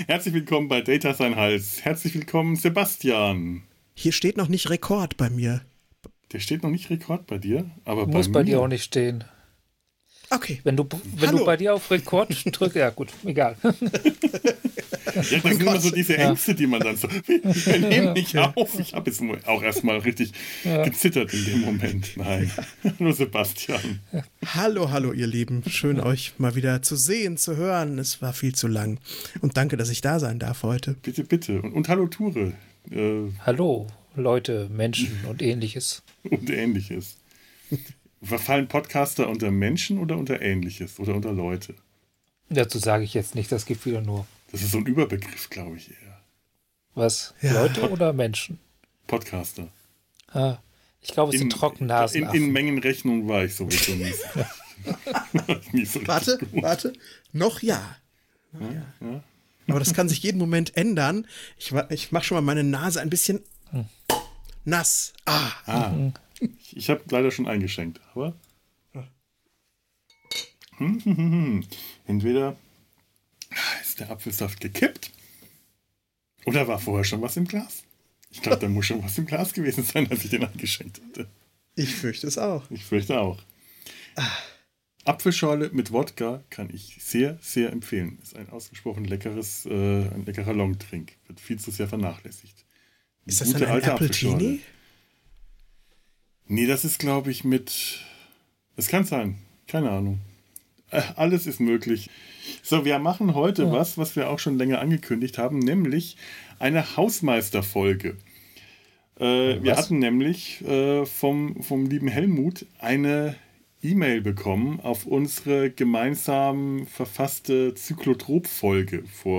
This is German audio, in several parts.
Herzlich willkommen bei Data Sein Hals. Herzlich willkommen, Sebastian. Hier steht noch nicht Rekord bei mir. Der steht noch nicht Rekord bei dir, aber Muss bei bei mir. dir auch nicht stehen. Okay. Wenn du bei dir auf Rekord drückst, ja gut, egal. Ja, das sind immer so diese Ängste, die man dann so, wir nehmen nicht auf. Ich habe jetzt auch erstmal richtig gezittert in dem Moment. Nein, nur Sebastian. Hallo, ihr Lieben. Schön, euch mal wieder zu sehen, zu hören. Es war viel zu lang. Und danke, dass ich da sein darf heute. Bitte. Und hallo, Ture. Hallo, Leute, Menschen und Ähnliches. Und Ähnliches. Verfallen Podcaster unter Menschen oder unter Ähnliches oder unter Leute? Dazu sage ich jetzt nicht, das gibt wieder nur. Das ist so ein Überbegriff, glaube ich eher. Was? Ja. Leute oder Menschen? Podcaster. Ah, ich glaube, es sind Trockennasen. In Mengenrechnung war ich sowieso nicht. Nicht so Warte. Noch ja. Ja. Aber das kann sich jeden Moment ändern. Ich mache schon mal meine Nase ein bisschen nass. Ich habe leider schon eingeschenkt, aber entweder ist der Apfelsaft gekippt oder war vorher schon was im Glas. Ich glaube, da muss schon was im Glas gewesen sein, als ich den eingeschenkt hatte. Ich fürchte es auch. Ich fürchte auch. Apfelschorle mit Wodka kann ich sehr, sehr empfehlen. Ist ein ausgesprochen ein leckerer Longdrink. Wird viel zu sehr vernachlässigt. Ist das dann ein Apfeltini? Nee, das ist, glaube ich, es kann sein. Keine Ahnung. Alles ist möglich. So, wir machen heute was wir auch schon länger angekündigt haben, nämlich eine Hausmeisterfolge. Wir hatten nämlich vom lieben Helmut eine E-Mail bekommen auf unsere gemeinsam verfasste Zyklotrop-Folge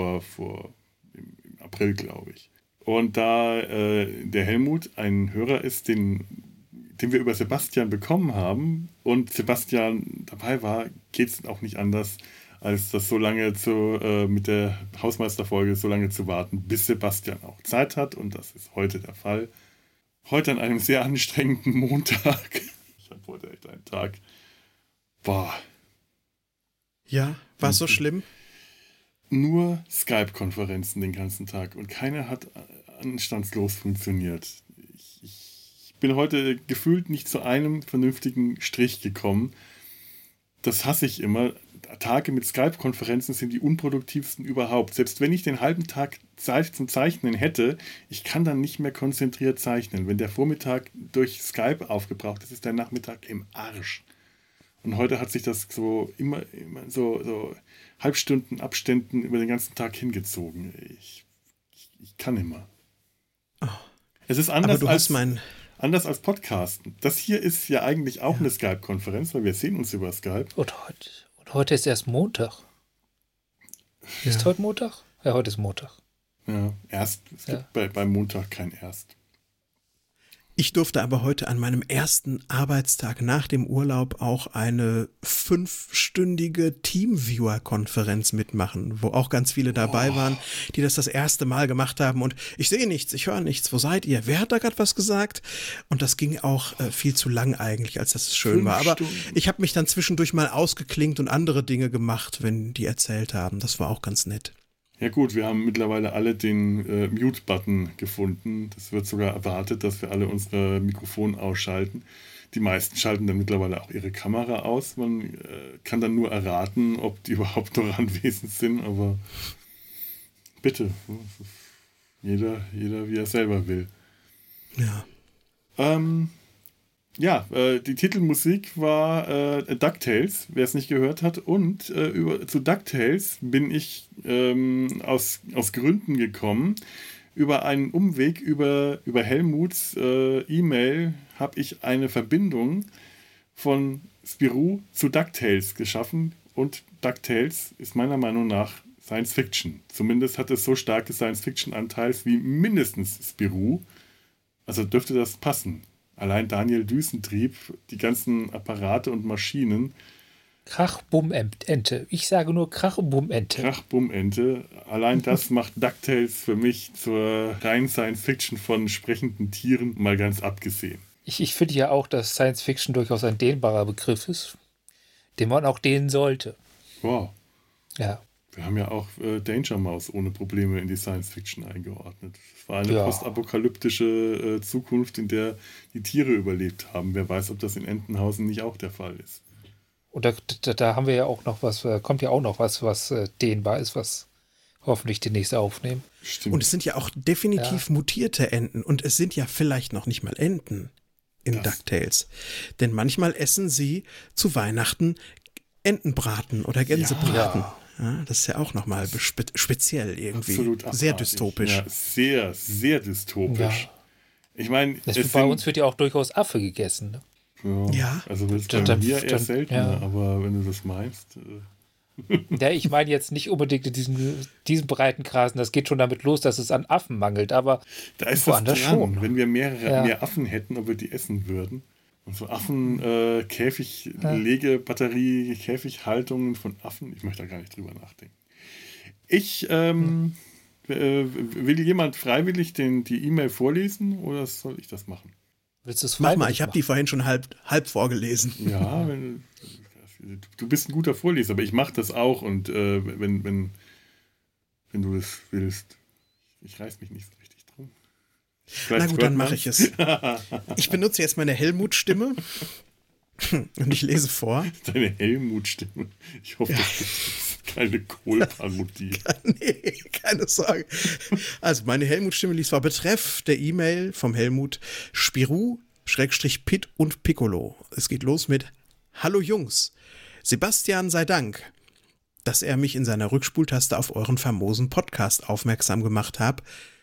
im April, glaube ich. Und da der Helmut ein Hörer ist, den wir über Sebastian bekommen haben und Sebastian dabei war, geht es auch nicht anders, als das so lange mit der Hausmeisterfolge so lange zu warten, bis Sebastian auch Zeit hat. Und das ist heute der Fall. Heute an einem sehr anstrengenden Montag. Ich habe heute echt einen Tag. Boah. Ja, war es so schlimm? Nur Skype-Konferenzen den ganzen Tag und keiner hat anstandslos funktioniert. Ich bin heute gefühlt nicht zu einem vernünftigen Strich gekommen. Das hasse ich immer. Tage mit Skype-Konferenzen sind die unproduktivsten überhaupt. Selbst wenn ich den halben Tag Zeit zum Zeichnen hätte, ich kann dann nicht mehr konzentriert zeichnen. Wenn der Vormittag durch Skype aufgebraucht ist, ist der Nachmittag im Arsch. Und heute hat sich das so immer so Halbstunden Abständen über den ganzen Tag hingezogen. Ich kann immer. Oh. Es ist anders als Podcasten. Das hier ist ja eigentlich auch eine Skype-Konferenz, weil wir sehen uns über Skype. Und heute ist erst Montag. Ist heute Montag? Ja, heute ist Montag. Ja, es gibt beim Montag kein Erst. Ich durfte aber heute an meinem ersten Arbeitstag nach dem Urlaub auch eine 5-stündige Teamviewer-Konferenz mitmachen, wo auch ganz viele dabei waren, die das erste Mal gemacht haben. Und ich sehe nichts, ich höre nichts. Wo seid ihr? Wer hat da gerade was gesagt? Und das ging auch viel zu lang eigentlich, als dass es schön war. Aber ich habe mich dann zwischendurch mal ausgeklinkt und andere Dinge gemacht, wenn die erzählt haben. Das war auch ganz nett. Ja gut, wir haben mittlerweile alle den Mute-Button gefunden. Das wird sogar erwartet, dass wir alle unsere Mikrofone ausschalten. Die meisten schalten dann mittlerweile auch ihre Kamera aus. Man kann dann nur erraten, ob die überhaupt noch anwesend sind. Aber bitte, jeder wie er selber will. Ja. Die Titelmusik war DuckTales, wer es nicht gehört hat. Und zu DuckTales bin ich aus Gründen gekommen. Über einen Umweg, über Helmuts E-Mail, habe ich eine Verbindung von Spirou zu DuckTales geschaffen. Und DuckTales ist meiner Meinung nach Science Fiction. Zumindest hat es so starke Science Fiction-Anteils wie mindestens Spirou. Also dürfte das passen. Allein Daniel Düsentrieb, die ganzen Apparate und Maschinen. Krach-Bumm-Ente. Ich sage nur Krach-Bumm-Ente. Krach-Bumm-Ente. Allein das macht DuckTales für mich zur reinen Science-Fiction von sprechenden Tieren, mal ganz abgesehen. Ich finde ja auch, dass Science-Fiction durchaus ein dehnbarer Begriff ist, den man auch dehnen sollte. Wow. Ja. Wir haben ja auch Danger Mouse ohne Probleme in die Science Fiction eingeordnet. Es war eine postapokalyptische Zukunft, in der die Tiere überlebt haben. Wer weiß, ob das in Entenhausen nicht auch der Fall ist. Und da haben wir ja auch noch was, kommt ja auch noch was dehnbar ist, was hoffentlich demnächst aufnehmen. Stimmt. Und es sind ja auch definitiv mutierte Enten. Und es sind ja vielleicht noch nicht mal Enten in DuckTales. Denn manchmal essen sie zu Weihnachten Entenbraten oder Gänsebraten. Ja, das ist ja auch nochmal speziell irgendwie. Absolut abartig. Sehr dystopisch. Ja, sehr, sehr dystopisch. Ja. Ich meine, bei uns wird ja auch durchaus Affe gegessen. Ne? Ja. Also das ist bei mir eher seltener, aber wenn du das meinst. Ja, ich meine jetzt nicht unbedingt in diesen breiten Grasen, das geht schon damit los, dass es an Affen mangelt, aber da ist woanders schon. Wenn wir mehr Affen hätten, ob wir die essen würden. Und so Käfiglegebatterie, Käfighaltungen von Affen, ich möchte da gar nicht drüber nachdenken. Will jemand freiwillig die E-Mail vorlesen oder soll ich das machen? Willst du es freiwillig machen? Ich habe die vorhin schon halb vorgelesen. Ja, du bist ein guter Vorleser, aber ich mache das auch und wenn du das willst, ich reiß mich nicht so richtig drum. Na gut, dann mache ich es. Ich benutze jetzt meine Helmut-Stimme und ich lese vor. Deine Helmut-Stimme. Ich hoffe, das ist keine Kohl-Parodie. Nee, keine Sorge. Also meine Helmut-Stimme liest vor. Betreff der E-Mail vom Helmut: Spirou, Pit und Piccolo. Es geht los mit: Hallo Jungs. Sebastian sei Dank, dass er mich in seiner Rückspultaste auf euren famosen Podcast aufmerksam gemacht hat.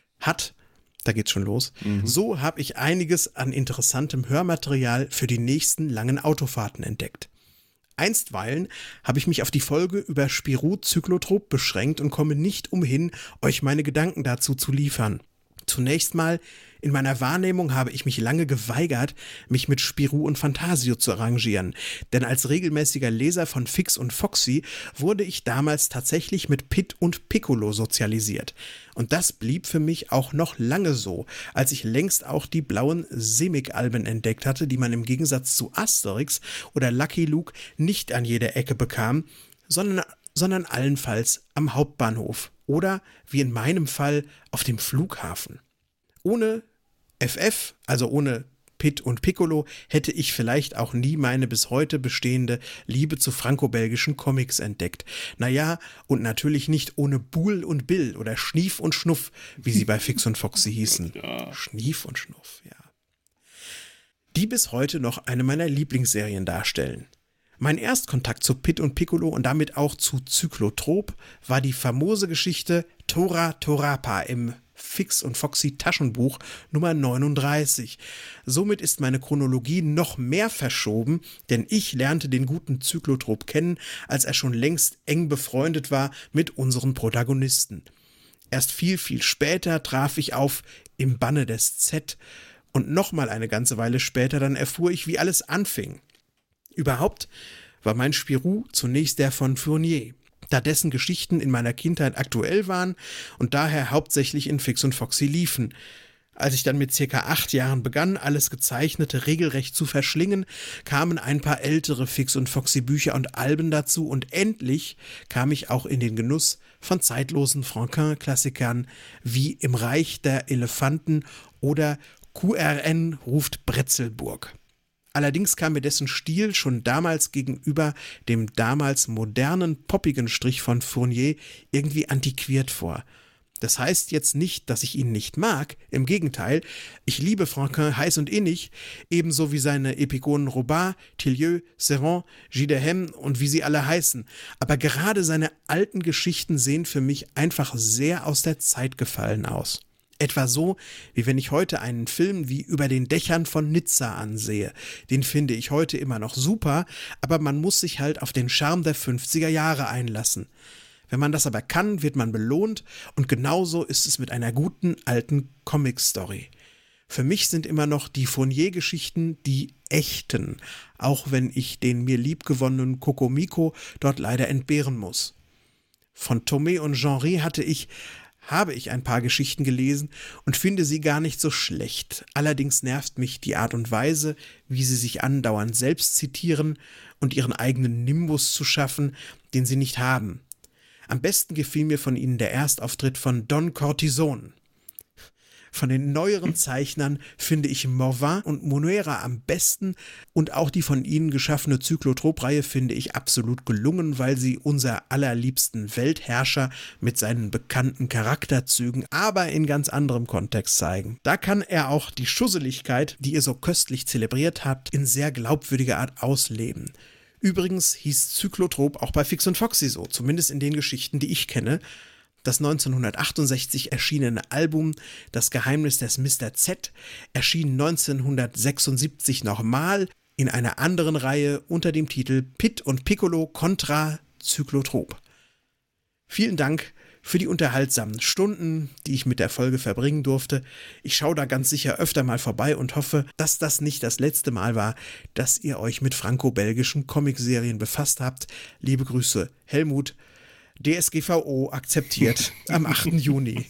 Da geht's schon los. So habe ich einiges an interessantem Hörmaterial für die nächsten langen Autofahrten entdeckt. Einstweilen habe ich mich auf die Folge über Spirou Zyklotrop beschränkt und komme nicht umhin, euch meine Gedanken dazu zu liefern. Zunächst mal, in meiner Wahrnehmung habe ich mich lange geweigert, mich mit Spirou und Fantasio zu arrangieren, denn als regelmäßiger Leser von Fix und Foxy wurde ich damals tatsächlich mit Pit und Piccolo sozialisiert. Und das blieb für mich auch noch lange so, als ich längst auch die blauen Simic-Alben entdeckt hatte, die man im Gegensatz zu Asterix oder Lucky Luke nicht an jeder Ecke bekam, sondern allenfalls am Hauptbahnhof oder, wie in meinem Fall, auf dem Flughafen. Ohne FF, also ohne Pit und Piccolo, hätte ich vielleicht auch nie meine bis heute bestehende Liebe zu franco-belgischen Comics entdeckt. Naja, und natürlich nicht ohne Buhl und Bill oder Schnief und Schnuff, wie sie bei Fix und Foxy hießen. Ja. Schnief und Schnuff, ja. Die bis heute noch eine meiner Lieblingsserien darstellen. Mein Erstkontakt zu Pit und Piccolo und damit auch zu Zyklotrop war die famose Geschichte Tora Torapa im Fix und Foxy Taschenbuch Nummer 39. Somit ist meine Chronologie noch mehr verschoben, denn ich lernte den guten Zyklotrop kennen, als er schon längst eng befreundet war mit unseren Protagonisten. Erst viel, viel später traf ich auf Im Banne des Z und nochmal eine ganze Weile später dann erfuhr ich, wie alles anfing. Überhaupt war mein Spirou zunächst der von Fournier, da dessen Geschichten in meiner Kindheit aktuell waren und daher hauptsächlich in Fix und Foxy liefen. Als ich dann mit ca. 8 Jahren begann, alles Gezeichnete regelrecht zu verschlingen, kamen ein paar ältere Fix und Foxy Bücher und Alben dazu und endlich kam ich auch in den Genuss von zeitlosen Franquin-Klassikern wie Im Reich der Elefanten oder QRN ruft Bretzelburg. Allerdings kam mir dessen Stil schon damals gegenüber dem damals modernen, poppigen Strich von Fournier irgendwie antiquiert vor. Das heißt jetzt nicht, dass ich ihn nicht mag, im Gegenteil, ich liebe Franquin heiß und innig, ebenso wie seine Epigonen Robin, Tillieu, Servan, Gidehem und wie sie alle heißen, aber gerade seine alten Geschichten sehen für mich einfach sehr aus der Zeit gefallen aus. Etwa so, wie wenn ich heute einen Film wie Über den Dächern von Nizza ansehe. Den finde ich heute immer noch super, aber man muss sich halt auf den Charme der 50er Jahre einlassen. Wenn man das aber kann, wird man belohnt und genauso ist es mit einer guten alten Comic-Story. Für mich sind immer noch die Fournier-Geschichten die echten, auch wenn ich den mir liebgewonnenen Kokomiko dort leider entbehren muss. Von Thomé und Genry habe ich ein paar Geschichten gelesen und finde sie gar nicht so schlecht. Allerdings nervt mich die Art und Weise, wie sie sich andauernd selbst zitieren und ihren eigenen Nimbus zu schaffen, den sie nicht haben. Am besten gefiel mir von ihnen der Erstauftritt von Don Cortisone. Von den neueren Zeichnern finde ich Morvan und Monuera am besten und auch die von ihnen geschaffene Zyklotrop-Reihe finde ich absolut gelungen, weil sie unser allerliebsten Weltherrscher mit seinen bekannten Charakterzügen, aber in ganz anderem Kontext zeigen. Da kann er auch die Schusseligkeit, die ihr so köstlich zelebriert habt, in sehr glaubwürdiger Art ausleben. Übrigens hieß Zyklotrop auch bei Fix und Foxy so, zumindest in den Geschichten, die ich kenne. Das 1968 erschienene Album Das Geheimnis des Mr. Z erschien 1976 nochmal in einer anderen Reihe unter dem Titel Pit und Piccolo Contra Zyklotrop. Vielen Dank für die unterhaltsamen Stunden, die ich mit der Folge verbringen durfte. Ich schaue da ganz sicher öfter mal vorbei und hoffe, dass das nicht das letzte Mal war, dass ihr euch mit franco-belgischen Comicserien befasst habt. Liebe Grüße, Helmut. DSGVO akzeptiert am 8. Juni.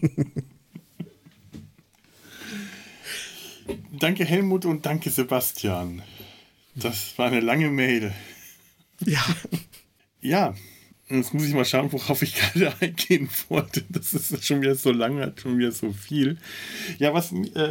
Danke Helmut und danke Sebastian. Das war eine lange Mail. Ja. Ja, jetzt muss ich mal schauen, worauf ich gerade eingehen wollte. Das ist schon wieder so lang, hat schon wieder so viel. Ja, was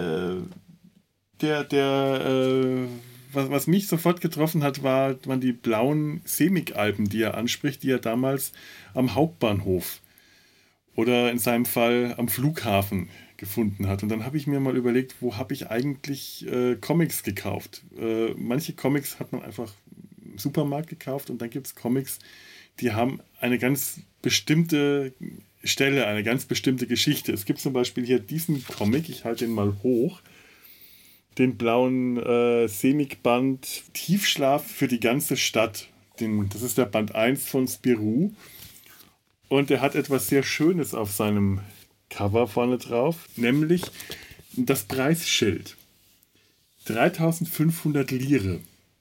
mich sofort getroffen hat, waren die blauen Semik-Alben, die er anspricht, die er damals am Hauptbahnhof oder in seinem Fall am Flughafen gefunden hat. Und dann habe ich mir mal überlegt, wo habe ich eigentlich Comics gekauft? Manche Comics hat man einfach im Supermarkt gekauft und dann gibt es Comics, die haben eine ganz bestimmte Stelle, eine ganz bestimmte Geschichte. Es gibt zum Beispiel hier diesen Comic, ich halte ihn mal hoch, den blauen Semik-Band Tiefschlaf für die ganze Stadt. Das ist der Band 1 von Spirou. Und er hat etwas sehr Schönes auf seinem Cover vorne drauf, nämlich das Preisschild. 3.500 Lire.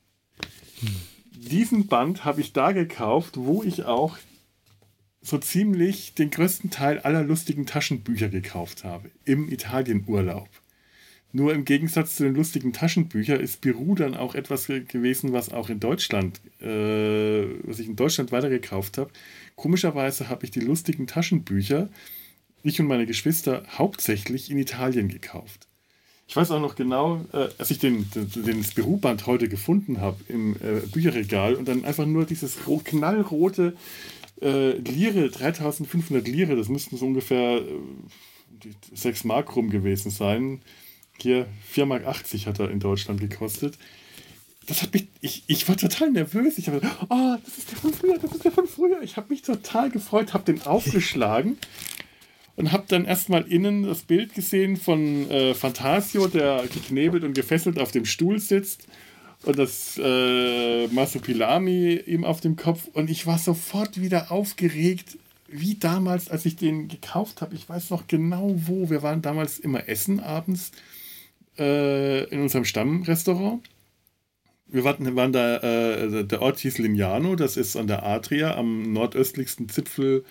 Diesen Band habe ich da gekauft, wo ich auch so ziemlich den größten Teil aller lustigen Taschenbücher gekauft habe. Im Italienurlaub. Nur im Gegensatz zu den lustigen Taschenbüchern ist Spirou dann auch etwas gewesen, was auch in Deutschland, was ich in Deutschland weitergekauft habe. Komischerweise habe ich die lustigen Taschenbücher, ich und meine Geschwister, hauptsächlich in Italien gekauft. Ich weiß auch noch genau, als ich den Spirou-Band heute gefunden habe im Bücherregal und dann einfach nur dieses knallrote Lire, 3.500 Lire, das müssten so ungefähr 6 Mark rum gewesen sein. Hier 4,80 Mark hat er in Deutschland gekostet. Das hat mich, ich war total nervös. Ich habe gedacht, oh, das ist der von früher. Ich habe mich total gefreut, habe den aufgeschlagen und habe dann erstmal innen das Bild gesehen von Fantasio, der geknebelt und gefesselt auf dem Stuhl sitzt und das Masopilami ihm auf dem Kopf. Und ich war sofort wieder aufgeregt, wie damals, als ich den gekauft habe. Ich weiß noch genau wo. Wir waren damals immer essen abends in unserem Stammrestaurant. Wir waren da, der Ort hieß Lignano, das ist an der Adria, am nordöstlichsten Zipfel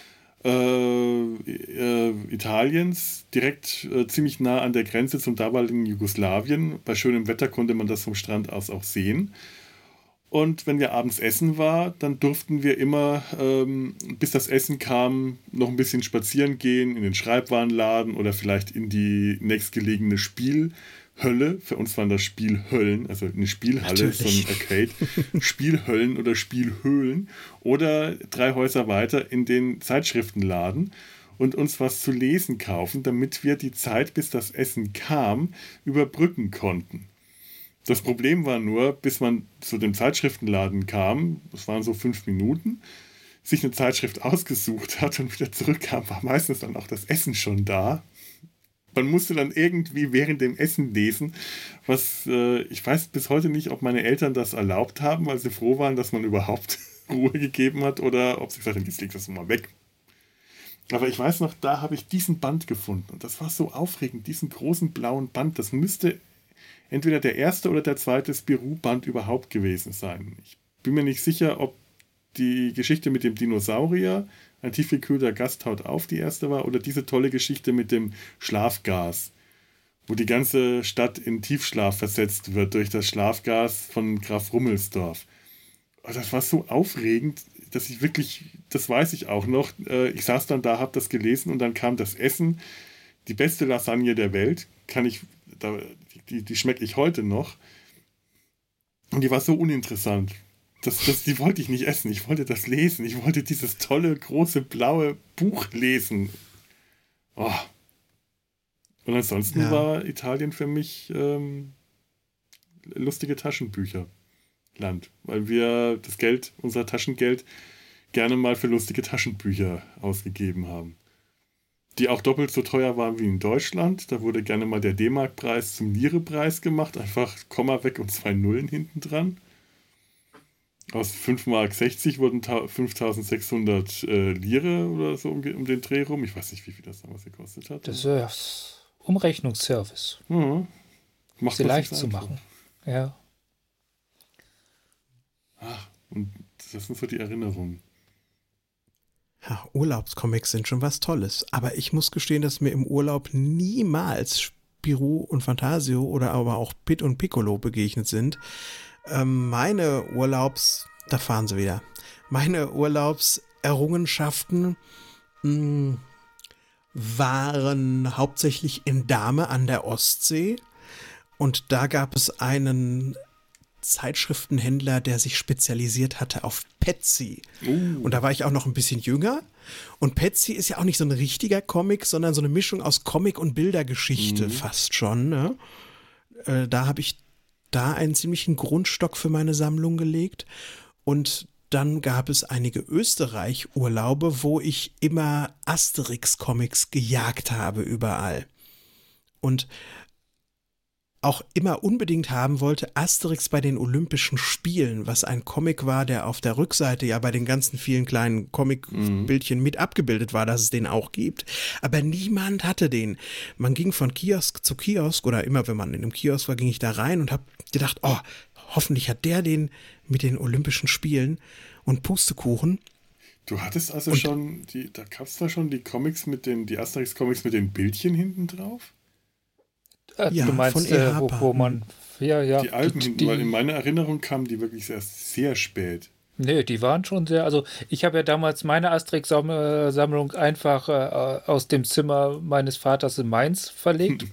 Italiens, direkt ziemlich nah an der Grenze zum damaligen Jugoslawien. Bei schönem Wetter konnte man das vom Strand aus auch sehen. Und wenn wir abends essen war, dann durften wir immer, bis das Essen kam, noch ein bisschen spazieren gehen in den Schreibwarenladen oder vielleicht in die nächstgelegene Spielhölle. Für uns waren das Spielhöllen, also eine Spielhalle, so ein Arcade. Spielhöllen oder Spielhöhlen. Oder 3 Häuser weiter in den Zeitschriftenladen und uns was zu lesen kaufen, damit wir die Zeit, bis das Essen kam, überbrücken konnten. Das Problem war nur, bis man zu dem Zeitschriftenladen kam, das waren so 5 Minuten, sich eine Zeitschrift ausgesucht hat und wieder zurückkam, war meistens dann auch das Essen schon da. Man musste dann irgendwie während dem Essen lesen, was ich weiß bis heute nicht, ob meine Eltern das erlaubt haben, weil sie froh waren, dass man überhaupt Ruhe gegeben hat oder ob sie gesagt haben, jetzt leg das mal weg. Aber ich weiß noch, da habe ich diesen Band gefunden und das war so aufregend, diesen großen blauen Band, das müsste entweder der erste oder der zweite Spirou-Band überhaupt gewesen sein. Ich bin mir nicht sicher, ob die Geschichte mit dem Dinosaurier, ein tiefgekühlter Gast taut auf, die erste war, oder diese tolle Geschichte mit dem Schlafgas, wo die ganze Stadt in Tiefschlaf versetzt wird durch das Schlafgas von Graf Rummelsdorf. Das war so aufregend. ich wirklich, das weiß ich auch noch, ich saß dann da, habe das gelesen und dann kam das Essen, die beste Lasagne der Welt, die schmecke ich heute noch. Und die war so uninteressant. Die wollte ich nicht essen, ich wollte das lesen. Ich wollte dieses tolle, große, blaue Buch lesen. Oh. Und ansonsten war Italien für mich lustige Taschenbücherland. Weil wir unser Taschengeld, gerne mal für lustige Taschenbücher ausgegeben haben. Die auch doppelt so teuer waren wie in Deutschland. Da wurde gerne mal der D-Mark-Preis zum Lire-Preis gemacht. Einfach Komma weg und 2 Nullen hinten dran. Aus 5,60 Mark wurden 5.600 Lire oder so um den Dreh rum. Ich weiß nicht, wie viel das damals gekostet hat. Das ist Umrechnungsservice. Mhm. Macht sie leicht zu machen. Ja. Ach, und das sind so die Erinnerungen. Ja, Urlaubscomics sind schon was Tolles. Aber ich muss gestehen, dass mir im Urlaub niemals Spirou und Fantasio oder aber auch Pit und Piccolo begegnet sind. Meine Urlaubserrungenschaften waren hauptsächlich in Dahme an der Ostsee. Und da gab es einen Zeitschriftenhändler, der sich spezialisiert hatte auf Petsy. Und da war ich auch noch ein bisschen jünger. Und Petsy ist ja auch nicht so ein richtiger Comic, sondern so eine Mischung aus Comic und Bildergeschichte fast schon. Ne? Da habe ich einen ziemlichen Grundstock für meine Sammlung gelegt. Und dann gab es einige Österreich-Urlaube, wo ich immer Asterix-Comics gejagt habe überall. Und auch immer unbedingt haben wollte, Asterix bei den Olympischen Spielen, was ein Comic war, der auf der Rückseite ja bei den ganzen vielen kleinen Comic-Bildchen mit abgebildet war, dass es den auch gibt. Aber niemand hatte den. Man ging von Kiosk zu Kiosk oder immer, wenn man in einem Kiosk war, ging ich da rein und habe gedacht, oh, hoffentlich hat der den mit den Olympischen Spielen und Pustekuchen. Du hattest also da gab es da schon die Asterix-Comics mit den Bildchen hinten drauf? Ja, du meinst, von wo man... Ja, die Alben hinten, weil in meiner Erinnerung kamen die wirklich erst sehr spät. Nee, die waren schon sehr... Also ich habe ja damals meine Asterix-Sammlung einfach aus dem Zimmer meines Vaters in Mainz verlegt.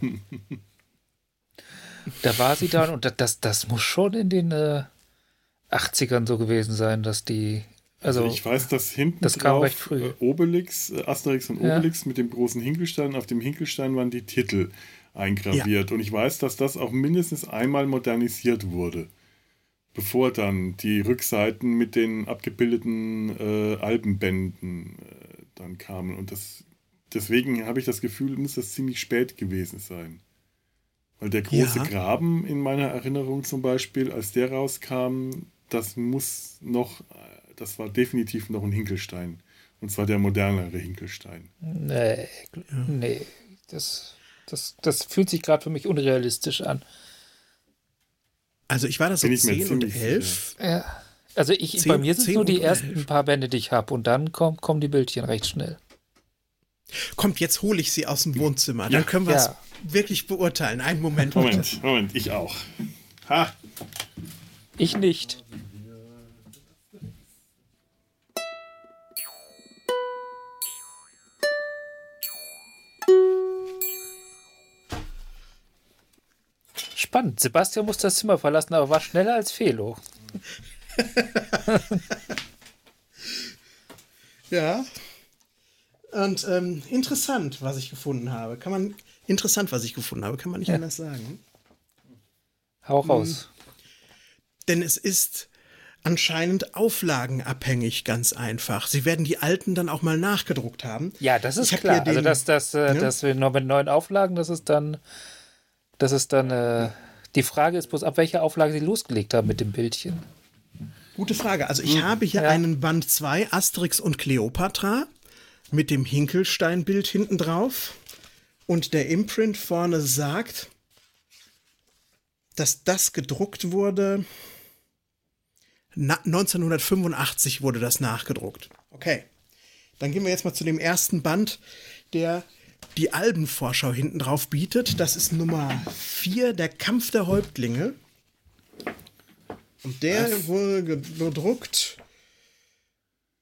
Da war sie dann und das muss schon in den 80ern so gewesen sein, dass die... Also ich weiß, dass hinten das drauf kam recht früh. Asterix und Obelix mit dem großen Hinkelstein, auf dem Hinkelstein waren die Titel eingraviert. Ja. Und ich weiß, dass das auch mindestens einmal modernisiert wurde, bevor dann die Rückseiten mit den abgebildeten Albenbänden dann kamen. Und deswegen habe ich das Gefühl, muss das ziemlich spät gewesen sein. Weil der große Graben in meiner Erinnerung zum Beispiel, als der rauskam, das war definitiv noch ein Hinkelstein. Und zwar der modernere Hinkelstein. Nee, das fühlt sich gerade für mich unrealistisch an. Also ich war da so 10 und 11. Ja. Also bei mir sind es nur die ersten paar Bände, die ich habe. Und dann kommen die Bildchen recht schnell. Kommt, jetzt hole ich sie aus dem Wohnzimmer. Dann können wir es wirklich beurteilen. Einen Moment. Moment, ich auch. Ha! Ich nicht. Spannend. Sebastian muss das Zimmer verlassen, aber war schneller als Felo. Ja. Und interessant, was ich gefunden habe. Kann man nicht anders sagen. Hau raus. Denn es ist anscheinend auflagenabhängig, ganz einfach. Sie werden die alten dann auch mal nachgedruckt haben. Ja, das ist klar. Also dass wir noch mit neuen Auflagen, das ist dann die Frage ist bloß, ab welcher Auflage sie losgelegt haben mit dem Bildchen. Gute Frage. Also ich habe hier einen Band 2, Asterix und Kleopatra, mit dem Hinkelstein-Bild hinten drauf. Und der Imprint vorne sagt, dass das gedruckt wurde. 1985 wurde das nachgedruckt. Okay. Dann gehen wir jetzt mal zu dem ersten Band, der die Albenvorschau hinten drauf bietet. Das ist Nummer 4, der Kampf der Häuptlinge. Und der wurde gedruckt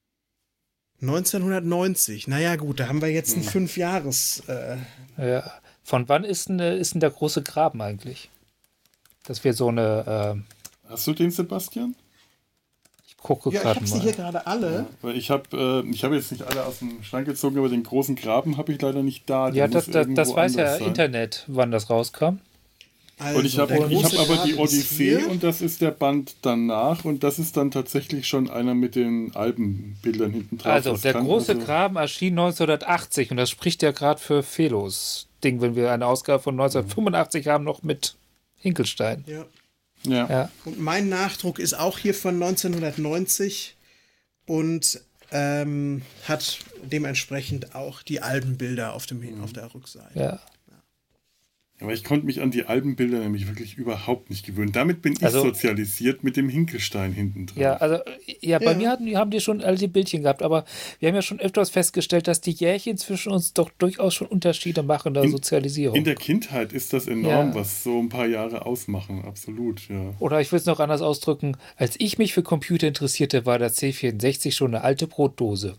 1990. Naja, gut, da haben wir jetzt ein 5-Jahres. Ja. Von wann ist denn der große Graben eigentlich? Dass wir so eine. Hast du den, Sebastian? Ich gucke Ja, ich gerade habe sie mal. hier gerade alle. Weil ich habe jetzt nicht alle aus dem Schrank gezogen, aber den großen Graben habe ich leider nicht da. Ja, Der muss das irgendwo weiß ja anders sein. Internet, wann das rauskam. Und ich habe der große aber die Graben ist Odyssee hier. und das ist der Band danach und das ist dann tatsächlich schon einer mit den Albenbildern hinten drauf. Also, Das der kann große also- Graben erschien 1980 und das spricht ja gerade für Felos Ding, wenn wir eine Ausgabe von 1985 haben, noch mit Hinkelstein. Ja. Ja. Ja. Und mein Nachdruck ist auch hier von 1990 und hat dementsprechend auch die Albenbilder auf der Rückseite. Ja. Aber ich konnte mich an die Albenbilder nämlich wirklich überhaupt nicht gewöhnen. Damit bin ich Also- sozialisiert mit dem Hinkelstein hinten dran. Ja, also bei Ja. mir haben die schon alle die Bildchen gehabt, aber wir haben ja schon öfters festgestellt, dass die Jährchen zwischen uns doch durchaus schon Unterschiede machen in der Sozialisierung. In der Kindheit ist das enorm, Ja. was so ein paar Jahre ausmachen. Absolut, ja. Oder ich will es noch anders ausdrücken, als ich mich für Computer interessierte, war der C64 schon eine alte Brotdose.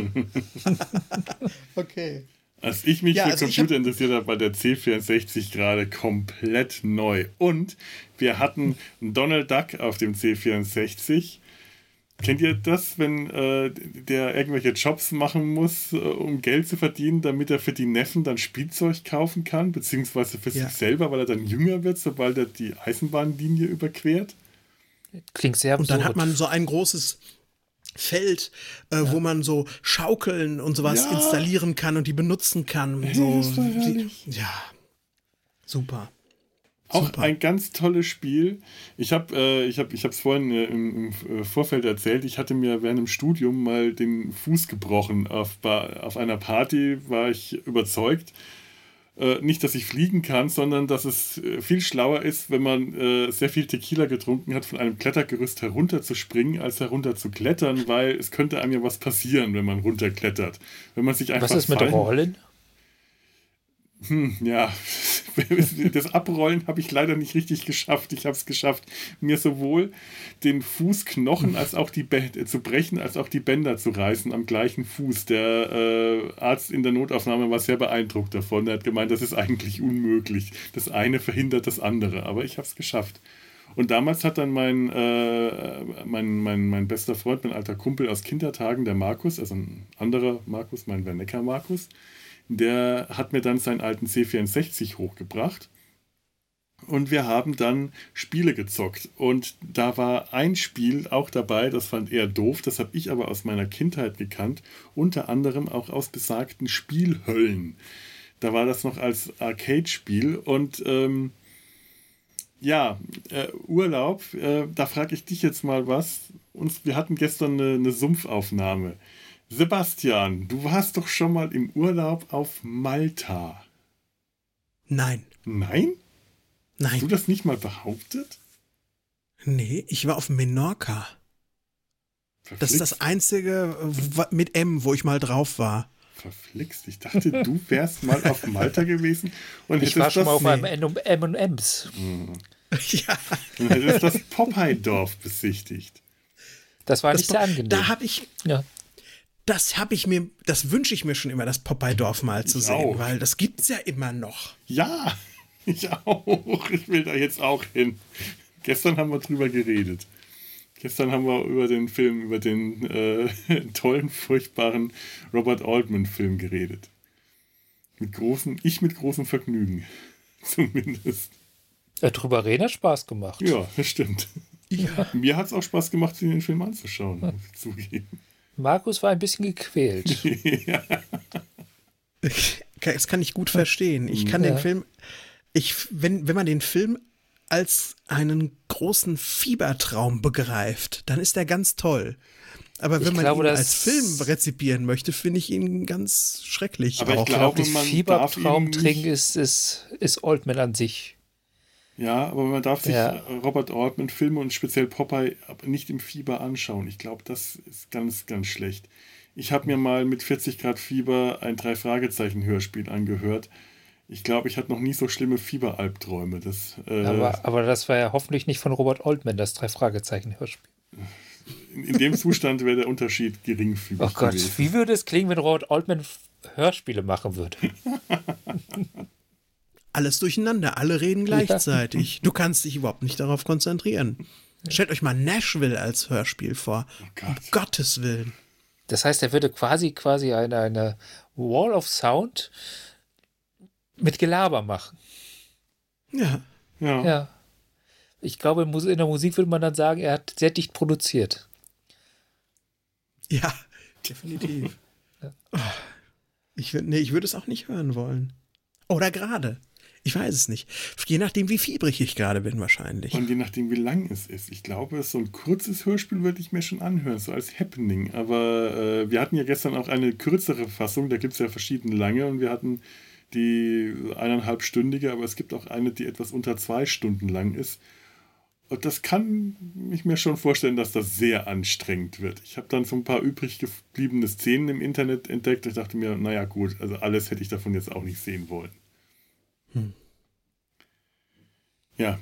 Okay. Als ich mich Ja, für also ich Computer interessiert habe, war der C64 gerade komplett neu. Und wir hatten einen Donald Duck auf dem C64. Kennt ihr das, wenn der irgendwelche Jobs machen muss, um Geld zu verdienen, damit er für die Neffen dann Spielzeug kaufen kann, beziehungsweise für Ja. sich selber, weil er dann jünger wird, sobald er die Eisenbahnlinie überquert? Klingt sehr Und absurd. dann hat man so ein großes Feld, wo man so Schaukeln und sowas Ja. installieren kann und die benutzen kann. So, das war herrlich. ja, super. Auch Super. ein ganz tolles Spiel. Ich habe es vorhin im Vorfeld erzählt. Ich hatte mir während dem Studium mal den Fuß gebrochen. Auf einer Party war ich überzeugt. Nicht, dass ich fliegen kann, sondern dass es viel schlauer ist, wenn man sehr viel Tequila getrunken hat, von einem Klettergerüst herunterzuspringen, als herunter zu klettern, weil es könnte einem ja was passieren, wenn man runterklettert. Wenn man sich einfach Was ist mit fallen- Rollen? Ja, das Abrollen habe ich leider nicht richtig geschafft. Ich habe es geschafft, mir sowohl den Fußknochen als auch zu brechen, als auch die Bänder zu reißen am gleichen Fuß. Der Arzt in der Notaufnahme war sehr beeindruckt davon. Er hat gemeint, das ist eigentlich unmöglich. Das eine verhindert das andere, aber ich habe es geschafft. Und damals hat dann mein bester Freund, mein alter Kumpel aus Kindertagen, der Markus, also ein anderer Markus, mein Wernecker Markus, der hat mir dann seinen alten C64 hochgebracht und wir haben dann Spiele gezockt. Und da war ein Spiel auch dabei, das fand er doof, das habe ich aber aus meiner Kindheit gekannt, unter anderem auch aus besagten Spielhöllen. Da war das noch als Arcade-Spiel und Urlaub, da frage ich dich jetzt mal was. Wir hatten gestern eine Sumpfaufnahme. Sebastian, du warst doch schon mal im Urlaub auf Malta. Nein. Nein? Hast du Nein. das nicht mal behauptet? Nee, ich war auf Menorca. Das ist das einzige mit M, wo ich mal drauf war. Verflixt. Ich dachte, du wärst mal auf Malta gewesen und Ich war schon mal auf einem Nee. M&M's. Ja, und hättest das Popeye-Dorf besichtigt. Das war nicht sehr angenehm. da habe ich, Ja. das wünsche ich mir schon immer, das Popeye-Dorf mal zu Ich sehen, auch. weil das gibt's ja immer noch. Ja, ich auch. Ich will da jetzt auch hin. Gestern haben wir drüber geredet. Gestern haben wir über den Film, über den tollen, furchtbaren Robert Altman-Film geredet. Mit großem Vergnügen. Zumindest. Drüber reden hat Spaß gemacht. Ja, das stimmt. Ja. Mir hat es auch Spaß gemacht, sich den Film anzuschauen, muss ich zugeben. Markus war ein bisschen gequält. Das kann ich gut verstehen. Ich kann den Film, wenn man den Film als einen großen Fiebertraum begreift, dann ist er ganz toll. Aber wenn man glaube, ihn das- als Film rezipieren möchte, finde ich ihn ganz schrecklich. Aber ich auch. glaube, Das man darf Fiebertraumtrinken ihn nicht- ist Oldman an sich. Ja, aber man darf sich Ja. Robert Altman-Filme und speziell Popeye nicht im Fieber anschauen. Ich glaube, das ist ganz, ganz schlecht. Ich habe mir mal mit 40 Grad Fieber ein 3-Fragezeichen-Hörspiel angehört. Ich glaube, ich hatte noch nie so schlimme Fieberalbträume. Aber das war ja hoffentlich nicht von Robert Oldman, das 3-Fragezeichen-Hörspiel. in dem Zustand wäre der Unterschied geringfügig Oh Gott, gewesen. wie würde es klingen, wenn Robert Altman Hörspiele machen würde? Alles durcheinander, alle reden gleichzeitig. Du kannst dich überhaupt nicht darauf konzentrieren. Stellt euch mal Nashville als Hörspiel vor. Gott. Um Gottes Willen. Das heißt, er würde quasi eine Wall of Sound mit Gelaber machen. Ja. Ja. Ja. Ich glaube, in der Musik würde man dann sagen, er hat sehr dicht produziert. Ja, definitiv. Oh, ich würde es auch nicht hören wollen. Oder gerade. Ich weiß es nicht. Je nachdem, wie fiebrig ich gerade bin, wahrscheinlich. Und je nachdem, wie lang es ist. Ich glaube, so ein kurzes Hörspiel würde ich mir schon anhören, so als Happening. Aber wir hatten ja gestern auch eine kürzere Fassung, da gibt es ja verschiedene lange und wir hatten die 1,5-stündige, aber es gibt auch eine, die etwas unter 2 Stunden lang ist. Und das kann ich mir schon vorstellen, dass das sehr anstrengend wird. Ich habe dann so ein paar übrig gebliebene Szenen im Internet entdeckt. Ich dachte mir, naja gut, also alles hätte ich davon jetzt auch nicht sehen wollen. Ja,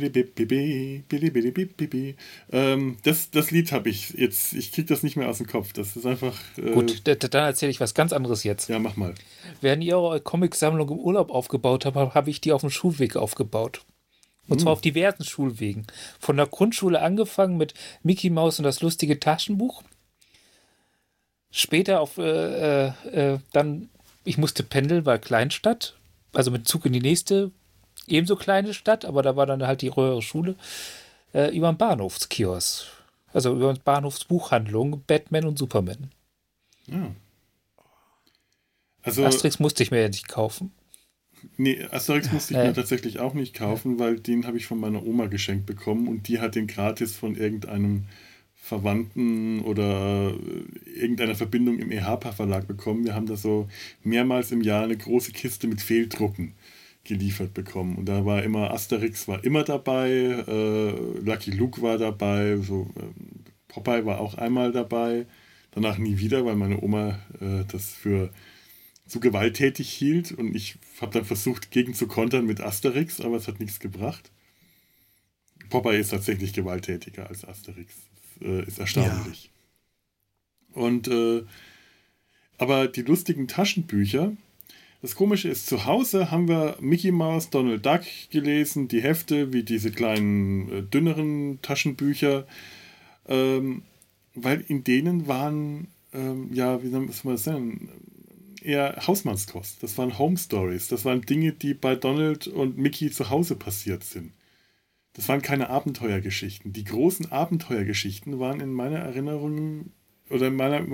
das Lied habe ich jetzt, ich kriege das nicht mehr aus dem Kopf. Das ist einfach... Gut, dann erzähle ich was ganz anderes jetzt. Ja, mach mal. Während ihr eure Comicsammlung im Urlaub aufgebaut habt, habe ich die auf dem Schulweg aufgebaut. Und zwar auf diversen Schulwegen. Von der Grundschule angefangen mit Mickey Maus und das lustige Taschenbuch. Später dann, ich musste pendeln, weil Kleinstadt. Also mit Zug in die nächste, ebenso kleine Stadt, aber da war dann halt die röhere Schule. Über den Bahnhofskiosk. Also über die Bahnhofsbuchhandlung, Batman und Superman. Ja. Also, Asterix musste ich mir ja nicht kaufen. Nee, Asterix musste ich mir tatsächlich auch nicht kaufen, weil den habe ich von meiner Oma geschenkt bekommen und die hat den gratis von irgendeinem Verwandten oder irgendeiner Verbindung im EHPA-Verlag bekommen. Wir haben da so mehrmals im Jahr eine große Kiste mit Fehldrucken geliefert bekommen. Und da war immer, Asterix war immer dabei, Lucky Luke war dabei, so, Popeye war auch einmal dabei, danach nie wieder, weil meine Oma das für zu gewalttätig hielt und ich habe dann versucht, gegen zu kontern mit Asterix, aber es hat nichts gebracht. Popeye ist tatsächlich gewalttätiger als Asterix. Das ist erstaunlich. Ja. Und aber die lustigen Taschenbücher, das Komische ist, zu Hause haben wir Mickey Mouse, Donald Duck gelesen, die Hefte, wie diese kleinen, dünneren Taschenbücher, weil in denen waren, wie soll man das sagen, eher Hausmannskost. Das waren Home Stories. Das waren Dinge, die bei Donald und Mickey zu Hause passiert sind. Das waren keine Abenteuergeschichten. Die großen Abenteuergeschichten waren in meiner Erinnerung oder in meiner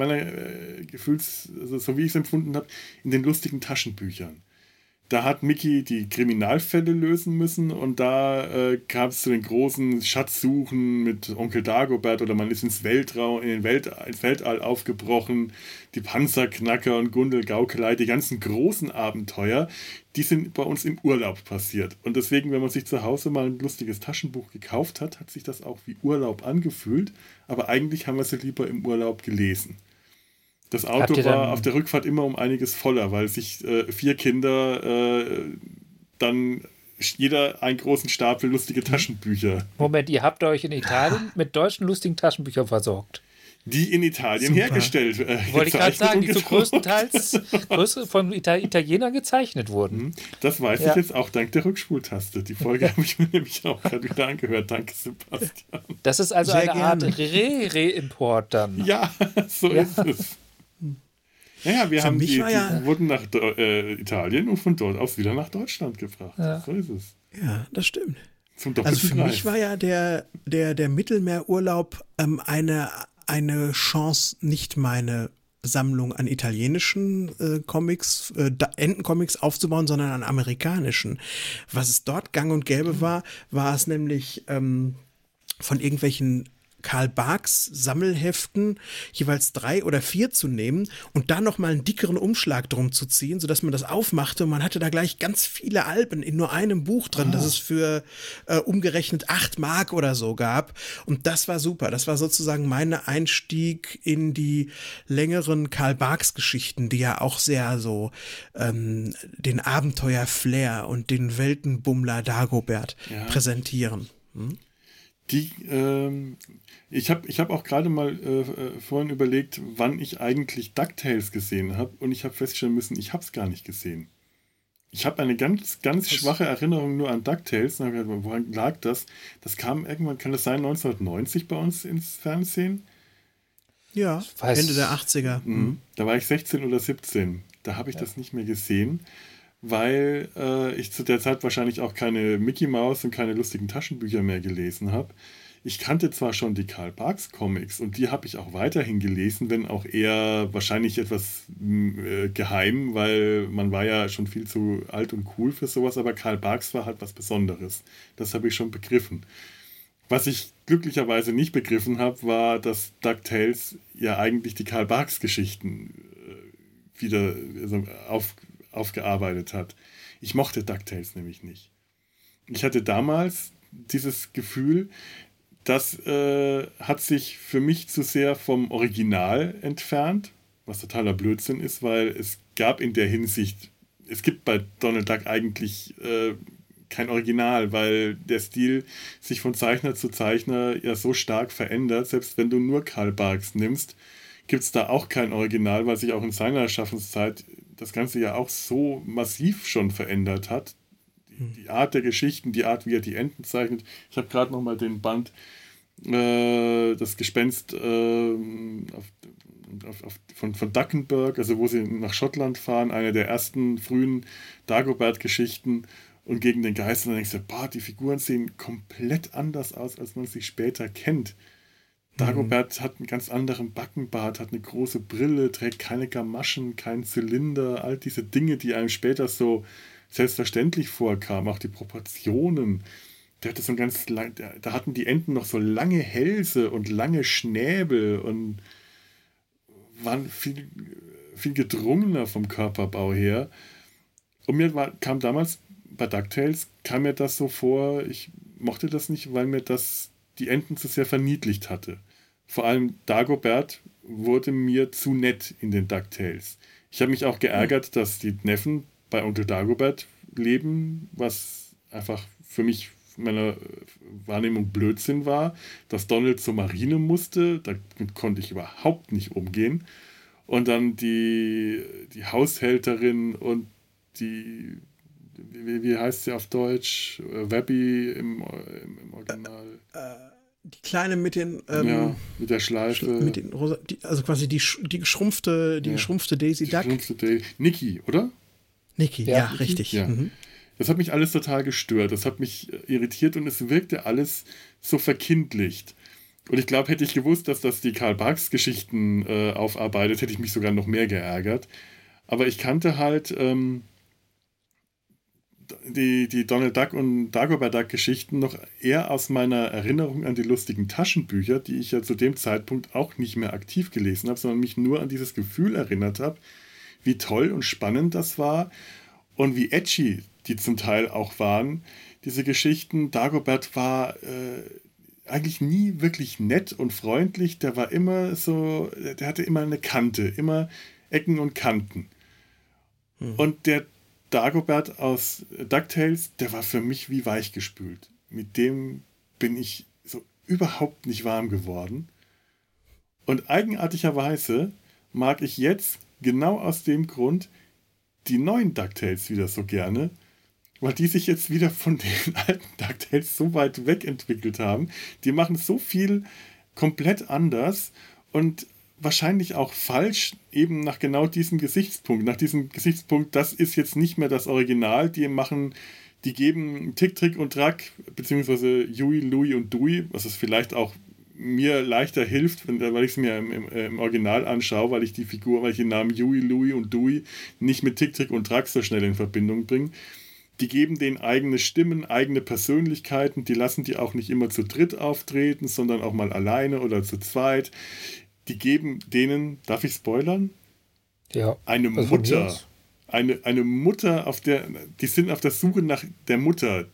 also so wie ich es empfunden habe, in den lustigen Taschenbüchern. Da hat Mickey die Kriminalfälle lösen müssen und da gab es zu den großen Schatzsuchen mit Onkel Dagobert oder man ist ins Weltall aufgebrochen, die Panzerknacker und Gundel Gaukelei, die ganzen großen Abenteuer, die sind bei uns im Urlaub passiert. Und deswegen, wenn man sich zu Hause mal ein lustiges Taschenbuch gekauft hat, hat sich das auch wie Urlaub angefühlt, aber eigentlich haben wir sie lieber im Urlaub gelesen. Das Auto war auf der Rückfahrt immer um einiges voller, weil sich 4 Kinder dann jeder einen großen Stapel lustige Taschenbücher. Moment, ihr habt euch in Italien mit deutschen lustigen Taschenbüchern versorgt. Die in Italien hergestellt werden. Wollte ich gerade sagen, die so größtenteils von Italienern gezeichnet wurden. Das weiß ich jetzt auch dank der Rückspultaste. Die Folge habe ich mir nämlich auch gerade wieder angehört. Danke, Sebastian. Das ist also eine Art Re-Import dann. Ja, so ist es. Naja, die wurden nach Italien und von dort aus wieder nach Deutschland gebracht. Ja. So ist es. Ja, das stimmt. Zum doppelten Also für Preis. mich war ja der Mittelmeerurlaub eine Chance, nicht meine Sammlung an italienischen Comics, Entencomics aufzubauen, sondern an amerikanischen. Was es dort gang und gäbe war es nämlich von irgendwelchen Karl Barks Sammelheften jeweils 3 oder 4 zu nehmen und dann nochmal einen dickeren Umschlag drum zu ziehen, sodass man das aufmachte und man hatte da gleich ganz viele Alben in nur einem Buch drin, das es für umgerechnet 8 Mark oder so gab. Und das war super. Das war sozusagen mein Einstieg in die längeren Karl Barks Geschichten, die ja auch sehr so den Abenteuer-Flair und den Weltenbummler Dagobert präsentieren. Ich hab auch gerade mal vorhin überlegt, wann ich eigentlich DuckTales gesehen habe und ich habe feststellen müssen, ich habe es gar nicht gesehen. Ich habe eine ganz, ganz schwache Erinnerung nur an DuckTales. Und hab gedacht, woran lag das? Das kam irgendwann, kann das sein, 1990 bei uns ins Fernsehen? Ja, Ende der 80er. Da war ich 16 oder 17. Da habe ich das nicht mehr gesehen, weil ich zu der Zeit wahrscheinlich auch keine Mickey Mouse und keine lustigen Taschenbücher mehr gelesen habe. Ich kannte zwar schon die Karl Barks Comics und die habe ich auch weiterhin gelesen, wenn auch eher wahrscheinlich etwas geheim, weil man war ja schon viel zu alt und cool für sowas, aber Karl Barks war halt was Besonderes. Das habe ich schon begriffen. Was ich glücklicherweise nicht begriffen habe, war, dass DuckTales ja eigentlich die Karl Barks Geschichten wieder aufgearbeitet hat. Ich mochte DuckTales nämlich nicht. Ich hatte damals dieses Gefühl, das hat sich für mich zu sehr vom Original entfernt, was totaler Blödsinn ist, weil es gab in der Hinsicht, es gibt bei Donald Duck eigentlich kein Original, weil der Stil sich von Zeichner zu Zeichner ja so stark verändert, selbst wenn du nur Karl Barks nimmst, gibt es da auch kein Original, weil sich auch in seiner Schaffenszeit das Ganze ja auch so massiv schon verändert hat. Die Art der Geschichten, die Art, wie er die Enten zeichnet. Ich habe gerade noch mal den Band das Gespenst von Duckenberg, also wo sie nach Schottland fahren, eine der ersten frühen Dagobert-Geschichten und gegen den Geist. Und dann denkst du, boah, die Figuren sehen komplett anders aus, als man sie später kennt. Dagobert hat einen ganz anderen Backenbart, hat eine große Brille, trägt keine Gamaschen, keinen Zylinder, all diese Dinge, die einem später so selbstverständlich vorkamen, auch die Proportionen. Der hatte so ein ganz lang, da hatten die Enten noch so lange Hälse und lange Schnäbel und waren viel, viel gedrungener vom Körperbau her. Und kam damals bei DuckTales, kam mir das so vor, ich mochte das nicht, weil mir das die Enten zu sehr verniedlicht hatte. Vor allem Dagobert wurde mir zu nett in den DuckTales. Ich habe mich auch geärgert, dass die Neffen bei Onkel Dagobert leben, was einfach für mich meiner Wahrnehmung Blödsinn war, dass Donald zur Marine musste, damit konnte ich überhaupt nicht umgehen. Und dann die Haushälterin und die, wie heißt sie auf Deutsch? Webby im Original. Die Kleine mit den mit der Schleife. Mit den rosa, also quasi die geschrumpfte Daisy Duck. Nikki, oder? Nikki, ja, richtig. Ja. Das hat mich alles total gestört. Das hat mich irritiert und es wirkte alles so verkindlicht. Und ich glaube, hätte ich gewusst, dass das die Karl Barks Geschichten aufarbeitet, hätte ich mich sogar noch mehr geärgert. Aber ich kannte halt die Donald Duck und Dagobert Duck Geschichten noch eher aus meiner Erinnerung an die lustigen Taschenbücher, die ich ja zu dem Zeitpunkt auch nicht mehr aktiv gelesen habe, sondern mich nur an dieses Gefühl erinnert habe, wie toll und spannend das war und wie edgy die zum Teil auch waren. Diese Geschichten, Dagobert war eigentlich nie wirklich nett und freundlich, der war immer so, der hatte immer eine Kante, immer Ecken und Kanten. Und der Dagobert aus DuckTales, der war für mich wie weichgespült. Mit dem bin ich so überhaupt nicht warm geworden. Und eigenartigerweise mag ich jetzt genau aus dem Grund die neuen DuckTales wieder so gerne, weil die sich jetzt wieder von den alten DuckTales so weit wegentwickelt haben. Die machen so viel komplett anders und wahrscheinlich auch falsch, eben nach genau diesem Gesichtspunkt. Nach diesem Gesichtspunkt, das ist jetzt nicht mehr das Original. Die geben Tick, Trick und Track, beziehungsweise Huey, Louie und Dewey, was es vielleicht auch mir leichter hilft, weil ich es mir im Original anschaue, weil ich den Namen Huey, Louie und Dewey nicht mit Tick, Trick und Track so schnell in Verbindung bringe. Die geben denen eigene Stimmen, eigene Persönlichkeiten, die lassen die auch nicht immer zu dritt auftreten, sondern auch mal alleine oder zu zweit. Die geben denen, darf ich spoilern? Ja. Eine Mutter. Eine Mutter, die sind auf der Suche nach der Mutter.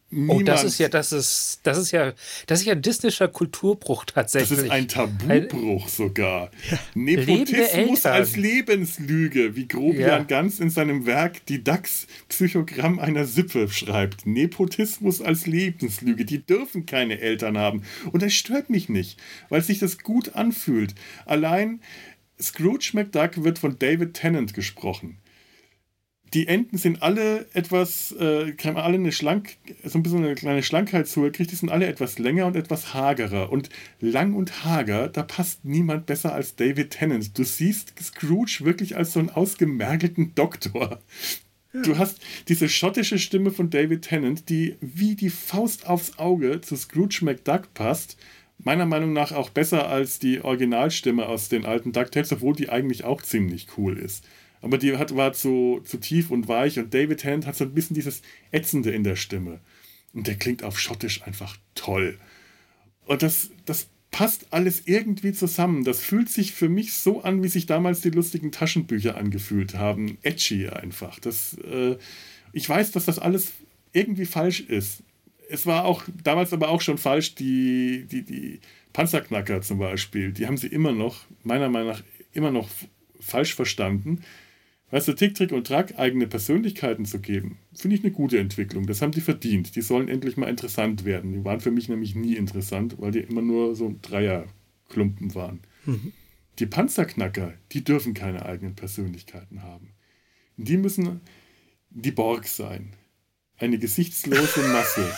Oh, das ist ja ein disneyscher Kulturbruch tatsächlich. Das ist ein Tabubruch sogar. Ja. Nepotismus als Lebenslüge, wie Grobian Ganz in seinem Werk Die Dachs-Psychogramm einer Sippe schreibt. Nepotismus als Lebenslüge. Die dürfen keine Eltern haben. Und das stört mich nicht, weil sich das gut anfühlt. Allein Scrooge McDuck wird von David Tennant gesprochen. Die Enten sind alle etwas, haben alle so ein bisschen eine kleine Schlankheit zugekriegt, die sind alle etwas länger und etwas hagerer. Und lang und hager, da passt niemand besser als David Tennant. Du siehst Scrooge wirklich als so einen ausgemergelten Doktor. Ja. Du hast diese schottische Stimme von David Tennant, die wie die Faust aufs Auge zu Scrooge McDuck passt. Meiner Meinung nach auch besser als die Originalstimme aus den alten DuckTales, obwohl die eigentlich auch ziemlich cool ist. Aber die war zu tief und weich und David Tennant hat so ein bisschen dieses Ätzende in der Stimme. Und der klingt auf Schottisch einfach toll. Und das passt alles irgendwie zusammen. Das fühlt sich für mich so an, wie sich damals die lustigen Taschenbücher angefühlt haben. Edgy einfach. Ich weiß, dass das alles irgendwie falsch ist. Es war auch damals aber auch schon falsch, die Panzerknacker zum Beispiel. Die haben sie meiner Meinung nach, immer noch falsch verstanden. Weißt du, Tick, Trick und Track eigene Persönlichkeiten zu geben, finde ich eine gute Entwicklung. Das haben die verdient. Die sollen endlich mal interessant werden. Die waren für mich nämlich nie interessant, weil die immer nur so Dreierklumpen waren. Mhm. Die Panzerknacker, die dürfen keine eigenen Persönlichkeiten haben. Die müssen die Borg sein. Eine gesichtslose Masse.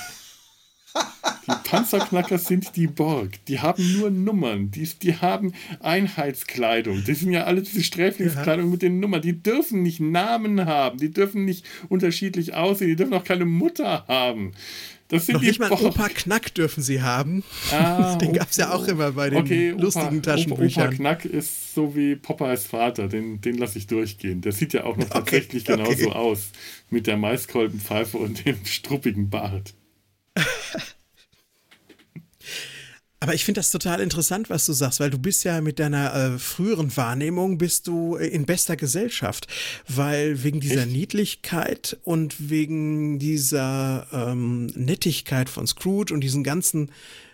Die Panzerknacker sind die Borg. Die haben nur Nummern. Die haben Einheitskleidung. Die sind ja alle diese Sträflingskleidung mit den Nummern. Die dürfen nicht Namen haben. Die dürfen nicht unterschiedlich aussehen. Die dürfen auch keine Mutter haben. Das sind noch die nicht mal Opa Knack dürfen sie haben. Den gab es ja auch immer bei den lustigen Taschenbüchern. Opa Knack ist so wie Popeyes Vater. Den lasse ich durchgehen. Der sieht ja auch noch tatsächlich genauso aus. Mit der Maiskolbenpfeife und dem struppigen Bart. Aber ich finde das total interessant, was du sagst, weil du bist ja mit deiner früheren Wahrnehmung bist du in bester Gesellschaft, weil wegen dieser Niedlichkeit und wegen dieser Nettigkeit von Scrooge und diesen ganzen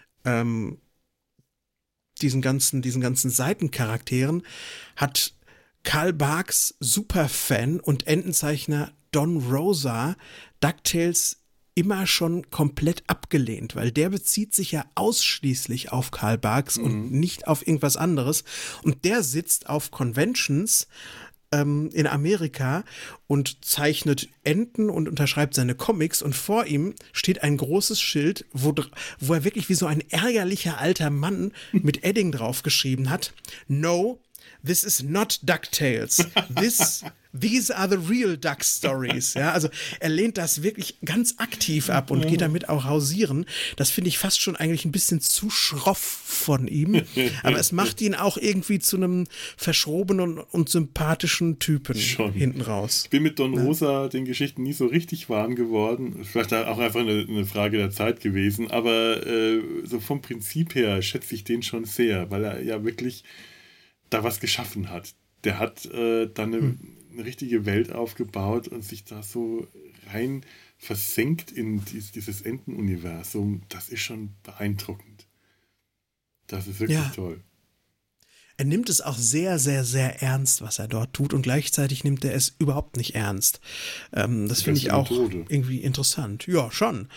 Seitencharakteren hat Karl Barks Superfan und Entenzeichner Don Rosa DuckTales immer schon komplett abgelehnt, weil der bezieht sich ja ausschließlich auf Karl Barks und nicht auf irgendwas anderes. Und der sitzt auf Conventions in Amerika und zeichnet Enten und unterschreibt seine Comics und vor ihm steht ein großes Schild, wo er wirklich wie so ein ärgerlicher alter Mann mit Edding draufgeschrieben hat: No, this is not DuckTales. These are the real Duck Stories. Ja, also er lehnt das wirklich ganz aktiv ab und geht damit auch hausieren. Das finde ich fast schon eigentlich ein bisschen zu schroff von ihm. Aber es macht ihn auch irgendwie zu einem verschrobenen und sympathischen Typen hinten raus. Ich bin mit Don Rosa den Geschichten nie so richtig warm geworden. Vielleicht auch einfach eine Frage der Zeit gewesen. Aber so vom Prinzip her schätze ich den schon sehr, weil er ja wirklich da was geschaffen hat. Der hat dann eine richtige Welt aufgebaut und sich da so rein versenkt in dieses Entenuniversum. Das ist schon beeindruckend. Das ist wirklich toll. Er nimmt es auch sehr, sehr, sehr ernst, was er dort tut, und gleichzeitig nimmt er es überhaupt nicht ernst. Das finde ich auch irgendwie interessant. Ja, schon.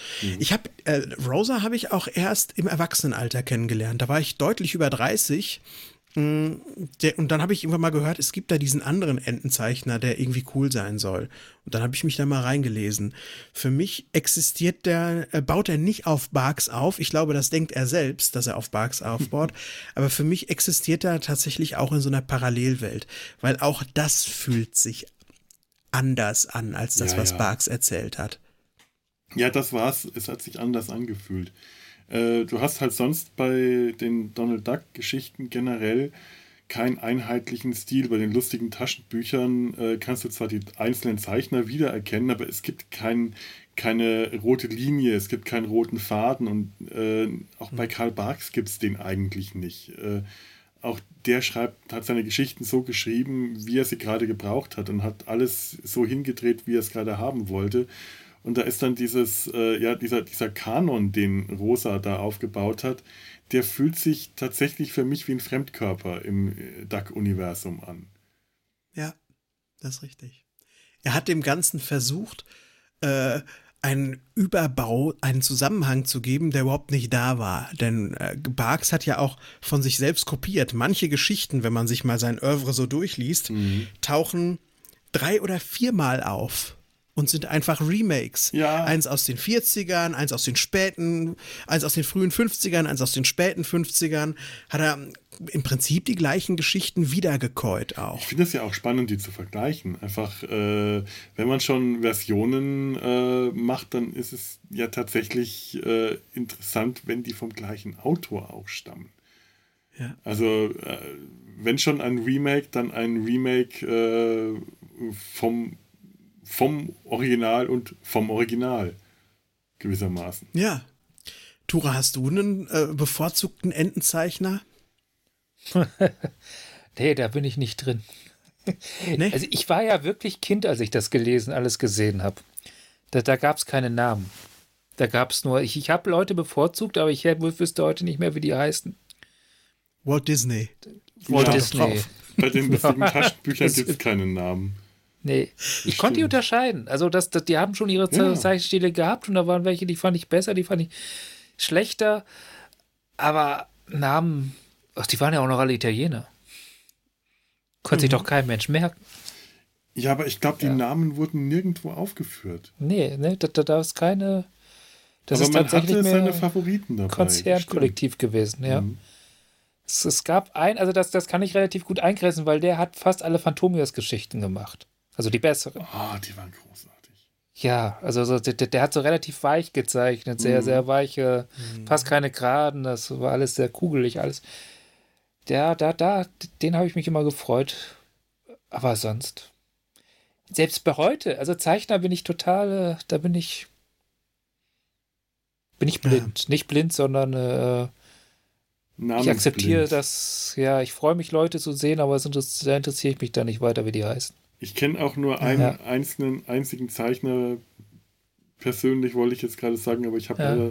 Rosa habe ich auch erst im Erwachsenenalter kennengelernt. Da war ich deutlich über 30. Und dann habe ich irgendwann mal gehört, es gibt da diesen anderen Entenzeichner, der irgendwie cool sein soll. Und dann habe ich mich da mal reingelesen. Für mich baut er nicht auf Barks auf. Ich glaube, das denkt er selbst, dass er auf Barks aufbaut. Aber für mich existiert er tatsächlich auch in so einer Parallelwelt. Weil auch das fühlt sich anders an, als das, was Barks erzählt hat. Ja, das war's. Es hat sich anders angefühlt. Du hast halt sonst bei den Donald Duck-Geschichten generell keinen einheitlichen Stil. Bei den lustigen Taschenbüchern kannst du zwar die einzelnen Zeichner wiedererkennen, aber es gibt keine rote Linie, es gibt keinen roten Faden, und auch bei Karl Barks gibt es den eigentlich nicht. Auch der hat seine Geschichten so geschrieben, wie er sie gerade gebraucht hat, und hat alles so hingedreht, wie er es gerade haben wollte. Und da ist dann dieser Kanon, den Rosa da aufgebaut hat, der fühlt sich tatsächlich für mich wie ein Fremdkörper im Duck-Universum an. Ja, das ist richtig. Er hat dem Ganzen versucht, einen Überbau, einen Zusammenhang zu geben, der überhaupt nicht da war. Denn Barks hat ja auch von sich selbst kopiert. Manche Geschichten, wenn man sich mal sein Oeuvre so durchliest, tauchen 3- oder 4-mal auf und sind einfach Remakes. Ja. Eins aus den 40ern, eins aus den frühen 50ern, eins aus den späten 50ern. Hat er im Prinzip die gleichen Geschichten wiedergekäut auch. Ich finde es ja auch spannend, die zu vergleichen. Einfach, wenn man schon Versionen macht, dann ist es ja tatsächlich interessant, wenn die vom gleichen Autor auch stammen. Ja. Also, wenn schon ein Remake, dann ein Remake vom Original und vom Original gewissermaßen. Ja. Tura, hast du einen bevorzugten Entenzeichner? Nee, da bin ich nicht drin. Nee? Also ich war ja wirklich Kind, als ich das alles gesehen habe. Da gab es keine Namen. Da gab es nur, ich habe Leute bevorzugt, aber ich wüsste heute nicht mehr, wie die heißen. Walt Disney. Walt Ja, Disney. drauf. Bei den lustigen Taschenbüchern gibt es keinen Namen. Nee, ich konnte die unterscheiden. Also die haben schon ihre Ja. Zeichenstile gehabt und da waren welche, die fand ich besser, die fand ich schlechter. Aber Namen, die waren ja auch noch alle Italiener. Konnte sich doch kein Mensch merken. Ja, aber ich glaube, die Namen wurden nirgendwo aufgeführt. Nee, da ist keine. Das aber ist man tatsächlich hatte seine mehr Favoriten dabei. Konzernkollektiv gewesen, ja. Es gab also das kann ich relativ gut eingrenzen, weil der hat fast alle Phantomias-Geschichten gemacht. Also die besseren. Die waren großartig. Ja, also der hat so relativ weich gezeichnet, sehr, sehr weiche, fast keine Geraden, das war alles sehr kugelig, alles. Den habe ich mich immer gefreut. Aber sonst. Selbst bei heute, also Zeichner bin ich total, da bin ich blind. Nicht blind, sondern ich akzeptiere das, ja, ich freue mich, Leute zu sehen, aber da interessiere ich mich da nicht weiter, wie die heißen. Ich kenne auch nur einen einzigen Zeichner. Persönlich wollte ich jetzt gerade sagen, aber ich habe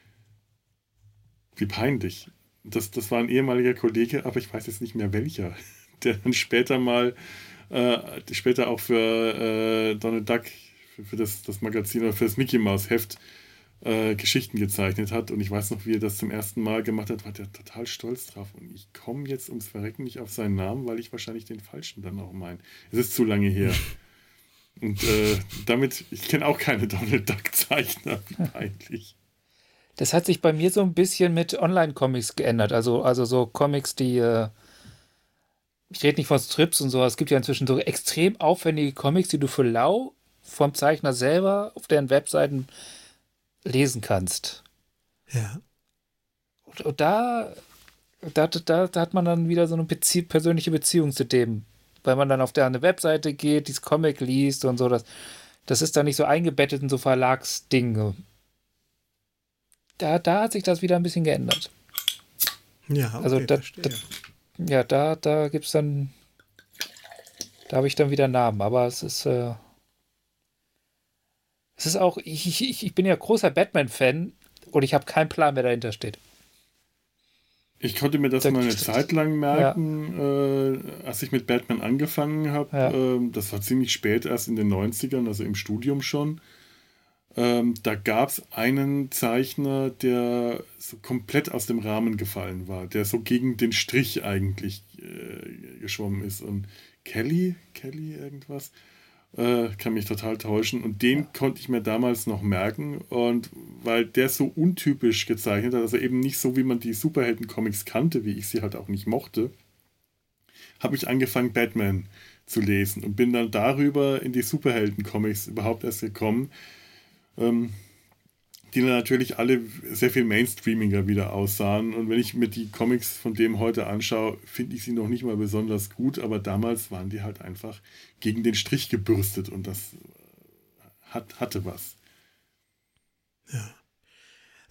wie peinlich. Das war ein ehemaliger Kollege, aber ich weiß jetzt nicht mehr welcher, der dann später auch für Donald Duck, für das Magazin oder für das Mickey Mouse Heft Geschichten gezeichnet hat. Und ich weiß noch, wie er das zum ersten Mal gemacht hat, war der total stolz drauf. Und ich komme jetzt ums Verrecken nicht auf seinen Namen, weil ich wahrscheinlich den falschen dann auch meine. Es ist zu lange her. Und ich kenne auch keine Donald Duck-Zeichner, wie peinlich. Das hat sich bei mir so ein bisschen mit Online-Comics geändert. Also so Comics, die ich rede nicht von Strips und so, es gibt ja inzwischen so extrem aufwendige Comics, die du für lau vom Zeichner selber auf deren Webseiten lesen kannst. Ja. Und da hat man dann wieder so eine persönliche Beziehung zu dem, weil man dann auf eine Webseite geht, dieses Comic liest und so. Das ist dann nicht so eingebettet in so Verlagsdinge. Da hat sich das wieder ein bisschen geändert. Ja, okay, Also da gibt es dann, da habe ich dann wieder Namen, aber es ist auch, ich bin ja großer Batman-Fan und ich habe keinen Plan, wer dahinter steht. Ich konnte mir das mal eine Zeit lang merken, als ich mit Batman angefangen habe. Ja. Das war ziemlich spät, erst in den 90ern, also im Studium schon. Da gab es einen Zeichner, der so komplett aus dem Rahmen gefallen war, der so gegen den Strich eigentlich geschwommen ist. Und Kelly irgendwas, kann mich total täuschen. Und den konnte ich mir damals noch merken. Und weil der so untypisch gezeichnet hat, also eben nicht so, wie man die Superhelden-Comics kannte, wie ich sie halt auch nicht mochte, habe ich angefangen, Batman zu lesen und bin dann darüber in die Superhelden-Comics überhaupt erst gekommen, die dann natürlich alle sehr viel mainstreamiger wieder aussahen. Und wenn ich mir die Comics von dem heute anschaue, finde ich sie noch nicht mal besonders gut, aber damals waren die halt einfach gegen den Strich gebürstet und das hatte was. Ja.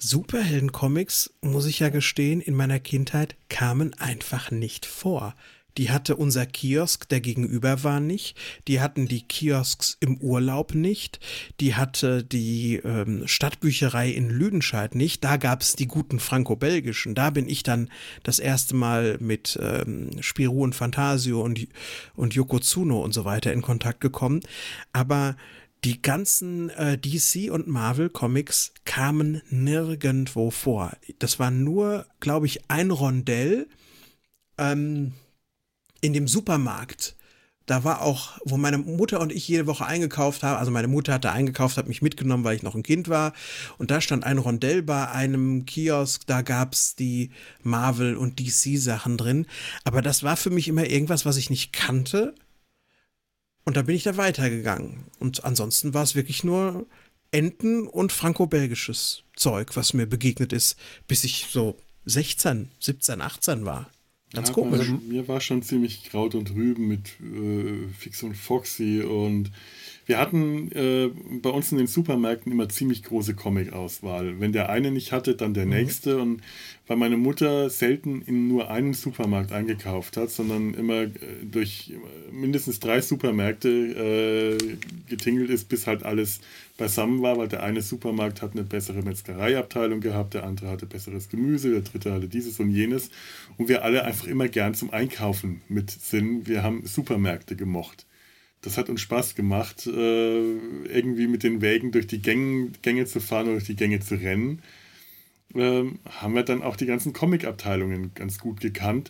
Superhelden-Comics, muss ich ja gestehen, in meiner Kindheit kamen einfach nicht vor. Die hatte unser Kiosk, der gegenüber war, nicht. Die hatten die Kiosks im Urlaub nicht. Die hatte die Stadtbücherei in Lüdenscheid nicht. Da gab es die guten franco-belgischen. Da bin ich dann das erste Mal mit Spirou und Fantasio und Yokozuna und so weiter in Kontakt gekommen. Aber die ganzen DC- und Marvel-Comics kamen nirgendwo vor. Das war nur, glaube ich, ein Rondell in dem Supermarkt. Da war auch, wo meine Mutter und ich jede Woche eingekauft haben. Also meine Mutter hatte eingekauft, hat mich mitgenommen, weil ich noch ein Kind war. Und da stand ein Rondell bei einem Kiosk. Da gab es die Marvel- und DC-Sachen drin. Aber das war für mich immer irgendwas, was ich nicht kannte. Und da bin ich da weitergegangen. Und ansonsten war es wirklich nur Enten- und franco-belgisches Zeug, was mir begegnet ist, bis ich so 16, 17, 18 war. Ganz komisch. Mir war schon ziemlich Kraut und Rüben mit Fix und Foxy und wir hatten bei uns in den Supermärkten immer ziemlich große Comic-Auswahl. Wenn der eine nicht hatte, dann der nächste. Und weil meine Mutter selten in nur einem Supermarkt eingekauft hat, sondern immer durch mindestens 3 Supermärkte getingelt ist, bis halt alles beisammen war, weil der eine Supermarkt hat eine bessere Metzgereiabteilung gehabt, der andere hatte besseres Gemüse, der dritte hatte dieses und jenes. Und wir alle einfach immer gern zum Einkaufen mit sind. Wir haben Supermärkte gemocht. Das hat uns Spaß gemacht, irgendwie mit den Wägen durch die Gänge zu fahren oder durch die Gänge zu rennen. Haben wir dann auch die ganzen Comic-Abteilungen ganz gut gekannt.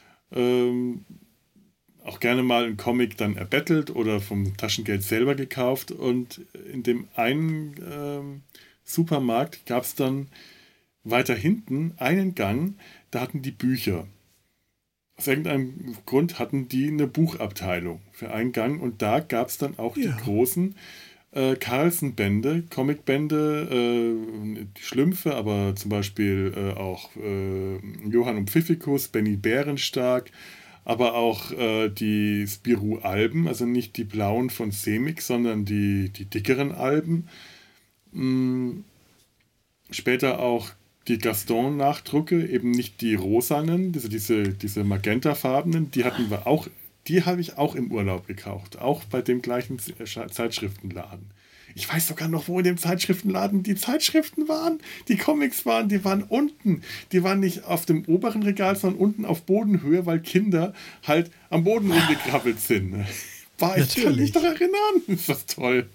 Auch gerne mal einen Comic dann erbettelt oder vom Taschengeld selber gekauft. Und in dem einen Supermarkt gab es dann weiter hinten einen Gang, da hatten die Bücher. Aus irgendeinem Grund hatten die eine Buchabteilung für einen Gang und da gab es dann auch die großen Carlsen-Bände, Comicbände, die Schlümpfe, aber zum Beispiel auch Johann und Pfiffikus, Benny Bärenstark, aber auch die Spirou-Alben, also nicht die blauen von Semik, sondern die dickeren Alben. Später auch die Gaston-Nachdrucke, eben nicht die rosanen, diese magentafarbenen, die hatten wir auch, die habe ich auch im Urlaub gekauft, auch bei dem gleichen Zeitschriftenladen. Ich weiß sogar noch, wo in dem Zeitschriftenladen die Zeitschriften waren, die Comics waren, die waren unten. Die waren nicht auf dem oberen Regal, sondern unten auf Bodenhöhe, weil Kinder halt am Boden rumgekrabbelt sind. Ich kann mich doch erinnern. Ist das toll.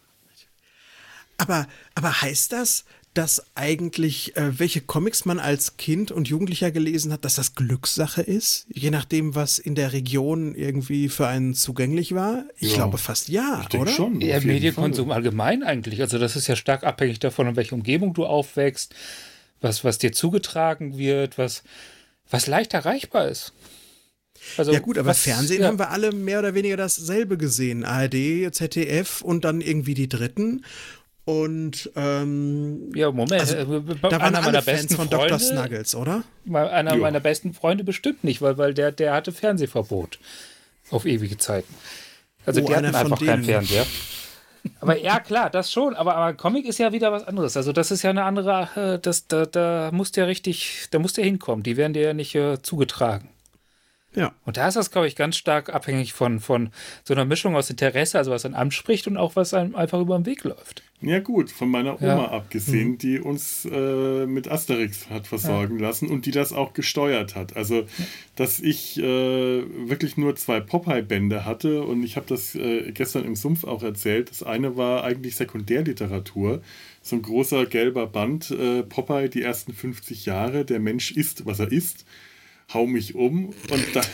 Aber heißt das, dass eigentlich, welche Comics man als Kind und Jugendlicher gelesen hat, dass das Glückssache ist? Je nachdem, was in der Region irgendwie für einen zugänglich war? Ich glaube fast ja, ich oder? Schon, ja, Medienkonsum allgemein eigentlich. Also das ist ja stark abhängig davon, in welcher Umgebung du aufwächst, was dir zugetragen wird, was leicht erreichbar ist. Also ja gut, aber Fernsehen haben wir alle mehr oder weniger dasselbe gesehen. ARD, ZDF und dann irgendwie die Dritten. Und ja, Moment, also, da waren alle Fans von Dr. Snuggles, oder? Einer meiner besten Freunde bestimmt nicht, weil der hatte Fernsehverbot auf ewige Zeiten. Also die hatten einfach keinen Fernseher. Aber ja, klar, das schon. Aber Comic ist ja wieder was anderes. Also das ist ja eine andere, da muss der hinkommen. Die werden dir ja nicht zugetragen. Ja. Und da ist das, glaube ich, ganz stark abhängig von so einer Mischung aus Interesse, also was einen anspricht und auch was einem einfach über den Weg läuft. Ja gut, von meiner Oma abgesehen, die uns mit Asterix hat versorgen lassen und die das auch gesteuert hat. Also, dass ich wirklich nur 2 Popeye-Bände hatte und ich habe das gestern im Sumpf auch erzählt. Das eine war eigentlich Sekundärliteratur, so ein großer gelber Band, Popeye, die ersten 50 Jahre, der Mensch isst, was er isst. Hau mich um und dann.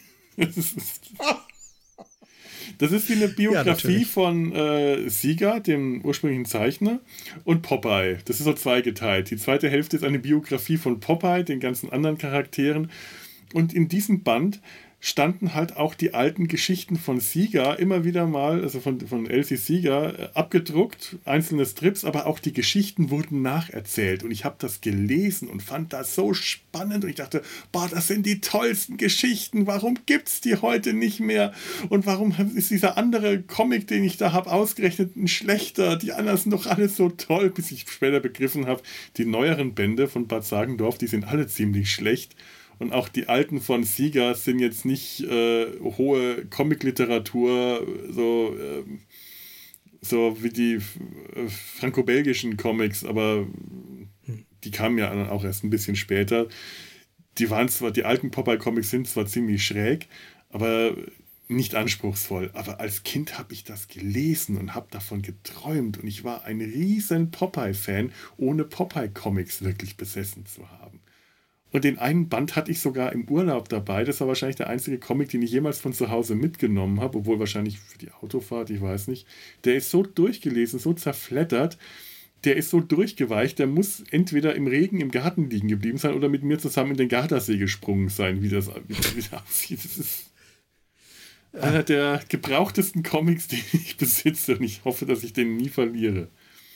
Das ist wie eine Biografie von Sieger, dem ursprünglichen Zeichner, und Popeye. Das ist so zweigeteilt. Die zweite Hälfte ist eine Biografie von Popeye, den ganzen anderen Charakteren. Und in diesem Band standen halt auch die alten Geschichten von Sieger immer wieder mal, also von Elsie Sieger, abgedruckt, einzelne Strips, aber auch die Geschichten wurden nacherzählt. Und ich habe das gelesen und fand das so spannend. Und ich dachte, boah, das sind die tollsten Geschichten. Warum gibt es die heute nicht mehr? Und warum ist dieser andere Comic, den ich da habe, ausgerechnet ein schlechter? Die anderen sind doch alle so toll, bis ich später begriffen habe, die neueren Bände von Bad Sagendorf, die sind alle ziemlich schlecht. Und auch die alten von Seeger sind jetzt nicht hohe Comic-Literatur, so wie die franco-belgischen Comics, aber die kamen ja dann auch erst ein bisschen später. Die alten Popeye-Comics sind zwar ziemlich schräg, aber nicht anspruchsvoll. Aber als Kind habe ich das gelesen und habe davon geträumt. Und ich war ein riesen Popeye-Fan, ohne Popeye-Comics wirklich besessen zu haben. Und den einen Band hatte ich sogar im Urlaub dabei. Das war wahrscheinlich der einzige Comic, den ich jemals von zu Hause mitgenommen habe, obwohl wahrscheinlich für die Autofahrt, ich weiß nicht. Der ist so durchgelesen, so zerflettert, der ist so durchgeweicht, der muss entweder im Regen im Garten liegen geblieben sein oder mit mir zusammen in den Gardasee gesprungen sein, wie das aussieht. Das ist einer der gebrauchtesten Comics, die ich besitze, und ich hoffe, dass ich den nie verliere.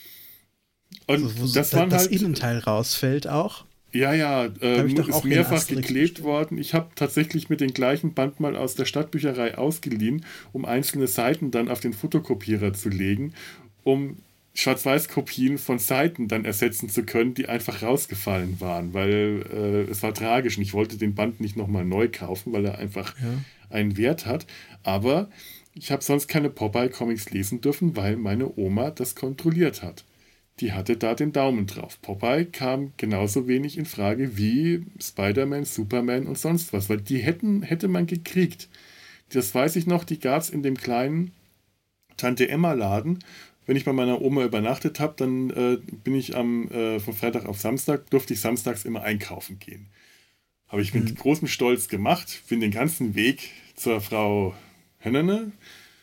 Und also, das waren das halt, Innenteil rausfällt auch. ja, Ist ist mehrfach geklebt worden. Ich habe tatsächlich mit dem gleichen Band mal aus der Stadtbücherei ausgeliehen, um einzelne Seiten dann auf den Fotokopierer zu legen, um Schwarz-Weiß-Kopien von Seiten dann ersetzen zu können, die einfach rausgefallen waren, weil es war tragisch und ich wollte den Band nicht nochmal neu kaufen, weil er einfach einen Wert hat. Aber ich habe sonst keine Popeye-Comics lesen dürfen, weil meine Oma das kontrolliert hat. Die hatte da den Daumen drauf. Popeye kam genauso wenig in Frage wie Spider-Man, Superman und sonst was, weil die hätte man gekriegt. Das weiß ich noch, die gab es in dem kleinen Tante-Emma-Laden. Wenn ich bei meiner Oma übernachtet habe, dann bin ich von Freitag auf Samstag, durfte ich samstags immer einkaufen gehen. Habe ich mit großem Stolz gemacht, bin den ganzen Weg zur Frau Hönnene,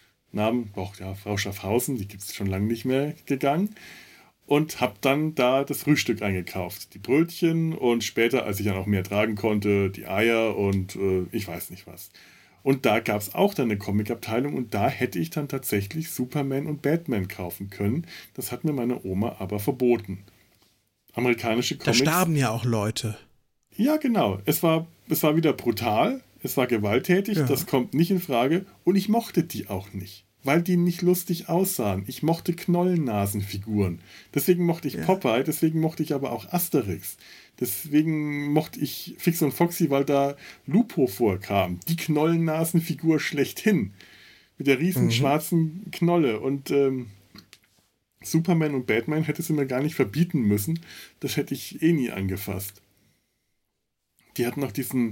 Frau Schaffhausen, die gibt es schon lange nicht mehr, gegangen und habe dann da das Frühstück eingekauft. Die Brötchen und später, als ich dann auch mehr tragen konnte, die Eier und ich weiß nicht was. Und da gab es auch dann eine Comic-Abteilung und da hätte ich dann tatsächlich Superman und Batman kaufen können. Das hat mir meine Oma aber verboten. Amerikanische Comics. Da starben ja auch Leute. Ja, genau. Es war wieder brutal, es war gewalttätig, das kommt nicht in Frage und ich mochte die auch nicht, weil die nicht lustig aussahen. Ich mochte Knollennasenfiguren. Deswegen mochte ich Popeye, deswegen mochte ich aber auch Asterix. Deswegen mochte ich Fix und Foxy, weil da Lupo vorkam. Die Knollennasenfigur schlechthin. Mit der riesen schwarzen Knolle. Und Superman und Batman hätte sie mir gar nicht verbieten müssen. Das hätte ich eh nie angefasst. Die hatten noch diesen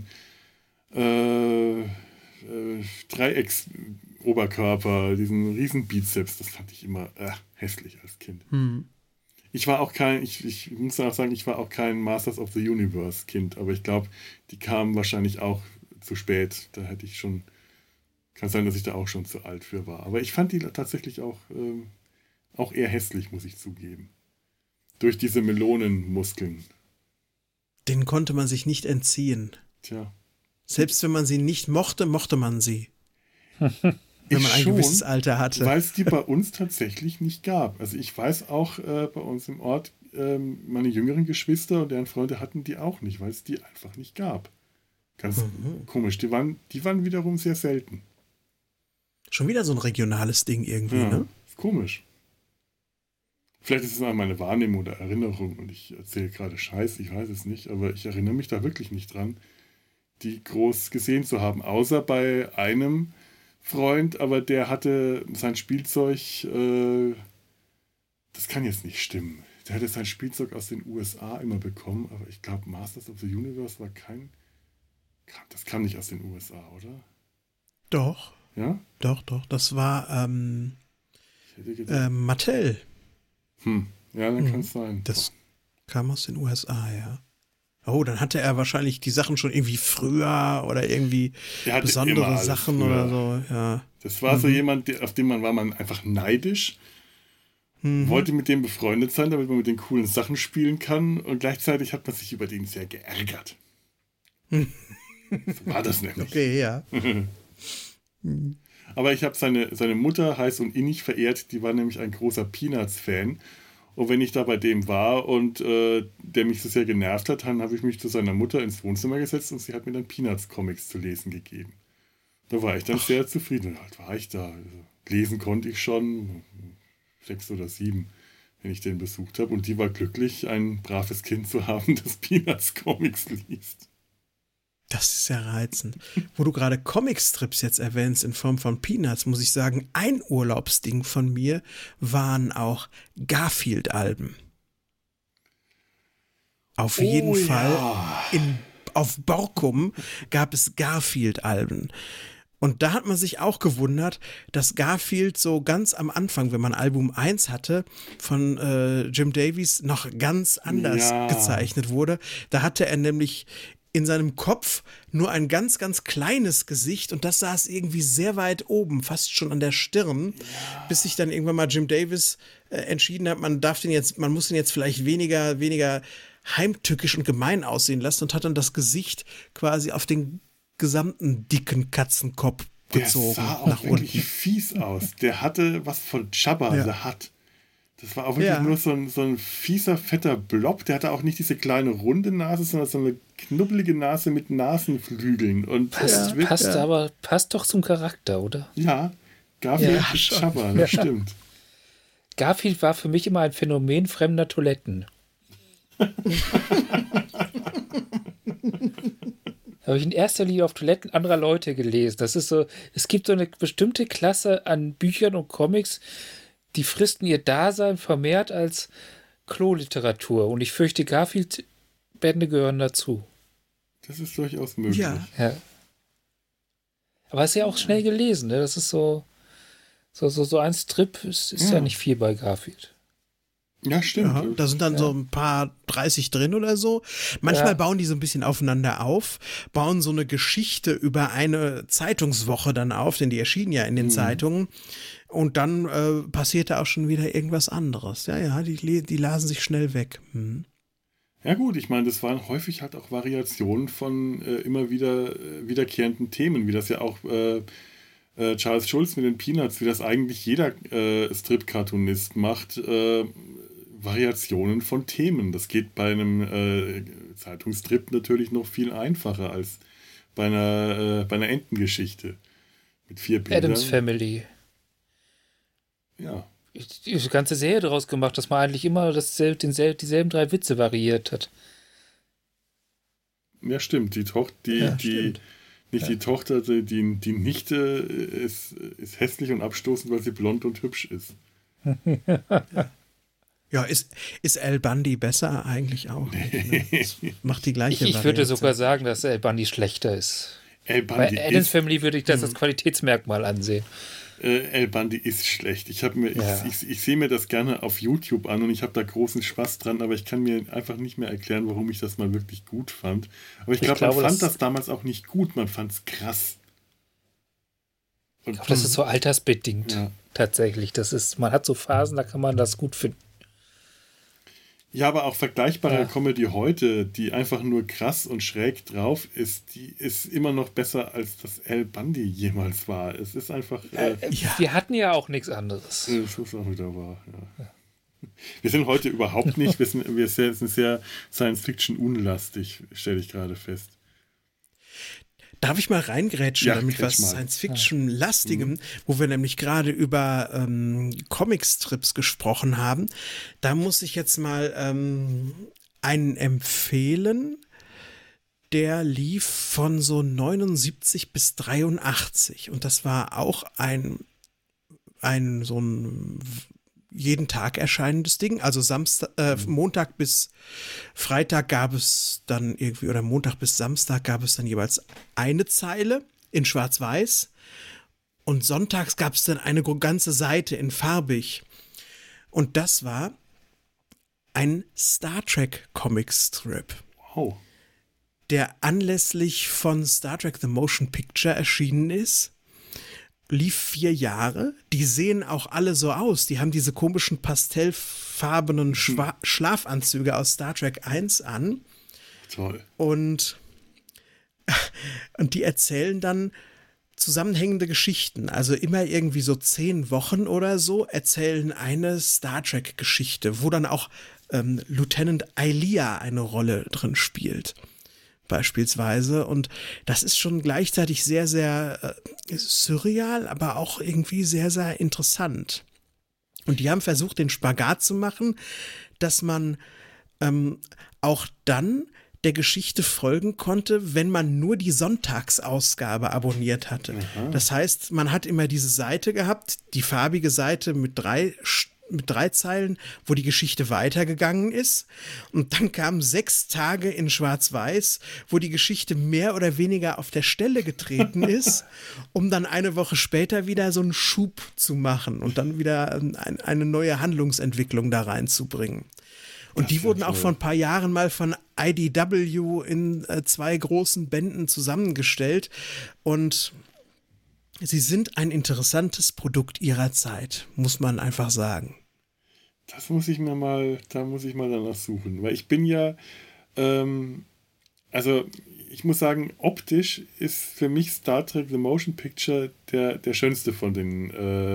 Dreiecks-Oberkörper, diesen riesen Bizeps. Das fand ich immer hässlich als Kind. Ich war auch ich muss auch sagen, ich war auch kein Masters of the Universe Kind, aber ich glaube, die kamen wahrscheinlich auch zu spät. Da hätte ich schon, kann sein, dass ich da auch schon zu alt für war. Aber ich fand die tatsächlich auch eher hässlich, muss ich zugeben. Durch diese Melonenmuskeln. Denen konnte man sich nicht entziehen. Tja. Selbst wenn man sie nicht mochte, mochte man sie. Wenn man ein gewisses Alter hatte. Weil es die bei uns tatsächlich nicht gab. Also ich weiß auch, bei uns im Ort, meine jüngeren Geschwister und deren Freunde hatten die auch nicht, weil es die einfach nicht gab. Ganz komisch. Die waren wiederum sehr selten. Schon wieder so ein regionales Ding irgendwie, ne? Ist komisch. Vielleicht ist es mal meine Wahrnehmung oder Erinnerung und ich erzähle gerade Scheiß, ich weiß es nicht, aber ich erinnere mich da wirklich nicht dran, die groß gesehen zu haben, außer bei einem Freund, aber der hatte sein Spielzeug, das kann jetzt nicht stimmen. Der hatte sein Spielzeug aus den USA immer bekommen, aber ich glaube, Masters of the Universe war das kam nicht aus den USA, oder? Doch. Ja? Doch. Das war Mattel. Ja, dann kann es sein. Das kam aus den USA, ja. Oh, dann hatte er wahrscheinlich die Sachen schon irgendwie früher oder irgendwie besondere Sachen früher. Oder so, ja. Das war so jemand, auf den war man einfach neidisch, wollte mit dem befreundet sein, damit man mit den coolen Sachen spielen kann und gleichzeitig hat man sich über den sehr geärgert. So war das nämlich. Okay, ja. Aber ich habe seine Mutter heiß und innig verehrt, die war nämlich ein großer Peanuts-Fan. Und wenn ich da bei dem war und der mich so sehr genervt hat, dann habe ich mich zu seiner Mutter ins Wohnzimmer gesetzt und sie hat mir dann Peanuts-Comics zu lesen gegeben. Da war ich dann sehr zufrieden. Wie alt war ich da? Also, lesen konnte ich schon 6 oder 7, wenn ich den besucht habe. Und die war glücklich, ein braves Kind zu haben, das Peanuts-Comics liest. Das ist ja reizend. Wo du gerade Comicstrips jetzt erwähnst in Form von Peanuts, muss ich sagen, ein Urlaubsding von mir waren auch Garfield-Alben. Auf jeden Fall. Auf Borkum gab es Garfield-Alben. Und da hat man sich auch gewundert, dass Garfield so ganz am Anfang, wenn man Album 1 hatte, von Jim Davies noch ganz anders gezeichnet wurde. Da hatte er nämlich in seinem Kopf nur ein ganz, ganz kleines Gesicht und das saß irgendwie sehr weit oben, fast schon an der Stirn, bis sich dann irgendwann mal Jim Davis entschieden hat, man muss ihn jetzt vielleicht weniger heimtückisch und gemein aussehen lassen und hat dann das Gesicht quasi auf den gesamten dicken Katzenkopf gezogen. Der sah auch wirklich fies aus. Der hatte was von Jabba the Hutt. Das war auch wirklich nur so ein fieser, fetter Blob. Der hatte auch nicht diese kleine runde Nase, sondern so eine knubbelige Nase mit Nasenflügeln. Und passt doch zum Charakter, oder? Ja, Garfield ist Jabba, das stimmt. Garfield war für mich immer ein Phänomen fremder Toiletten. Habe ich in erster Linie auf Toiletten anderer Leute gelesen. Das ist so, es gibt so eine bestimmte Klasse an Büchern und Comics, die fristen ihr Dasein vermehrt als Kloliteratur. Und ich fürchte, Garfield-Bände gehören dazu. Das ist durchaus möglich. Ja. Aber es ist ja auch schnell gelesen, ne? Das ist so ein Strip, ist ja nicht viel bei Garfield. Ja, stimmt. Ja, da sind dann so ein paar 30 drin oder so. Manchmal bauen die so ein bisschen aufeinander auf, bauen so eine Geschichte über eine Zeitungswoche dann auf, denn die erschienen ja in den Zeitungen. Und dann passierte auch schon wieder irgendwas anderes. Ja, die lasen sich schnell weg. Ja gut, ich meine, das waren häufig halt auch Variationen von immer wieder wiederkehrenden Themen, wie das ja auch Charles Schulz mit den Peanuts, wie das eigentlich jeder Strip-Cartoonist macht, Variationen von Themen. Das geht bei einem Zeitungsstrip natürlich noch viel einfacher als bei einer Entengeschichte mit 4 Bildern. Addams Family. Ja. Die ganze Serie daraus gemacht, dass man eigentlich immer dieselben 3 Witze variiert hat. Ja, stimmt. Die Tochter, die Nichte ist hässlich und abstoßend, weil sie blond und hübsch ist. Ja, ist Al Bundy besser eigentlich auch? Nicht, ne? Macht die gleiche Ich würde sogar sagen, dass Al Bundy schlechter ist. Bei Addams Family würde ich das als Qualitätsmerkmal ansehen. Al Bundy ist schlecht. Ich sehe mir das gerne auf YouTube an und ich habe da großen Spaß dran, aber ich kann mir einfach nicht mehr erklären, warum ich das mal wirklich gut fand. Aber ich glaube, man fand das damals auch nicht gut, man fand es krass. Ich glaube, das ist so altersbedingt tatsächlich. Man hat so Phasen, da kann man das gut finden. Ja, aber auch vergleichbare Comedy heute, die einfach nur krass und schräg drauf ist, die ist immer noch besser, als das Al Bundy jemals war. Es ist einfach... Wir hatten ja auch nichts anderes. Das ist auch wieder wahr, ja. Wir sind heute überhaupt nicht, wir sind sehr Science-Fiction-unlastig, stelle ich gerade fest. Darf ich mal reingrätschen, damit was Science-Fiction-lastigem, wo wir nämlich gerade über Comicstrips gesprochen haben. Da muss ich jetzt mal einen empfehlen, der lief von so 79 bis 83 und das war auch ein so ein jeden Tag erscheinendes Ding. Also Montag bis Freitag gab es dann irgendwie, oder Montag bis Samstag gab es dann jeweils eine Zeile in Schwarz-Weiß und sonntags gab es dann eine ganze Seite in farbig. Und das war ein Star Trek Comic-Strip. Wow. Der anlässlich von Star Trek The Motion Picture erschienen ist. Lief 4 Jahre. Die sehen auch alle so aus. Die haben diese komischen pastellfarbenen Schlafanzüge aus Star Trek 1 an. Toll. Und die erzählen dann zusammenhängende Geschichten. Also immer irgendwie so 10 Wochen oder so erzählen eine Star Trek-Geschichte, wo dann auch Lieutenant Ilia eine Rolle drin spielt. Beispielsweise. Und das ist schon gleichzeitig sehr, sehr surreal, aber auch irgendwie sehr, sehr interessant. Und die haben versucht, den Spagat zu machen, dass man auch dann der Geschichte folgen konnte, wenn man nur die Sonntagsausgabe abonniert hatte. Das heißt, man hat immer diese Seite gehabt, die farbige Seite mit drei Zeilen, wo die Geschichte weitergegangen ist. Und dann kamen 6 Tage in Schwarz-Weiß, wo die Geschichte mehr oder weniger auf der Stelle getreten ist, um dann eine Woche später wieder so einen Schub zu machen und dann wieder eine neue Handlungsentwicklung da reinzubringen. Und die wurden auch vor ein paar Jahren mal von IDW in 2 großen Bänden zusammengestellt. Und sie sind ein interessantes Produkt ihrer Zeit, muss man einfach sagen. Da muss ich mal danach suchen. Weil ich bin ja, ich muss sagen, optisch ist für mich Star Trek The Motion Picture der schönste von den,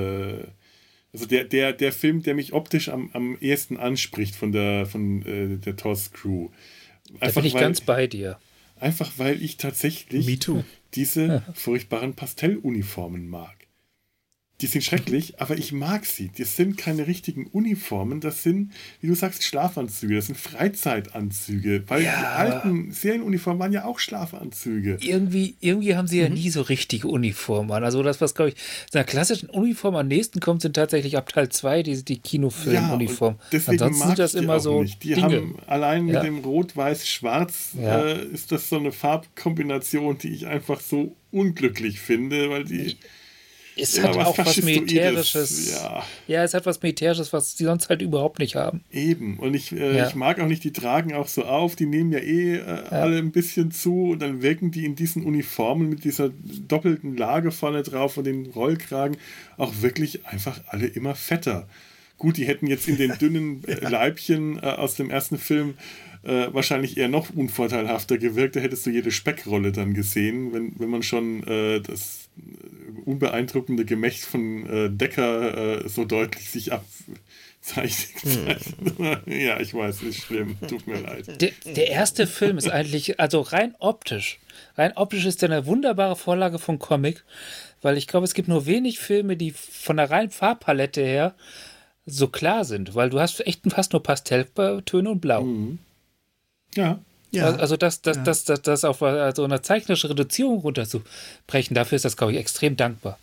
also der Film, der mich optisch am ehesten anspricht von der TOS Crew. Da bin ich ganz bei dir. Einfach weil ich tatsächlich diese furchtbaren Pastelluniformen mag. Die sind schrecklich, aber ich mag sie. Das sind keine richtigen Uniformen, das sind, wie du sagst, Schlafanzüge, das sind Freizeitanzüge, weil die alten Serienuniformen waren ja auch Schlafanzüge. Irgendwie haben sie ja nie so richtige Uniformen an. Also das, was, glaube ich, einer klassischen Uniform am nächsten kommt, sind tatsächlich ab Teil 2 die Kinofilmuniformen. Ja, deswegen ansonsten mag sind das ich die immer auch so nicht. Die Dinge. haben allein mit dem Rot-Weiß-Schwarz ist das so eine Farbkombination, die ich einfach so unglücklich finde, weil die... Es hat auch was Militärisches. Ja, es hat was Militärisches, was die sonst halt überhaupt nicht haben. Eben. Und ich mag auch nicht, die tragen auch so auf, die nehmen ja alle ein bisschen zu und dann wirken die in diesen Uniformen mit dieser doppelten Lage vorne drauf und den Rollkragen auch wirklich einfach alle immer fetter. Gut, die hätten jetzt in den dünnen Leibchen aus dem ersten Film wahrscheinlich eher noch unvorteilhafter gewirkt. Da hättest du jede Speckrolle dann gesehen, wenn man schon das unbeeindruckende Gemächt von Decker so deutlich sich abzeichnet. Ja, ich weiß, ist schlimm. Tut mir leid. Der erste Film ist eigentlich, also rein optisch ist der eine wunderbare Vorlage vom Comic, weil ich glaube, es gibt nur wenig Filme, die von der reinen Farbpalette her so klar sind, weil du hast echt fast nur Pastelltöne und Blau. Mhm. Ja. Also das auf so eine zeichnerische Reduzierung runterzubrechen, dafür ist das, glaube ich, extrem dankbar.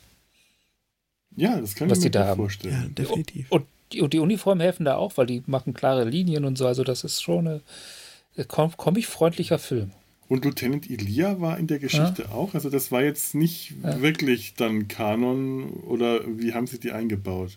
Ja, das kann ich mir gut vorstellen. Ja, definitiv. Und die Uniformen helfen da auch, weil die machen klare Linien und so, also das ist schon ein comic-freundlicher Film. Und Lieutenant Ilia war in der Geschichte auch? Also das war jetzt nicht wirklich dann Kanon oder wie haben sie die eingebaut?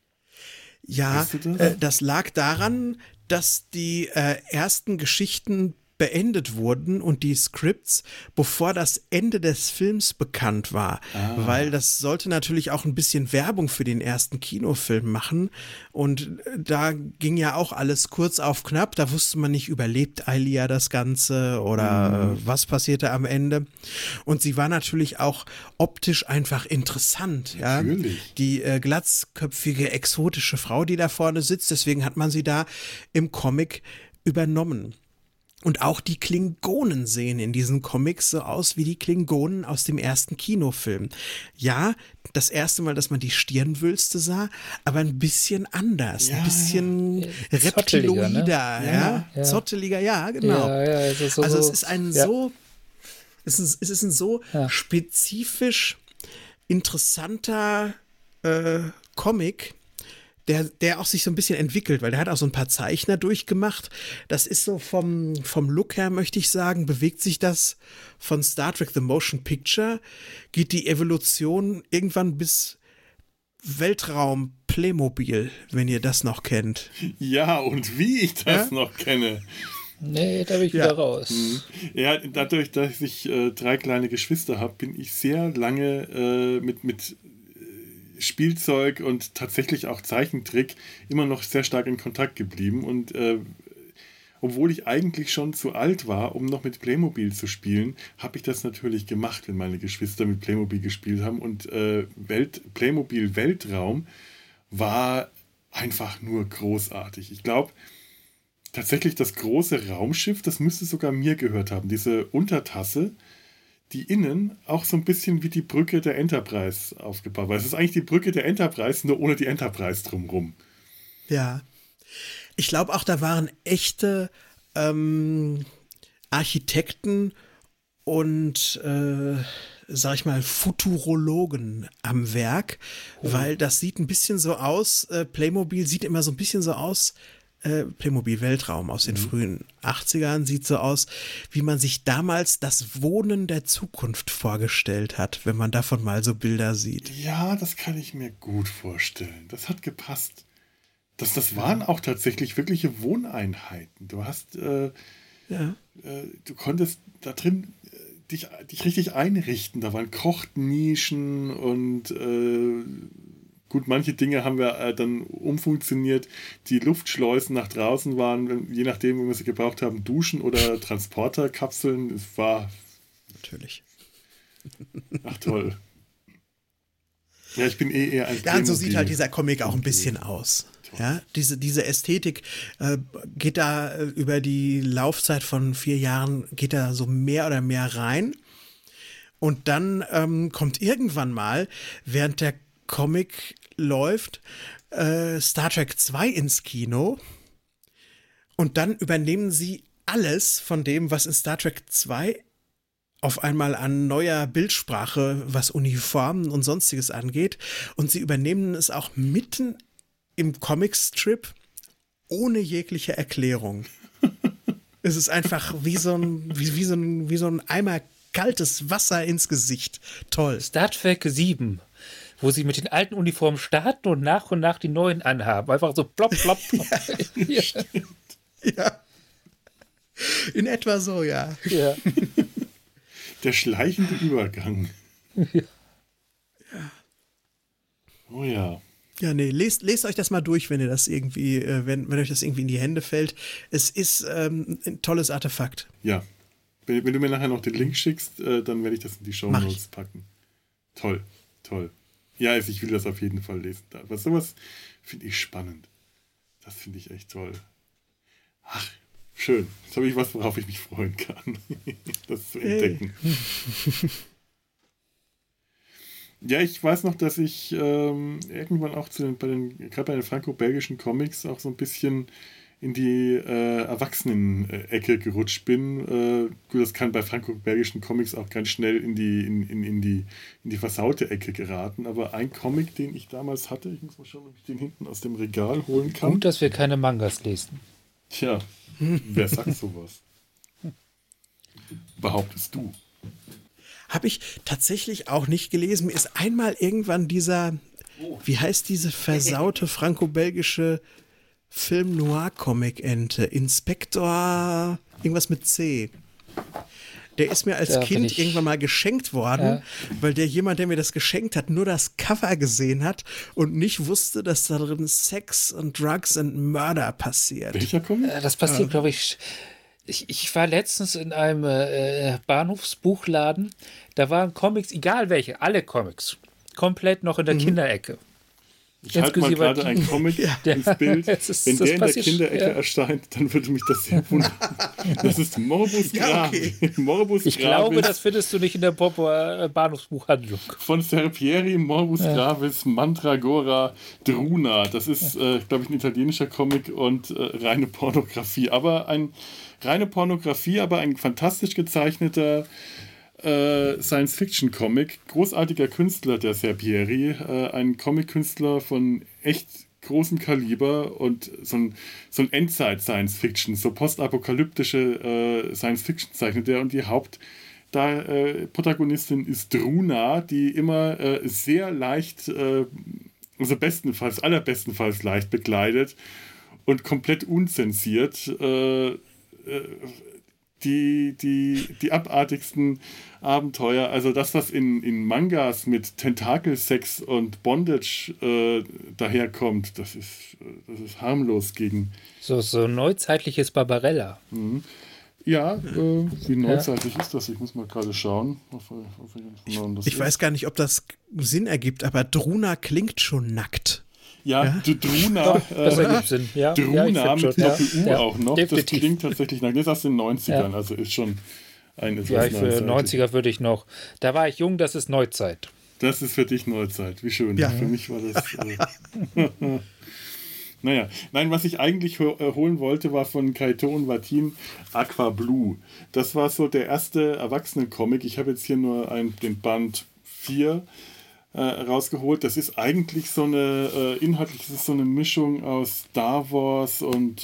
Ja, das lag daran, dass die ersten Geschichten beendet wurden und die Scripts, bevor das Ende des Films bekannt war. Weil das sollte natürlich auch ein bisschen Werbung für den ersten Kinofilm machen. Und da ging ja auch alles kurz auf knapp. Da wusste man nicht, überlebt Ilia das Ganze oder was passierte am Ende. Und sie war natürlich auch optisch einfach interessant. Ja? Natürlich. Die glatzköpfige, exotische Frau, die da vorne sitzt. Deswegen hat man sie da im Comic übernommen. Und auch die Klingonen sehen in diesen Comics so aus wie die Klingonen aus dem ersten Kinofilm. Ja, das erste Mal, dass man die Stirnwülste sah, aber ein bisschen anders, ein bisschen reptiloider, ne? Zotteliger, ja, genau. Es ist also es ist ein es ist ein so spezifisch interessanter Comic, der auch sich so ein bisschen entwickelt, weil der hat auch so ein paar Zeichner durchgemacht. Das ist so vom Look her, möchte ich sagen, bewegt sich das von Star Trek The Motion Picture, geht die Evolution irgendwann bis Weltraum Playmobil, wenn ihr das noch kennt. Ja, und wie ich das noch kenne. Nee, da bin ich wieder raus. Ja, dadurch, dass ich 3 kleine Geschwister habe, bin ich sehr lange mit Spielzeug und tatsächlich auch Zeichentrick immer noch sehr stark in Kontakt geblieben und obwohl ich eigentlich schon zu alt war, um noch mit Playmobil zu spielen, habe ich das natürlich gemacht, wenn meine Geschwister mit Playmobil gespielt haben und Playmobil Weltraum war einfach nur großartig. Ich glaube, tatsächlich das große Raumschiff, das müsste sogar mir gehört haben, diese Untertasse, die innen auch so ein bisschen wie die Brücke der Enterprise aufgebaut war. Es ist eigentlich die Brücke der Enterprise, nur ohne die Enterprise drumherum. Ja. Ich glaube auch, da waren echte Architekten und, sag ich mal, Futurologen am Werk, weil das sieht ein bisschen so aus, Playmobil sieht immer so ein bisschen so aus, Playmobil Weltraum aus den frühen 80ern sieht so aus, wie man sich damals das Wohnen der Zukunft vorgestellt hat, wenn man davon mal so Bilder sieht. Ja, das kann ich mir gut vorstellen. Das hat gepasst. Das waren auch tatsächlich wirkliche Wohneinheiten. Du hast, du konntest da drin dich richtig einrichten. Da waren Kochnischen und gut, manche Dinge haben wir dann umfunktioniert. Die Luftschleusen nach draußen waren, je nachdem, wie wir sie gebraucht haben, Duschen oder Transporterkapseln. Es war... Natürlich. Ach, toll. Ja, ich bin eher ein Ja, und so sieht halt dieser Comic auch ein bisschen aus. Ja, diese Ästhetik geht da über die Laufzeit von 4 Jahren, geht da so mehr oder mehr rein. Und dann kommt irgendwann mal, während der Comic läuft, Star Trek 2 ins Kino. Und dann übernehmen sie alles von dem, was in Star Trek 2 auf einmal an neuer Bildsprache, was Uniformen und Sonstiges angeht. Und sie übernehmen es auch mitten im Comicstrip ohne jegliche Erklärung. Es ist einfach wie so ein Eimer kaltes Wasser ins Gesicht. Toll. Star Trek 7, wo sie mit den alten Uniformen starten und nach die neuen anhaben. Einfach so plopp, plopp, plopp. Ja. Ja. In etwa so, ja. Ja. Der schleichende Übergang. Ja. Oh ja. Ja, nee, lest euch das mal durch, wenn ihr das irgendwie, wenn euch das irgendwie in die Hände fällt. Es ist ein tolles Artefakt. Ja. Wenn du mir nachher noch den Link schickst, dann werde ich das in die Shownotes packen. Toll, toll. Ja, also ich will das auf jeden Fall lesen. Aber sowas finde ich spannend. Das finde ich echt toll. Ach, schön. Jetzt habe ich was, worauf ich mich freuen kann. Das zu entdecken. Ja, ich weiß noch, dass ich irgendwann auch gerade bei den franco-belgischen Comics auch so ein bisschen in die Erwachsenen-Ecke gerutscht bin. Gut, das kann bei franco-belgischen Comics auch ganz schnell in die versaute Ecke geraten. Aber ein Comic, den ich damals hatte, ich muss mal schauen, ob ich den hinten aus dem Regal holen kann. Gut, dass wir keine Mangas lesen. Tja, wer sagt sowas? Behauptest du? Habe ich tatsächlich auch nicht gelesen. Mir ist einmal irgendwann wie heißt diese versaute franco-belgische Film-Noir-Comic-Ente? Inspektor, irgendwas mit C. Der ist mir als Kind irgendwann mal geschenkt worden, weil jemand, der mir das geschenkt hat, nur das Cover gesehen hat und nicht wusste, dass da drin Sex und Drugs und Murder passiert. Welcher Comic? Das passiert, glaube ich. Ich war letztens in einem Bahnhofsbuchladen, da waren Comics, egal welche, alle Comics, komplett noch in der Kinderecke. Ich halte mal gerade einen Comic ins Bild. Wenn der in der Kinderecke erscheint, dann würde mich das sehr wundern. Das ist Morbus Gravis. Okay. Morbus ich glaube, das findest du nicht in der Bahnhofsbuchhandlung. Von Serpieri, Morbus Gravis, Mandragora, Druna. Das ist, glaube ich, ein italienischer Comic und reine Pornografie. Aber ein fantastisch gezeichneter Science-Fiction-Comic. Großartiger Künstler, der Serpieri. Ein Comic-Künstler von echt großem Kaliber und so ein Endzeit-Science-Fiction, so postapokalyptische Science-Fiction zeichnet er. Und die Protagonistin ist Druna, die immer sehr leicht, also allerbestenfalls leicht bekleidet und komplett unzensiert die abartigsten Abenteuer, also das, was in Mangas mit Tentakelsex und Bondage daherkommt, das ist harmlos gegen... So neuzeitliches Barbarella. Mhm. Ja, wie neuzeitlich ist das? Ich muss mal gerade schauen. Ich weiß gar nicht, ob das Sinn ergibt, aber Druna klingt schon nackt. Ja, Druna. Das ergibt Sinn. Ja, Druna mit Doppel-U auch noch. Definitiv. Das klingt tatsächlich nach. Das ist aus den 90ern, also ist schon eine für 90er würde ich noch. Da war ich jung, das ist Neuzeit. Das ist für dich Neuzeit. Wie schön. Ja. Für mich war das. Naja, nein, was ich eigentlich holen wollte, war von Kaito und Watin Aqua Blue. Das war so der erste Erwachsenen-Comic. Ich habe jetzt hier nur den Band 4 rausgeholt. Das ist eigentlich so eine, inhaltlich ist es so eine Mischung aus Star Wars und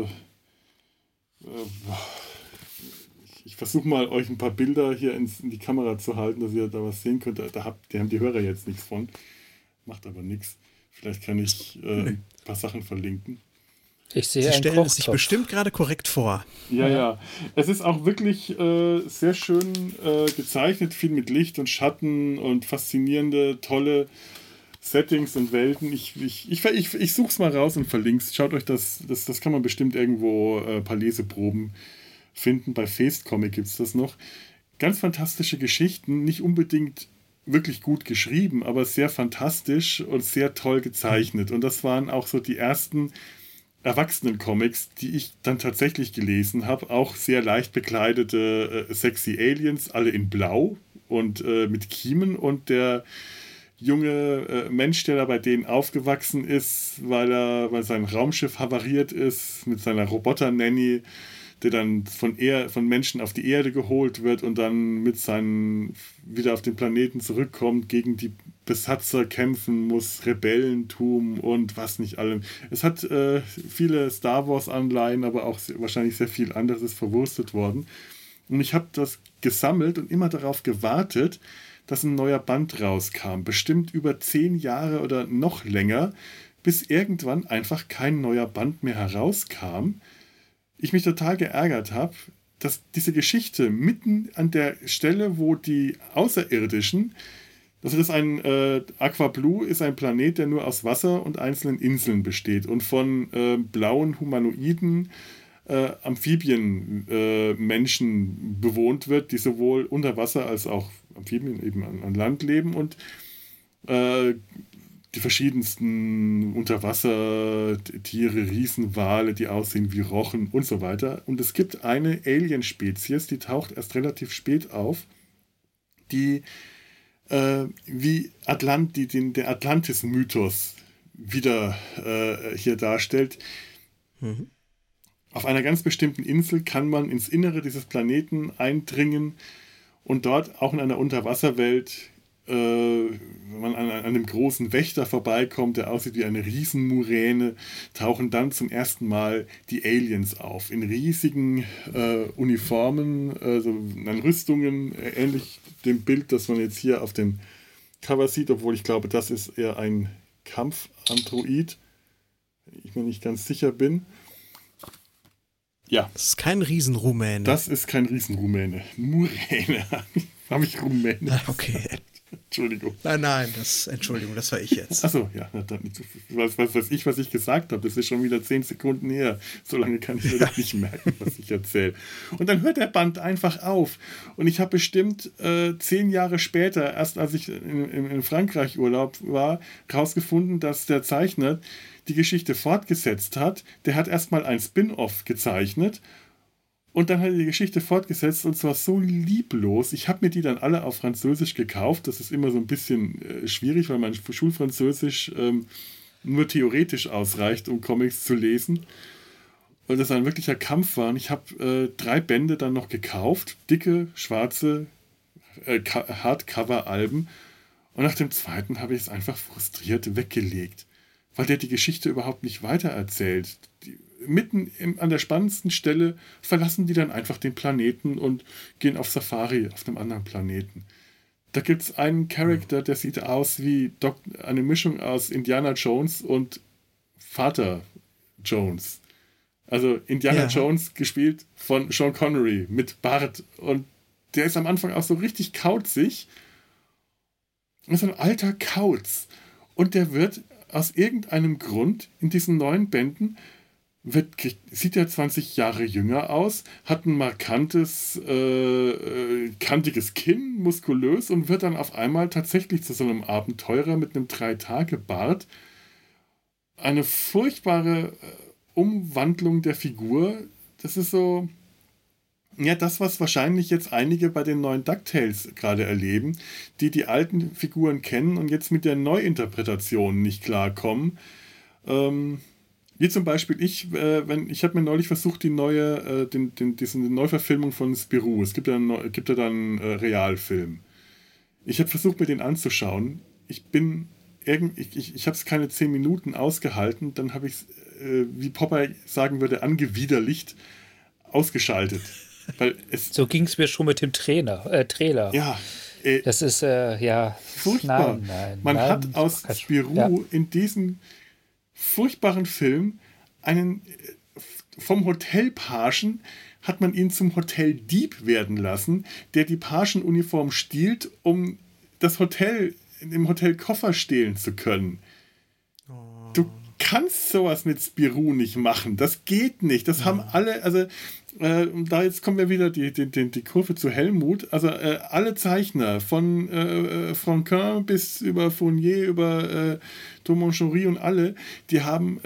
ich versuche mal, euch ein paar Bilder hier in die Kamera zu halten, dass ihr da was sehen könnt. Die haben die Hörer jetzt nichts von. Macht aber nichts. Vielleicht kann ich ein paar Sachen verlinken. Ich sehe Sie einen stellen es sich Kochtopf. bestimmt gerade korrekt vor. Ja. Es ist auch wirklich sehr schön gezeichnet, viel mit Licht und Schatten und faszinierende, tolle Settings und Welten. Ich suche es mal raus und verlinke es. Schaut euch das kann man bestimmt irgendwo ein paar Leseproben finden. Bei Feast Comic gibt es das noch. Ganz fantastische Geschichten, nicht unbedingt wirklich gut geschrieben, aber sehr fantastisch und sehr toll gezeichnet. Und das waren auch so die ersten Erwachsenen-Comics, die ich dann tatsächlich gelesen habe. Auch sehr leicht bekleidete sexy Aliens, alle in Blau und mit Kiemen. Und der junge Mensch, der da bei denen aufgewachsen ist, weil sein Raumschiff havariert ist, mit seiner Roboter-Nanny, der dann von Menschen auf die Erde geholt wird und dann mit seinen wieder auf den Planeten zurückkommt, gegen die Besatzer kämpfen muss, Rebellentum und was nicht allem. Es hat viele Star Wars-Anleihen, aber auch wahrscheinlich sehr viel anderes ist verwurstet worden. Und ich habe das gesammelt und immer darauf gewartet, dass ein neuer Band rauskam. Bestimmt über 10 Jahre oder noch länger, bis irgendwann einfach kein neuer Band mehr herauskam. Ich mich total geärgert habe, dass diese Geschichte mitten an der Stelle, wo die Außerirdischen, also das ist Aqua Blue ist ein Planet, der nur aus Wasser und einzelnen Inseln besteht und von blauen Humanoiden, Amphibien-Menschen bewohnt wird, die sowohl unter Wasser als auch Amphibien eben an Land leben und die verschiedensten Unterwassertiere, Riesenwale, die aussehen wie Rochen und so weiter. Und es gibt eine Alien-Spezies, die taucht erst relativ spät auf, die wie der Atlantis-Mythos wieder hier darstellt. Mhm. Auf einer ganz bestimmten Insel kann man ins Innere dieses Planeten eindringen und dort auch in einer Unterwasserwelt, wenn man an einem großen Wächter vorbeikommt, der aussieht wie eine Riesenmuräne, tauchen dann zum ersten Mal die Aliens auf. In riesigen Uniformen, also in Rüstungen, ähnlich dem Bild, das man jetzt hier auf dem Cover sieht, obwohl ich glaube, das ist eher ein Kampfandroid, wenn ich mir nicht ganz sicher bin. Ja. Das ist kein Riesenrumäne. Das ist kein Riesenrumäne. Muräne. Habe ich Rumäne? Okay. Entschuldigung. Nein, Entschuldigung, das war ich jetzt. Achso, ja. Was weiß ich gesagt habe, das ist schon wieder 10 Sekunden her. So lange kann ich mir das nicht merken, was ich erzähle. Und dann hört der Band einfach auf. Und ich habe bestimmt 10 Jahre später, erst als ich in Frankreich Urlaub war, rausgefunden, dass der Zeichner die Geschichte fortgesetzt hat. Der hat erstmal ein Spin-off gezeichnet und dann hat er die Geschichte fortgesetzt und zwar so lieblos. Ich habe mir die dann alle auf Französisch gekauft. Das ist immer so ein bisschen schwierig, weil mein Schulfranzösisch nur theoretisch ausreicht, um Comics zu lesen. Und das ein wirklicher Kampf war. Und ich habe 3 Bände dann noch gekauft. Dicke, schwarze Hardcover-Alben. Und nach dem 2. habe ich es einfach frustriert weggelegt, weil der die Geschichte überhaupt nicht weitererzählt. Mitten an der spannendsten Stelle verlassen die dann einfach den Planeten und gehen auf Safari auf einem anderen Planeten. Da gibt es einen Charakter, der sieht aus wie eine Mischung aus Indiana Jones und Vater Jones. Also Indiana Jones gespielt von Sean Connery mit Bart. Und der ist am Anfang auch so richtig kauzig. Das ist ein alter Kauz. Und der wird aus irgendeinem Grund in diesen neuen Bänden sieht er 20 Jahre jünger aus, hat ein markantes, kantiges Kinn, muskulös und wird dann auf einmal tatsächlich zu so einem Abenteurer mit einem 3-Tage-Bart. Eine furchtbare Umwandlung der Figur. Das ist so, ja, das, was wahrscheinlich jetzt einige bei den neuen DuckTales gerade erleben, die alten Figuren kennen und jetzt mit der Neuinterpretation nicht klarkommen. Wie zum Beispiel ich habe mir neulich versucht, diese Neuverfilmung von Spirou, es gibt ja dann einen Realfilm. Ich habe versucht, mir den anzuschauen. Ich habe es keine 10 Minuten ausgehalten, dann habe ich es, wie Popeye sagen würde, angewiderlicht ausgeschaltet. Weil so ging es mir schon mit dem Trailer. Ja. Das ist, ja... Furchtbar. Nein. Man hat aus Spirou in diesem furchtbaren Film vom Hotelpagen hat man ihn zum Hoteldieb werden lassen, der die Pagenuniform stiehlt, um im Hotel Koffer stehlen zu können. Du kannst sowas mit Spirou nicht machen. Das geht nicht. Das haben alle, also da jetzt kommen wir wieder die Kurve zu Helmut. Also alle Zeichner von Franquin bis über Fournier, über Dumont-Jory und alle, die haben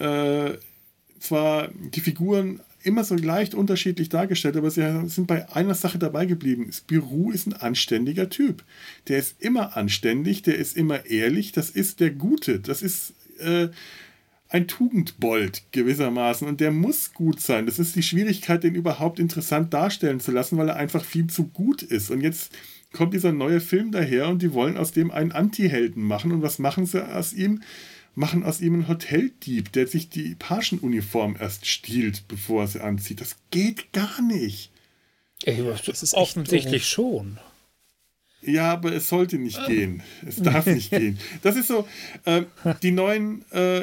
zwar die Figuren immer so leicht unterschiedlich dargestellt, aber sie sind bei einer Sache dabei geblieben. Spirou ist ein anständiger Typ. Der ist immer anständig, der ist immer ehrlich, das ist der Gute, das ist ein Tugendbold gewissermaßen und der muss gut sein. Das ist die Schwierigkeit, den überhaupt interessant darstellen zu lassen, weil er einfach viel zu gut ist. Und jetzt kommt dieser neue Film daher und die wollen aus dem einen Anti-Helden machen. Und was machen sie aus ihm? Machen aus ihm einen Hoteldieb, der sich die Pagenuniform erst stiehlt, bevor er sie anzieht. Das geht gar nicht. Das ist offensichtlich schon. Ja, aber es sollte nicht gehen. Es darf nicht gehen. Das ist so, die neuen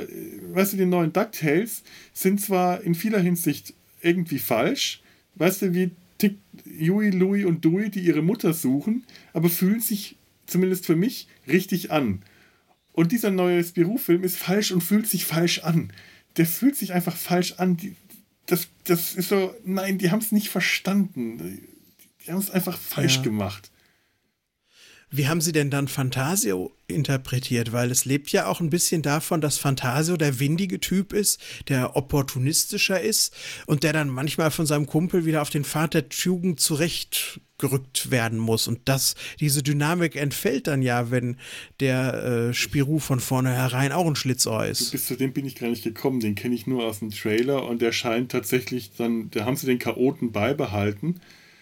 DuckTales sind zwar in vieler Hinsicht irgendwie falsch, weißt du, wie Huey, Louie und Dewey, die ihre Mutter suchen, aber fühlen sich, zumindest für mich, richtig an. Und dieser neue Spirou-Film ist falsch und fühlt sich falsch an. Der fühlt sich einfach falsch an. Das ist so, nein, die haben es nicht verstanden. Die haben es einfach falsch gemacht. Wie haben Sie denn dann Fantasio interpretiert? Weil es lebt ja auch ein bisschen davon, dass Fantasio der windige Typ ist, der opportunistischer ist und der dann manchmal von seinem Kumpel wieder auf den Pfad der Tugend zurechtgerückt werden muss. Und diese Dynamik entfällt dann ja, wenn der Spirou von vornherein auch ein Schlitzohr ist. Bis zu dem bin ich gar nicht gekommen. Den kenne ich nur aus dem Trailer und der scheint tatsächlich dann, da haben sie den Chaoten beibehalten.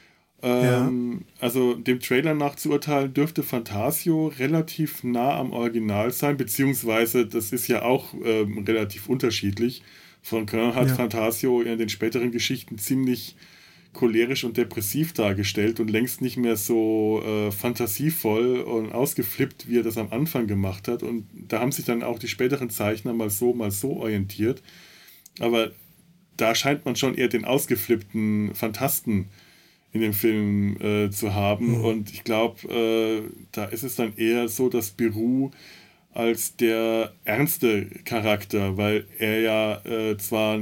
Also dem Trailer nach zu urteilen, dürfte Fantasio relativ nah am Original sein, beziehungsweise das ist ja auch relativ unterschiedlich. Franquin hat Fantasio in den späteren Geschichten ziemlich cholerisch und depressiv dargestellt und längst nicht mehr so fantasievoll und ausgeflippt, wie er das am Anfang gemacht hat. Und da haben sich dann auch die späteren Zeichner mal so orientiert. Aber da scheint man schon eher den ausgeflippten Fantasten in dem Film zu haben. Und ich glaube, da ist es dann eher so, dass Spirou als der ernste Charakter, weil er ja zwar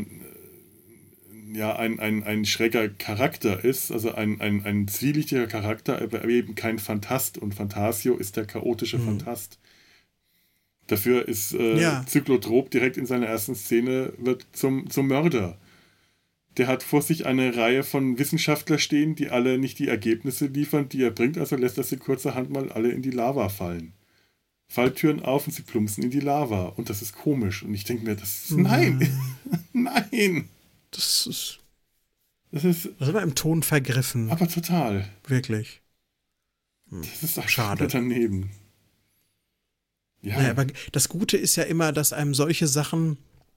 ein schräger Charakter ist, also ein zwielichtiger Charakter, aber eben kein Phantast. Und Fantasio ist der chaotische Phantast. Dafür ist Zyklotrop direkt in seiner ersten Szene wird zum Mörder. Der hat vor sich eine Reihe von Wissenschaftlern stehen, die alle nicht die Ergebnisse liefern, die er bringt, also lässt er sie kurzerhand mal alle in die Lava fallen. Falltüren auf und sie plumpsen in die Lava. Und das ist komisch. Und ich denke mir, nein! Nein! Das ist aber im Ton vergriffen. Aber total. Wirklich. Das ist auch schade daneben. Ja. Naja, aber das Gute ist ja immer, dass einem solche Sachen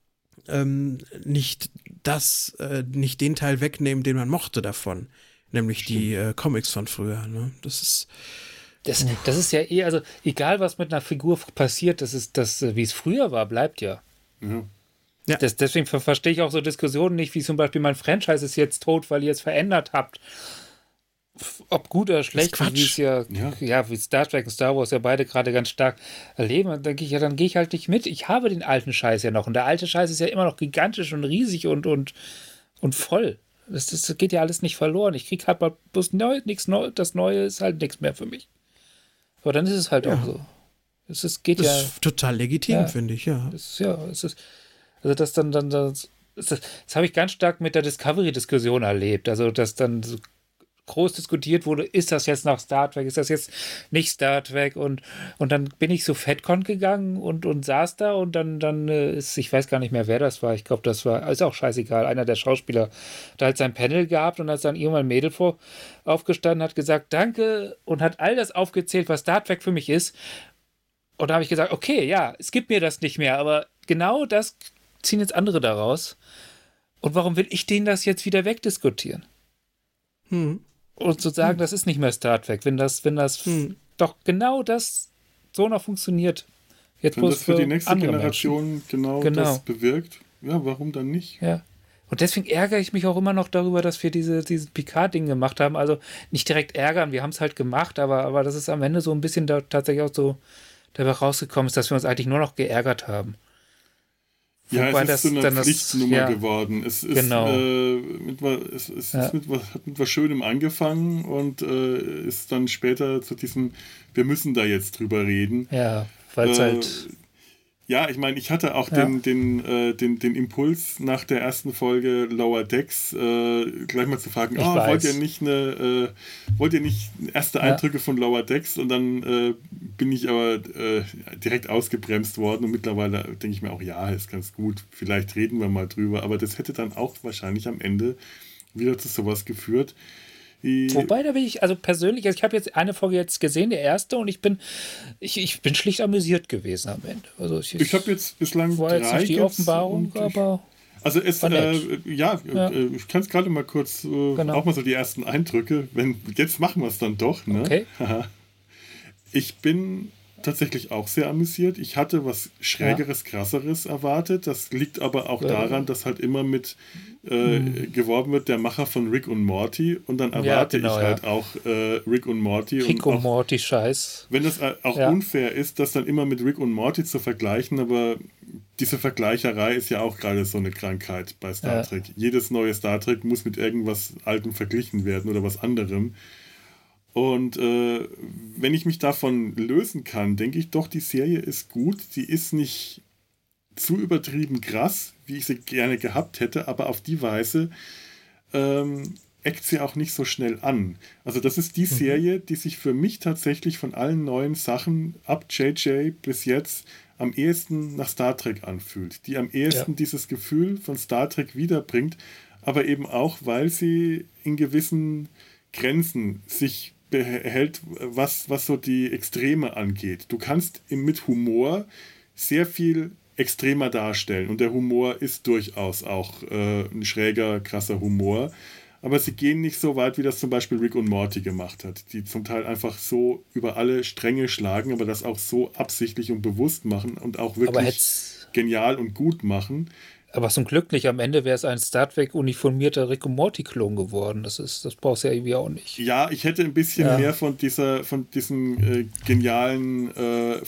nicht den Teil wegnehmen, den man mochte davon. Nämlich die Comics von früher. Ne? Das ist ja also egal was mit einer Figur passiert, wie es früher war, bleibt ja. Ja. Deswegen verstehe ich auch so Diskussionen nicht, wie zum Beispiel mein Franchise ist jetzt tot, weil ihr es verändert habt. Ob gut oder schlecht, wie es wie Star Trek und Star Wars ja beide gerade ganz stark erleben, dann denke ich, dann gehe ich halt nicht mit. Ich habe den alten Scheiß ja noch und der alte Scheiß ist ja immer noch gigantisch und riesig und voll. Das geht ja alles nicht verloren. Ich kriege halt mal bloß nichts Neues. Das Neue ist halt nichts mehr für mich. Aber dann ist es halt auch so. Das ist total legitim, finde ich, ja. Das habe ich ganz stark mit der Discovery-Diskussion erlebt. Also, dass dann so groß diskutiert wurde, ist das jetzt noch Star Trek, ist das jetzt nicht Star Trek? Und dann bin ich so FedCon gegangen und saß da und dann ist, ich weiß gar nicht mehr, wer das war. Ich glaube, das war, ist auch scheißegal, einer der Schauspieler hat halt sein Panel gehabt und als dann irgendwann ein Mädel aufgestanden hat, gesagt, danke und hat all das aufgezählt, was Star Trek für mich ist. Und da habe ich gesagt, okay, ja, es gibt mir das nicht mehr, aber genau das ziehen jetzt andere daraus. Und warum will ich denen das jetzt wieder wegdiskutieren? Und zu sagen, das ist nicht mehr Star Trek, wenn das doch genau das so noch funktioniert. Jetzt wenn das für die nächste Generation Menschen. genau das bewirkt, ja, warum dann nicht? Ja. Und deswegen ärgere ich mich auch immer noch darüber, dass wir dieses Picard-Ding gemacht haben. Also nicht direkt ärgern, wir haben es halt gemacht, aber das ist am Ende so ein bisschen da tatsächlich auch so dabei rausgekommen ist, dass wir uns eigentlich nur noch geärgert haben. Ja, Wobei es ist so eine Pflichtnummer geworden. Es ist, genau. Hat mit was Schönem angefangen und ist dann später zu diesem, wir müssen da jetzt drüber reden. Ja, weil es halt... Ja, ich meine, ich hatte auch den Impuls nach der ersten Folge Lower Decks gleich mal zu fragen, wollt ihr nicht erste Eindrücke von Lower Decks? Und dann bin ich aber direkt ausgebremst worden und mittlerweile denke ich mir auch, ja, ist ganz gut, vielleicht reden wir mal drüber, aber das hätte dann auch wahrscheinlich am Ende wieder zu sowas geführt. Wobei, da bin ich, also persönlich, ich habe jetzt eine Folge jetzt gesehen, die erste, und ich bin schlicht amüsiert gewesen am Ende. Also ich habe jetzt bislang war jetzt nicht die Offenbarung, aber also ich kann es gerade mal kurz auch mal so die ersten Eindrücke, jetzt machen wir es dann doch, ne? Okay. Ich bin tatsächlich auch sehr amüsiert. Ich hatte was Schrägeres, Krasseres erwartet. Das liegt aber auch daran, dass halt immer mit geworben wird, der Macher von Rick und Morty. Und dann erwarte ich halt auch Rick und Morty. Rick und Morty Scheiß. Wenn das auch unfair ist, das dann immer mit Rick und Morty zu vergleichen, aber diese Vergleicherei ist ja auch gerade so eine Krankheit bei Star Trek. Jedes neue Star Trek muss mit irgendwas Altem verglichen werden oder was anderem. Und wenn ich mich davon lösen kann, denke ich doch, die Serie ist gut. Sie ist nicht zu übertrieben krass, wie ich sie gerne gehabt hätte, aber auf die Weise eckt sie auch nicht so schnell an. Also das ist die Serie, die sich für mich tatsächlich von allen neuen Sachen ab JJ bis jetzt am ehesten nach Star Trek anfühlt. Die am ehesten dieses Gefühl von Star Trek wiederbringt, aber eben auch, weil sie in gewissen Grenzen sich behält, was so die Extreme angeht. Du kannst mit Humor sehr viel extremer darstellen und der Humor ist durchaus auch ein schräger, krasser Humor, aber sie gehen nicht so weit, wie das zum Beispiel Rick und Morty gemacht hat, die zum Teil einfach so über alle Stränge schlagen, aber das auch so absichtlich und bewusst machen und auch wirklich genial und gut machen. Aber zum Glück nicht. Am Ende wäre es ein Star Trek uniformierter Rick und Morty-Klon geworden. Das brauchst du ja irgendwie auch nicht. Ja, ich hätte ein bisschen mehr von dieser genialen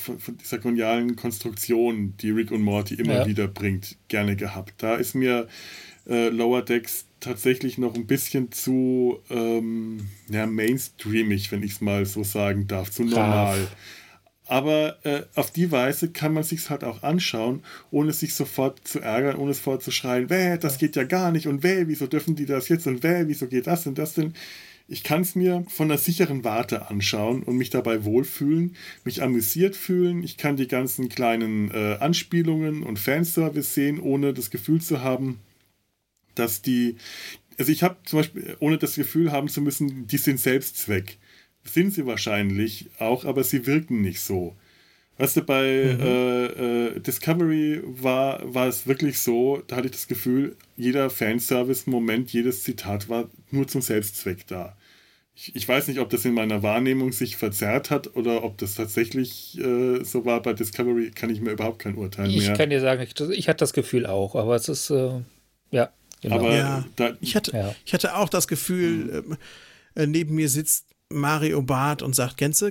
Konstruktion, die Rick und Morty immer wieder bringt, gerne gehabt. Da ist mir Lower Decks tatsächlich noch ein bisschen zu mainstreamig, wenn ich es mal so sagen darf, zu normal. Aber auf die Weise kann man sich halt auch anschauen, ohne sich sofort zu ärgern, ohne es vorzuschreien, das geht ja gar nicht und wieso dürfen die das jetzt und wieso geht das und das denn? Ich kann es mir von einer sicheren Warte anschauen und mich dabei wohlfühlen, mich amüsiert fühlen. Ich kann die ganzen kleinen Anspielungen und Fanservice sehen, ohne das Gefühl zu haben, dass also ich habe zum Beispiel, ohne das Gefühl haben zu müssen, die sind Selbstzweck. Sind sie wahrscheinlich auch, aber sie wirken nicht so. Weißt du, bei Discovery war es wirklich so, da hatte ich das Gefühl, jeder Fanservice-Moment, jedes Zitat war nur zum Selbstzweck da. Ich weiß nicht, ob das in meiner Wahrnehmung sich verzerrt hat oder ob das tatsächlich so war. Bei Discovery kann ich mir überhaupt kein Urteil mehr. Ich kann dir sagen, ich hatte das Gefühl auch, aber es ist, genau. Aber ich hatte auch das Gefühl, neben mir sitzt Mario Barth und sagt, Gänse?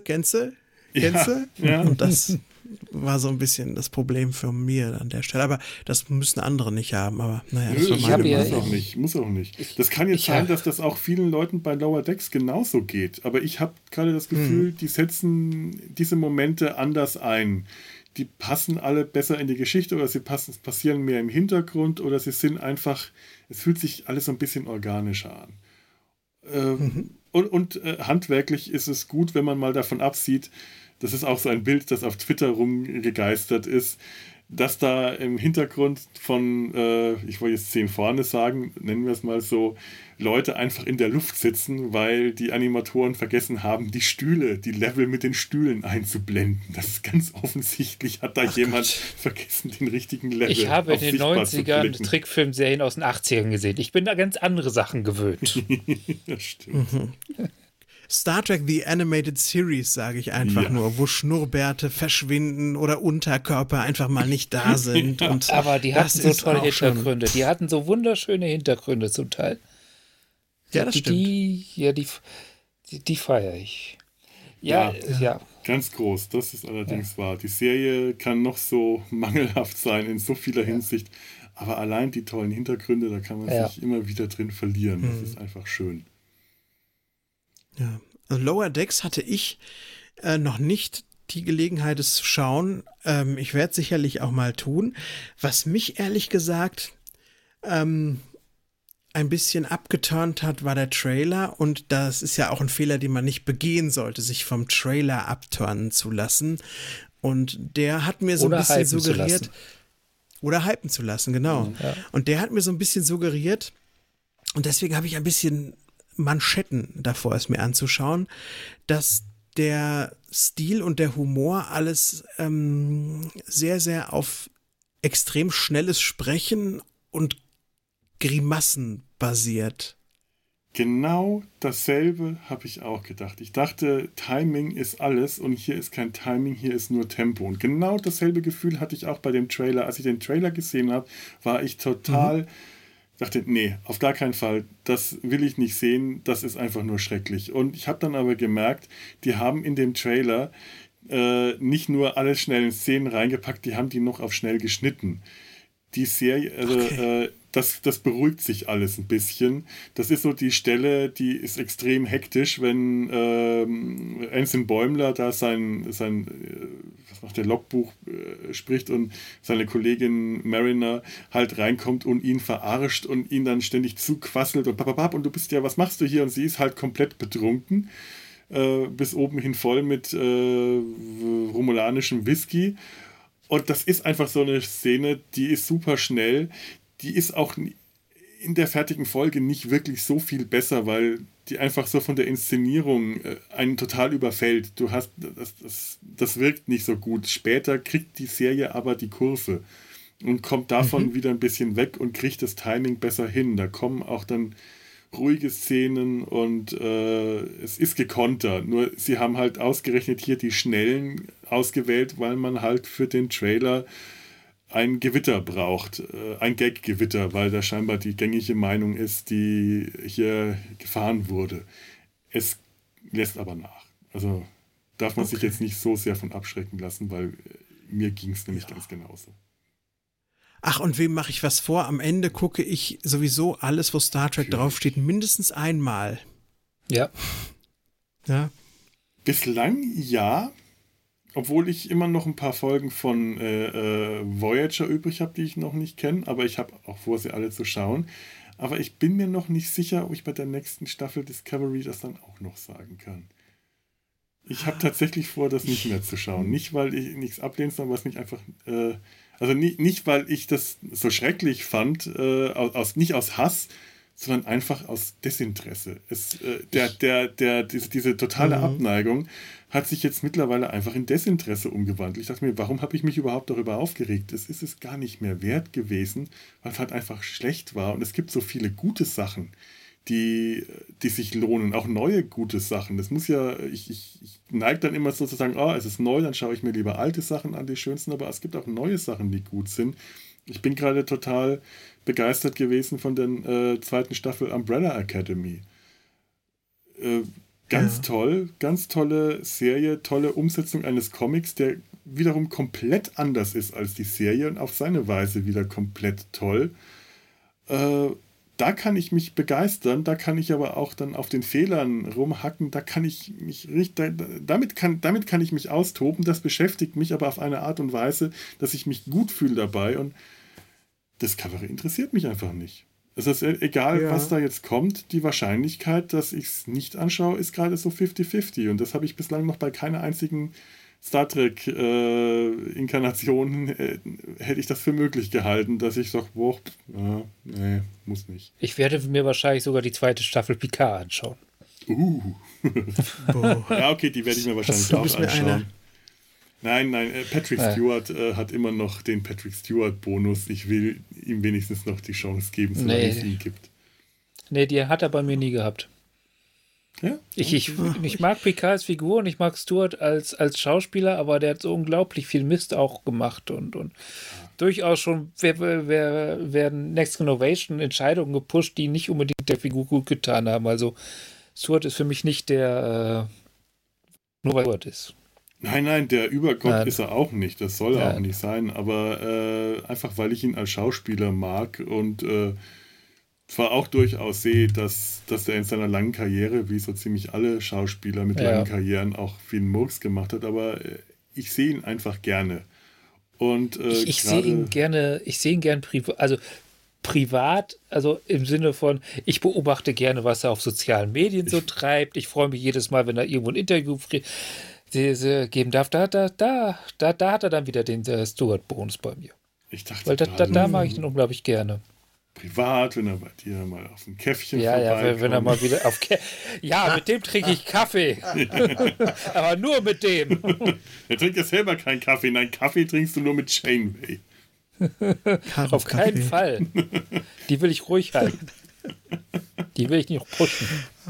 Ja. Und das war so ein bisschen das Problem für mir an der Stelle. Aber das müssen andere nicht haben. Aber naja, das muss auch nicht. Das kann jetzt sein, dass das auch vielen Leuten bei Lower Decks genauso geht. Aber ich habe gerade das Gefühl, die setzen diese Momente anders ein. Die passen alle besser in die Geschichte oder sie passieren mehr im Hintergrund oder sie sind einfach, es fühlt sich alles so ein bisschen organischer an. Und handwerklich ist es gut, wenn man mal davon absieht, das ist auch so ein Bild, das auf Twitter rumgegeistert ist, dass da im Hintergrund von, ich wollte jetzt 10 vorne sagen, nennen wir es mal so, Leute einfach in der Luft sitzen, weil die Animatoren vergessen haben, die Level mit den Stühlen einzublenden. Das ist ganz offensichtlich, hat da jemand vergessen, den richtigen Level Ich habe in den 90ern Trickfilmserien aus den 80ern gesehen. Ich bin da ganz andere Sachen gewöhnt. Das stimmt. Star Trek The Animated Series, sage ich einfach nur, wo Schnurrbärte verschwinden oder Unterkörper einfach mal nicht da sind. Und aber die hatten so tolle Hintergründe. Die hatten so wunderschöne Hintergründe zum Teil. Ja, das stimmt. Die feiere ich. Ja. Ganz groß, das ist allerdings wahr. Die Serie kann noch so mangelhaft sein in so vieler Hinsicht, aber allein die tollen Hintergründe, da kann man sich immer wieder drin verlieren. Das ist einfach schön. Ja, also Lower Decks hatte ich noch nicht die Gelegenheit, es zu schauen. Ich werde es sicherlich auch mal tun. Was mich ehrlich gesagt ein bisschen abgeturnt hat, war der Trailer. Und das ist ja auch ein Fehler, den man nicht begehen sollte, sich vom Trailer abturnen zu lassen. Und der hat mir so ein bisschen suggeriert. Oder hypen zu lassen, genau. Ja. Und der hat mir so ein bisschen suggeriert. Und deswegen habe ich ein bisschen Manschetten davor, es mir anzuschauen, dass der Stil und der Humor alles sehr, sehr auf extrem schnelles Sprechen und Grimassen basiert. Genau dasselbe habe ich auch gedacht. Ich dachte, Timing ist alles und hier ist kein Timing, hier ist nur Tempo. Und genau dasselbe Gefühl hatte ich auch bei dem Trailer. Als ich den Trailer gesehen habe, war ich total... Ich dachte, nee, auf gar keinen Fall, das will ich nicht sehen, das ist einfach nur schrecklich. Und ich habe dann aber gemerkt, die haben in dem Trailer nicht nur alle schnellen Szenen reingepackt, die haben die noch auf schnell geschnitten. Die Serie, das beruhigt sich alles ein bisschen. Das ist so die Stelle, die ist extrem hektisch, wenn Ensign Bäumler da sein was macht der Logbuch spricht und seine Kollegin Mariner halt reinkommt und ihn verarscht und ihn dann ständig zuquasselt und papapap und du bist ja, was machst du hier? Und sie ist halt komplett betrunken, bis oben hin voll mit romulanischem Whisky. Und das ist einfach so eine Szene, die ist super schnell. Die ist auch in der fertigen Folge nicht wirklich so viel besser, weil die einfach so von der Inszenierung einen total überfällt. Du hast das wirkt nicht so gut. Später kriegt die Serie aber die Kurve und kommt davon wieder ein bisschen weg und kriegt das Timing besser hin. Da kommen auch dann ruhige Szenen und es ist gekonter. Nur sie haben halt ausgerechnet hier die schnellen ausgewählt, weil man halt für den Trailer ein Gewitter braucht, ein Gag-Gewitter, weil da scheinbar die gängige Meinung ist, die hier gefahren wurde. Es lässt aber nach. Also darf man sich jetzt nicht so sehr von abschrecken lassen, weil mir ging es nämlich ganz genauso. Ach, und wem mache ich was vor? Am Ende gucke ich sowieso alles, wo Star Trek draufsteht, mindestens einmal. Ja. Bislang ja. Obwohl ich immer noch ein paar Folgen von Voyager übrig habe, die ich noch nicht kenne. Aber ich habe auch vor, sie alle zu schauen. Aber ich bin mir noch nicht sicher, ob ich bei der nächsten Staffel Discovery das dann auch noch sagen kann. Ich habe tatsächlich vor, das nicht mehr zu schauen. Nicht, weil ich nichts ablehne, sondern weil es mich einfach... also nicht, weil ich das so schrecklich fand, nicht aus Hass, sondern einfach aus Desinteresse. Diese totale Abneigung hat sich jetzt mittlerweile einfach in Desinteresse umgewandelt. Ich dachte mir, warum habe ich mich überhaupt darüber aufgeregt? Es ist es gar nicht mehr wert gewesen, weil es halt einfach schlecht war. Und es gibt so viele gute Sachen, die sich lohnen, auch neue gute Sachen. Das muss ja, ich neige dann immer so zu sagen, es ist neu, dann schaue ich mir lieber alte Sachen an, die schönsten, aber es gibt auch neue Sachen, die gut sind. Ich bin gerade total begeistert gewesen von der zweiten Staffel Umbrella Academy. Ganz tolle Serie, tolle Umsetzung eines Comics, der wiederum komplett anders ist als die Serie und auf seine Weise wieder komplett toll. Da kann ich mich begeistern, da kann ich aber auch dann auf den Fehlern rumhacken, da kann ich mich damit kann ich mich austoben, das beschäftigt mich aber auf eine Art und Weise, dass ich mich gut fühle dabei und Discovery interessiert mich einfach nicht. Es ist egal, Ja. was da jetzt kommt, die Wahrscheinlichkeit, dass ich es nicht anschaue, ist gerade so 50-50. Und das habe ich bislang noch bei keiner einzigen Star Trek-Inkarnation hätte ich das für möglich gehalten, dass ich sage, boah, nee, muss nicht. Ich werde mir wahrscheinlich sogar die zweite Staffel Picard anschauen. Boah. Ja, okay, die werde ich mir wahrscheinlich Du auch bist mir anschauen. Nein, Patrick Stewart hat immer noch den Patrick Stewart-Bonus. Ich will ihm wenigstens noch die Chance geben, solange es ihn gibt. Nee, die hat er bei mir nie gehabt. Ja? Ich mag Picard als Figur und ich mag Stewart als Schauspieler, aber der hat so unglaublich viel Mist auch gemacht und durchaus schon werden Next Generation Entscheidungen gepusht, die nicht unbedingt der Figur gut getan haben. Also Stewart ist für mich nicht der nur weil Stewart ist. Nein, der Übergott Nein. ist er auch nicht. Das soll er auch Nein. nicht sein. Aber einfach, weil ich ihn als Schauspieler mag und zwar auch durchaus sehe, dass er in seiner langen Karriere, wie so ziemlich alle Schauspieler mit langen Karrieren, auch viel Murks gemacht hat. Aber ich sehe ihn einfach gerne. Und Ich sehe ihn gerne privat, also im Sinne von, ich beobachte gerne, was er auf sozialen Medien so treibt. Ich freue mich jedes Mal, wenn er irgendwo ein Interview geben darf. Da hat er dann wieder den Stewart-Bonus bei mir. Ich dachte, Weil da mag ich ihn unglaublich gerne. privat, wenn er bei dir mal auf ein Käffchen Ja, vorbeikommt. wenn er mal wieder auf ja, mit dem trinke ich Kaffee. Aber nur mit dem. Er trinkt ja selber keinen Kaffee. Nein, Kaffee trinkst du nur mit Janeway. Auf keinen Fall. Die will ich ruhig halten. Die will ich nicht pushen.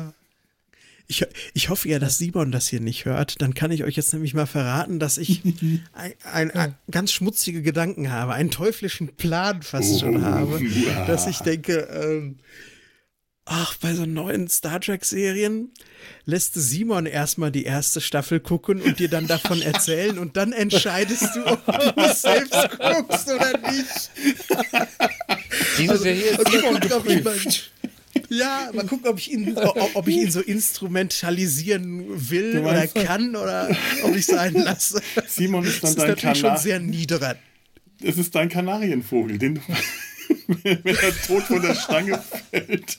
Ich hoffe ja, dass Simon das hier nicht hört. Dann kann ich euch jetzt nämlich mal verraten, dass ich ganz schmutzige Gedanken habe, einen teuflischen Plan fast schon habe, dass ich denke, bei so neuen Star Trek-Serien lässt Simon erstmal die erste Staffel gucken und dir dann davon erzählen und dann entscheidest du, ob du es selbst guckst oder nicht. Diese Serie ist Simon geprüft. Ja, mal gucken, ob ich ihn so instrumentalisieren will oder kann oder ob ich es sein lasse. Simon ist dann Das ist dein natürlich schon sehr niederer. Es ist dein Kanarienvogel, den du, wenn er tot von der Stange fällt.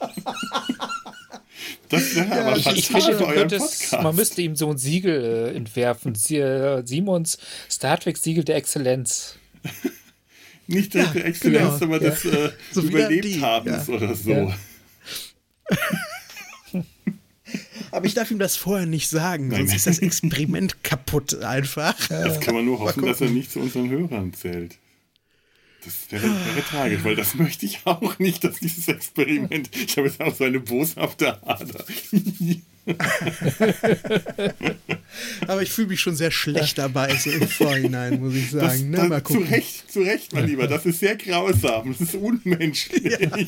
Das wäre aber Ich fantastisch finde, für euren Podcast. man müsste ihm so ein Siegel entwerfen. Simons Star Trek-Siegel der Exzellenz. Nicht der Exzellenz, genau, aber des So wie Überlebthabens oder so. Ja. Aber ich darf ihm das vorher nicht sagen, sonst ist das Experiment kaputt einfach. Das kann man nur hoffen, dass er nicht zu unseren Hörern zählt. Das wäre tragisch, weil das möchte ich auch nicht, dass dieses Experiment. Ich habe jetzt auch so eine boshafte Ader. Aber ich fühle mich schon sehr schlecht dabei, so im Vorhinein, muss ich sagen. Mal zu gucken. Recht, mein Lieber. Das ist sehr grausam. Das ist unmenschlich.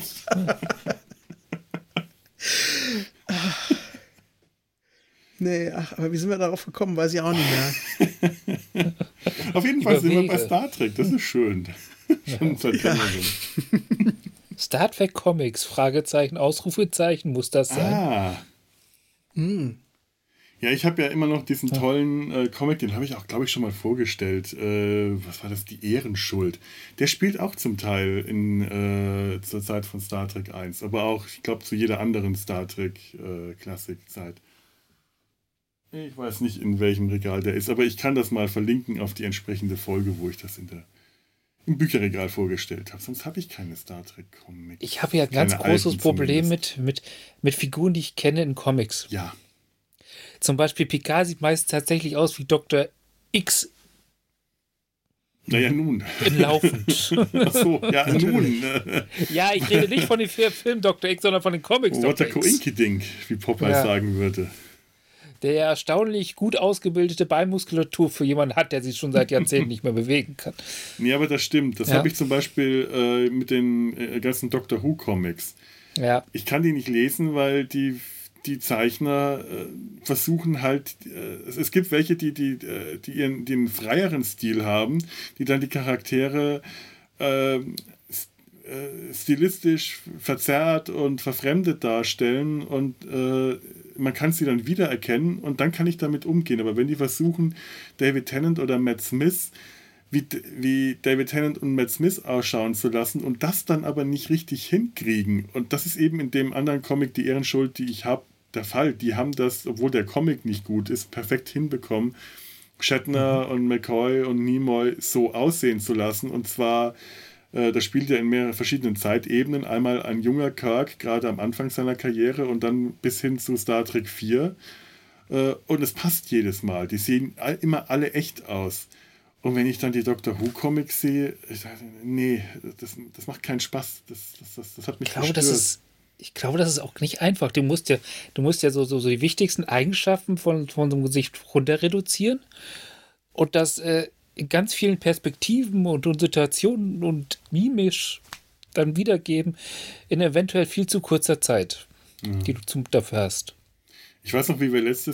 Nee, aber wie sind wir darauf gekommen, weiß ich auch nicht mehr. Auf jeden Fall sind wir bei Wege. Star Trek. Das ist schön. Schon seit längerem. Star Trek Comics, Fragezeichen, Ausrufezeichen, muss das sein? Ja, ich habe ja immer noch diesen tollen Comic, den habe ich auch, glaube ich, schon mal vorgestellt. Was war das? Die Ehrenschuld. Der spielt auch zum Teil zur Zeit von Star Trek 1, aber auch, ich glaube, zu jeder anderen Star Trek Klassikzeit. Ich weiß nicht, in welchem Regal der ist, aber ich kann das mal verlinken auf die entsprechende Folge, wo ich das im Bücherregal vorgestellt habe. Sonst habe ich keine Star Trek Comics. Ich habe ja ein ganz Keine großes alten Problem zumindest. mit Figuren, die ich kenne in Comics. Ja. Zum Beispiel Picard sieht meist tatsächlich aus wie Dr. X Naja, nun. in Laufend. Ach so, ja, nun. Ja, ich rede nicht von dem Film Dr. X, sondern von den Comics What a Dr. X. Coinky-Ding, wie Popeye Ja. sagen würde. Der ja erstaunlich gut ausgebildete Beinmuskulatur für jemanden hat, der sich schon seit Jahrzehnten nicht mehr bewegen kann. Nee, aber das stimmt. Das Ja. habe ich zum Beispiel mit den ganzen Doctor Who Comics. Ja, Ich kann die nicht lesen, weil die Zeichner versuchen halt, es gibt welche, die einen freieren Stil haben, die dann die Charaktere stilistisch verzerrt und verfremdet darstellen und man kann sie dann wiedererkennen und dann kann ich damit umgehen. Aber wenn die versuchen, David Tennant oder Matt Smith wie David Tennant und Matt Smith ausschauen zu lassen und das dann aber nicht richtig hinkriegen. Und das ist eben in dem anderen Comic, die Ehrenschuld, die ich habe, der Fall. Die haben das, obwohl der Comic nicht gut ist, perfekt hinbekommen, Shatner und McCoy und Nimoy so aussehen zu lassen. Und zwar, das spielt ja in mehreren verschiedenen Zeitebenen. Einmal ein junger Kirk, gerade am Anfang seiner Karriere und dann bis hin zu Star Trek 4. Und es passt jedes Mal. Die sehen immer alle echt aus. Und wenn ich dann die Doctor Who Comics sehe, ich sage, nee, das macht keinen Spaß. Das hat mich verstört. Ich glaube, das ist auch nicht einfach. Du musst ja so die wichtigsten Eigenschaften von so einem Gesicht runter reduzieren und das in ganz vielen Perspektiven und Situationen und mimisch dann wiedergeben in eventuell viel zu kurzer Zeit, die du dafür hast. Ich weiß noch, wie wir letztes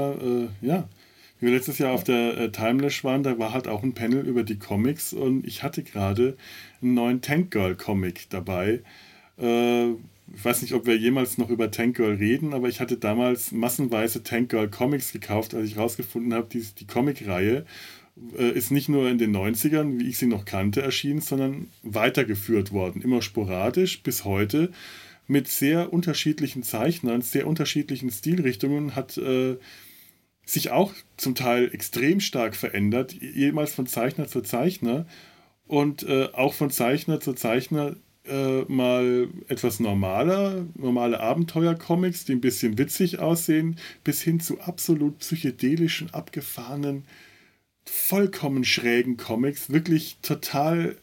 Jahr auf der Timelash waren, da war halt auch ein Panel über die Comics und ich hatte gerade einen neuen Tank Girl Comic dabei. Ich weiß nicht, ob wir jemals noch über Tank Girl reden, aber ich hatte damals massenweise Tank Girl Comics gekauft, als ich rausgefunden habe, die Comic-Reihe ist nicht nur in den 90ern, wie ich sie noch kannte, erschienen, sondern weitergeführt worden, immer sporadisch bis heute mit sehr unterschiedlichen Zeichnern, sehr unterschiedlichen Stilrichtungen, hat sich auch zum Teil extrem stark verändert, jemals von Zeichner zu Zeichner und auch von Zeichner zu Zeichner mal etwas normale Abenteuer-Comics, die ein bisschen witzig aussehen, bis hin zu absolut psychedelischen, abgefahrenen, vollkommen schrägen Comics, wirklich total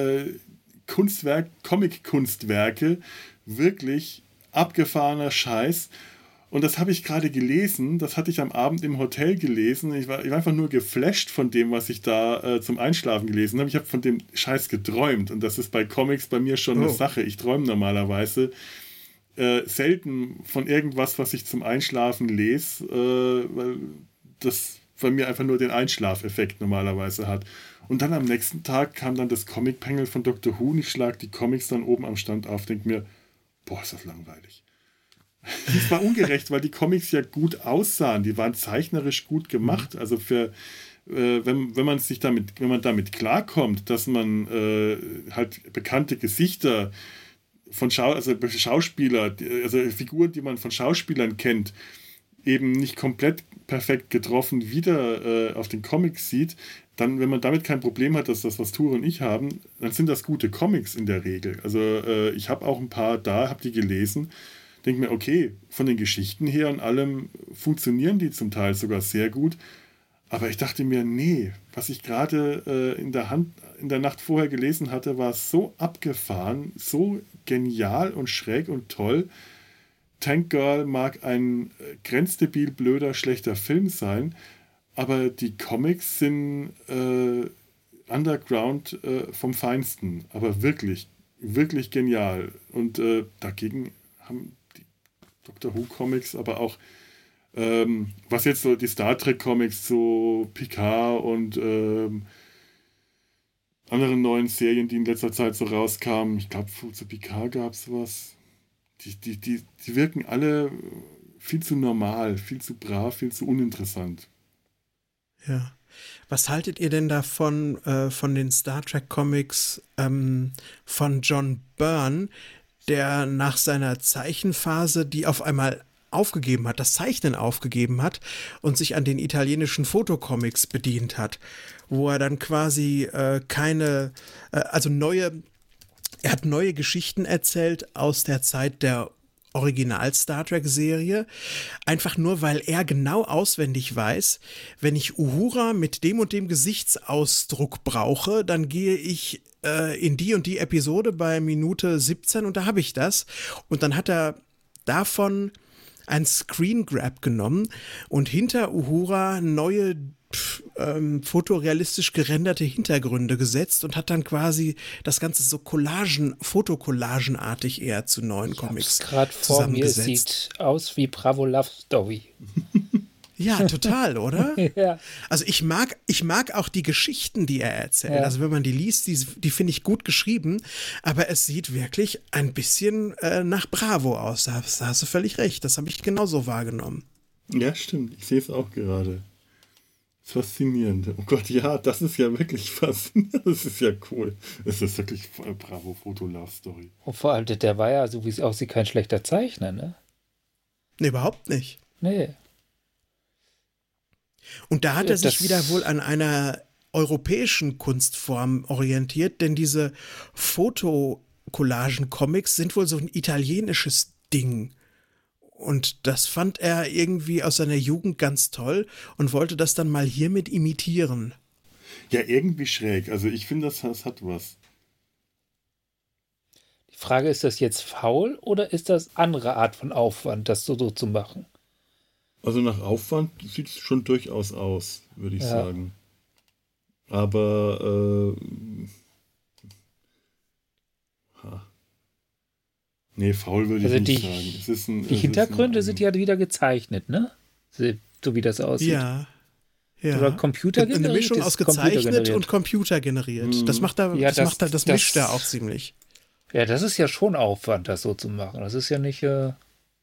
Comic-Kunstwerke, wirklich abgefahrener Scheiß. Und das habe ich gerade gelesen, das hatte ich am Abend im Hotel gelesen. Ich war einfach nur geflasht von dem, was ich da zum Einschlafen gelesen habe. Ich habe von dem Scheiß geträumt und das ist bei Comics bei mir schon eine Sache. Ich träume normalerweise selten von irgendwas, was ich zum Einschlafen lese, weil das bei mir einfach nur den Einschlafeffekt normalerweise hat. Und dann am nächsten Tag kam dann das Comic-Panel von Dr. Who und ich schlage die Comics dann oben am Stand auf, denke mir, boah, ist das langweilig. Das war ungerecht, weil die Comics ja gut aussahen. Die waren zeichnerisch gut gemacht. Also wenn man damit klarkommt, dass man halt bekannte Gesichter von Schauspieler, also Figuren, die man von Schauspielern kennt, eben nicht komplett perfekt getroffen wieder auf den Comics sieht, dann, wenn man damit kein Problem hat, dass das, was Ture und ich haben, dann sind das gute Comics in der Regel. Also ich habe auch ein paar da, habe die gelesen, denke mir, okay, von den Geschichten her und allem funktionieren die zum Teil sogar sehr gut. Aber ich dachte mir, nee, was ich gerade in der Nacht vorher gelesen hatte, war so abgefahren, so genial und schräg und toll. Tank Girl mag ein grenzdebil blöder, schlechter Film sein, aber die Comics sind Underground vom Feinsten. Aber wirklich, wirklich genial. Und dagegen haben die Doctor Who Comics, aber auch was jetzt so die Star Trek Comics, so Picard und anderen neuen Serien, die in letzter Zeit so rauskamen, ich glaube, zu Picard gab es was, die wirken alle viel zu normal, viel zu brav, viel zu uninteressant. Ja. Was haltet ihr denn davon, von den Star Trek Comics von John Byrne, der nach seiner Zeichenphase die auf einmal aufgegeben hat, das Zeichnen aufgegeben hat und sich an den italienischen Fotocomics bedient hat, wo er dann quasi er hat neue Geschichten erzählt aus der Zeit der Original-Star Trek-Serie, einfach nur, weil er genau auswendig weiß, wenn ich Uhura mit dem und dem Gesichtsausdruck brauche, dann gehe ich in die und die Episode bei Minute 17 und da habe ich das. Und dann hat er davon ein Screen Grab genommen und hinter Uhura neue fotorealistisch gerenderte Hintergründe gesetzt und hat dann quasi das Ganze so fotokollagenartig eher zu neuen Comics gerade vor mir, sieht aus wie Bravo Love Story. Ja, total, oder? Ja. Also ich mag auch die Geschichten, die er erzählt. Ja. Also wenn man die liest, die finde ich gut geschrieben, aber es sieht wirklich ein bisschen nach Bravo aus. Da hast du völlig recht, das habe ich genauso wahrgenommen. Ja, stimmt, ich sehe es auch gerade. Faszinierend. Oh Gott, ja, das ist ja wirklich faszinierend. Das ist ja cool. Das ist wirklich voll bravo Foto-Love-Story. Und vor allem, der war ja, so wie es aussieht, kein schlechter Zeichner, ne? Nee, überhaupt nicht. Nee. Und da hat er sich Das- wieder wohl an einer europäischen Kunstform orientiert, denn diese Fotokollagen-Comics sind wohl so ein italienisches Ding. Und das fand er irgendwie aus seiner Jugend ganz toll und wollte das dann mal hiermit imitieren. Ja, irgendwie schräg. Also ich finde, das hat was. Die Frage, ist das jetzt faul oder ist das andere Art von Aufwand, das so zu machen? Also nach Aufwand sieht es schon durchaus aus, würde ich Ja. sagen. Aber nee, faul würde ich Also nicht sagen. Es ist Die Hintergründe sind ja wieder gezeichnet, ne? So wie das aussieht. Ja. Ja. Oder computergeneriert? Eine Mischung Ist aus gezeichnet computergeneriert. und computergeneriert. Das macht er, Ja, das mischt er auch ziemlich. Ja, das ist ja schon Aufwand, das so zu machen. Das ist ja nicht. Und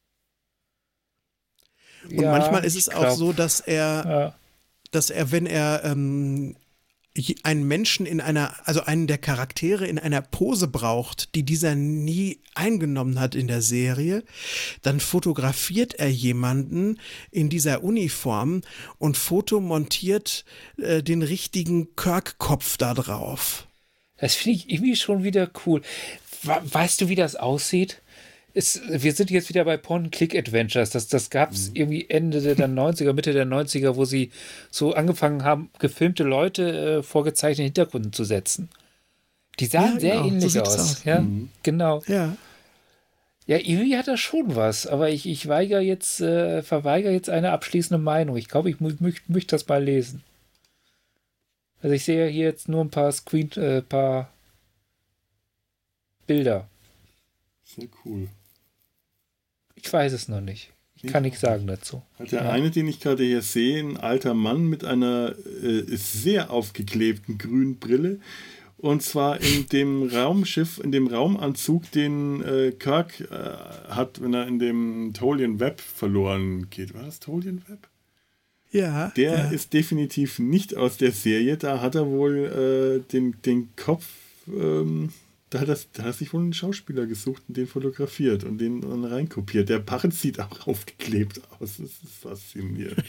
manchmal ist es auch so, dass er, wenn er einen Menschen also einen der Charaktere in einer Pose braucht, die dieser nie eingenommen hat in der Serie, dann fotografiert er jemanden in dieser Uniform und fotomontiert den richtigen Kirk-Kopf da drauf. Das finde ich irgendwie schon wieder cool. Weißt du, wie das aussieht? Wir sind jetzt wieder bei Point-Click-Adventures. Das gab es irgendwie Ende der 90er, Mitte der 90er, wo sie so angefangen haben, gefilmte Leute vorgezeichnete Hintergründe zu setzen. Die sahen Ja, sehr genau, so ähnlich sieht's aus. aus. Ja, genau. Ja. Ja, irgendwie hat das schon was, aber ich verweigere jetzt eine abschließende Meinung. Ich glaube, ich möchte das mal lesen. Also ich sehe hier jetzt nur ein paar paar Bilder. sehr cool. Ich weiß es noch nicht. Ich kann nichts sagen dazu. Halt der eine, den ich gerade hier sehe, ein alter Mann mit einer sehr aufgeklebten grünen Brille. Und zwar in dem Raumschiff, in dem Raumanzug, den Kirk hat, wenn er in dem Tolian Web verloren geht. War das Tolian Web? Ja. Der ist definitiv nicht aus der Serie. Da hat er wohl den Kopf, da hat er sich wohl einen Schauspieler gesucht und den fotografiert und den dann reinkopiert. Der Barren sieht auch aufgeklebt aus. Das ist faszinierend.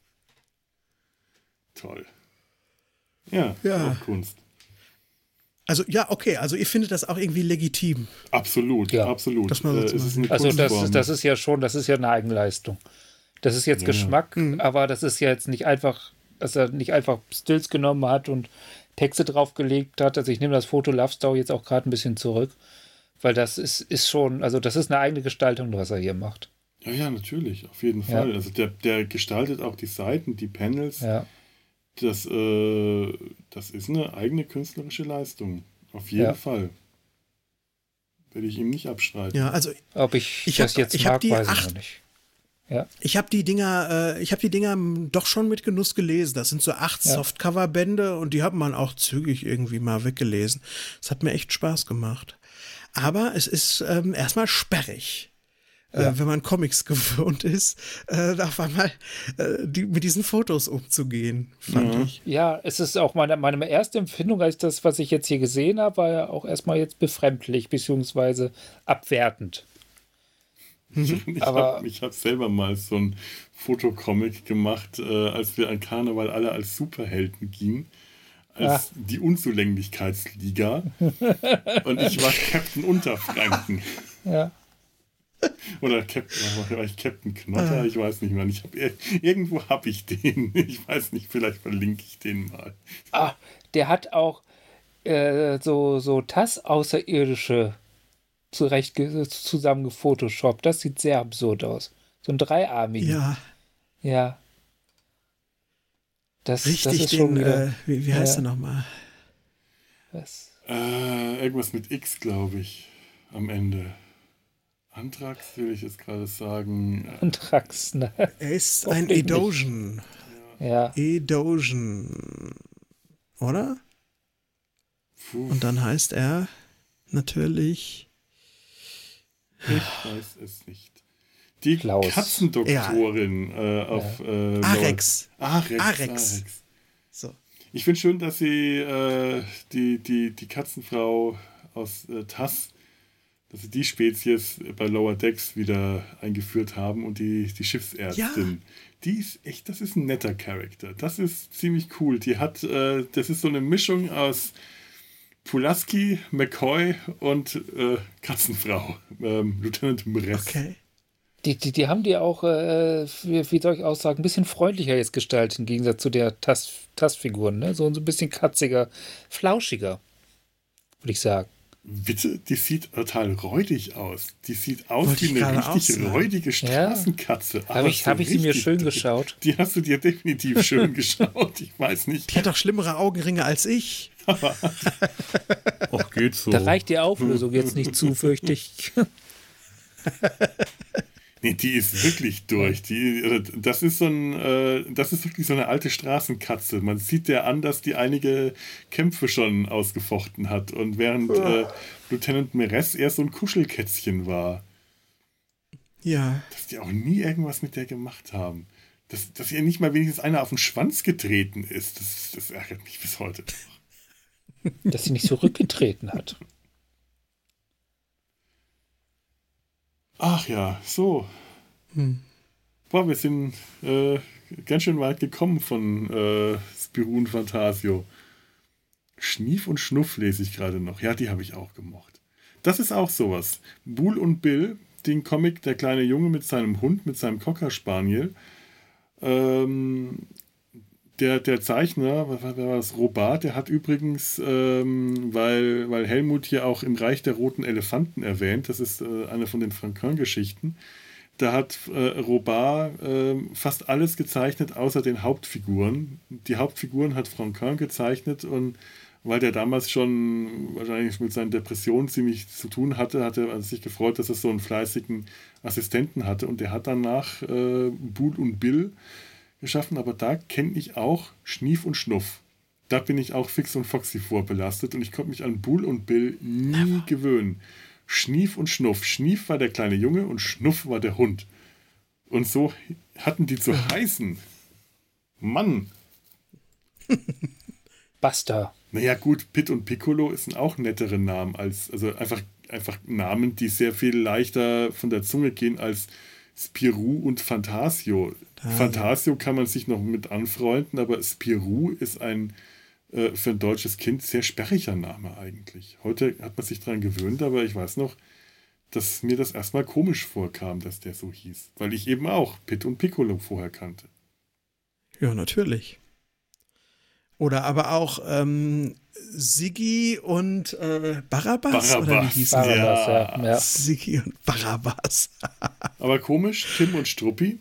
Toll. Ja, Ja. auch Kunst. Also, ja, okay, also ihr findet das auch irgendwie legitim. Absolut, Ja. absolut. Das mal so zu Es ist machen. eine Also Kunstform. das ist ja eine Eigenleistung. Das ist jetzt Ja. Geschmack, aber das ist ja jetzt nicht einfach, dass er nicht einfach Stills genommen hat und Texte draufgelegt hat. Also ich nehme das Foto Love Story jetzt auch gerade ein bisschen zurück, weil das ist schon, also das ist eine eigene Gestaltung, was er hier macht. Ja, natürlich, auf jeden Ja. Fall. Also der gestaltet auch die Seiten, die Panels. Ja, Das ist eine eigene künstlerische Leistung. Auf jeden Ja. Fall. Werde ich ihm nicht abstreiten. Ja, also ob ich Ich das hab- jetzt ich hab mag, die weiß ich 8 noch nicht. Ja, ich habe die Dinger doch schon mit Genuss gelesen. Das sind so 8 Ja. Softcover-Bände und die hat man auch zügig irgendwie mal weggelesen. Es hat mir echt Spaß gemacht. Aber es ist erstmal sperrig. Wenn man Comics gewohnt ist, auf einmal mit diesen Fotos umzugehen, fand ich. ja, es ist auch meine erste Empfindung, als das, was ich jetzt hier gesehen habe, war ja auch erstmal jetzt befremdlich, beziehungsweise abwertend. aber- Ich habe selber mal so ein Fotocomic gemacht, als wir an Karneval alle als Superhelden gingen. Als die Unzulänglichkeitsliga. Und ich war Captain Unterfranken. Ja. Oder war ich Captain Knotter? Ich weiß nicht mehr. Irgendwo habe ich den. Ich weiß nicht, vielleicht verlinke ich den mal. Der hat auch so TAS-Außerirdische zusammen gefotoshoppt. Das sieht sehr absurd aus. So ein dreiarmigen. Ja, Ja. Das richtig, ist schon wieder. wie heißt er nochmal? Was? Irgendwas mit X, glaube ich, am Ende. Anthrax will ich jetzt gerade sagen. Anthrax, ne? Er ist ein Hoffentlich nicht. Edosion. Ja. Edosion. Oder? Puh, Und dann heißt er natürlich. ich weiß es nicht. Die Klaus. Katzendoktorin auf Arex. Arex. Arex. So. Ich finde schön, dass sie die Katzenfrau aus TASS, dass sie die Spezies bei Lower Decks wieder eingeführt haben und die Schiffsärztin. Ja. Die ist echt, das ist ein netter Charakter. Das ist ziemlich cool. Die hat, das ist so eine Mischung aus Pulaski, McCoy und Katzenfrau, Lieutenant Mress. Okay. Die haben die auch, wie soll ich auch sagen, ein bisschen freundlicher jetzt gestaltet, im Gegensatz zu der TASS-Figuren, ne? So ein bisschen katziger, flauschiger, würde ich sagen. Bitte, die sieht total räudig aus. Die sieht aus wie eine richtig räudige Straßenkatze. Ja. Habe ich sie mir schön geschaut? Die hast du dir definitiv schön geschaut. Ich weiß nicht. Die hat doch schlimmere Augenringe als ich. Ach, geht so. Da reicht die Auflösung jetzt nicht zu, fürchte ich. Nee, die ist wirklich durch. Das ist wirklich so eine alte Straßenkatze. Man sieht der an, dass die einige Kämpfe schon ausgefochten hat. Und während Lieutenant Mress eher so ein Kuschelkätzchen war. Ja. Dass die auch nie irgendwas mit der gemacht haben. Dass ihr nicht mal wenigstens einer auf den Schwanz getreten ist. Das ärgert mich bis heute. Dass sie nicht zurückgetreten hat. Ach ja, so. Boah, wir sind ganz schön weit gekommen von Spirou Fantasio. Schnief und Schnuff lese ich gerade noch. Ja, die habe ich auch gemocht. Das ist auch sowas. Bull und Bill, den Comic Der kleine Junge mit seinem Hund, mit seinem Cocker Spaniel. Der Zeichner, wer war das? Robart, der hat übrigens, weil Helmut hier auch im Reich der roten Elefanten erwähnt, das ist eine von den Franquin-Geschichten, da hat Robart fast alles gezeichnet, außer den Hauptfiguren. Die Hauptfiguren hat Franquin gezeichnet und weil der damals schon wahrscheinlich mit seinen Depressionen ziemlich zu tun hatte, hat er sich gefreut, dass er so einen fleißigen Assistenten hatte und der hat danach Bull und Bill geschaffen, aber da kenne ich auch Schnief und Schnuff. Da bin ich auch fix und foxy vorbelastet und ich konnte mich an Bull und Bill nie gewöhnen. Schnief und Schnuff. Schnief war der kleine Junge und Schnuff war der Hund. Und so hatten die zu heißen. Mann! Basta. Naja gut, Pit und Piccolo sind auch nettere Namen also einfach Namen, die sehr viel leichter von der Zunge gehen als Spirou und Fantasio. Fantasio kann man sich noch mit anfreunden, aber Spirou ist für ein deutsches Kind sehr sperriger Name eigentlich. Heute hat man sich daran gewöhnt, aber ich weiß noch, dass mir das erstmal komisch vorkam, dass der so hieß. Weil ich eben auch Pit und Piccolo vorher kannte. Ja, natürlich. Oder aber auch Siggi und Barabbas? Oder wie hieß Barabbas, ja. Siggi und Barabbas. Aber komisch, Tim und Struppi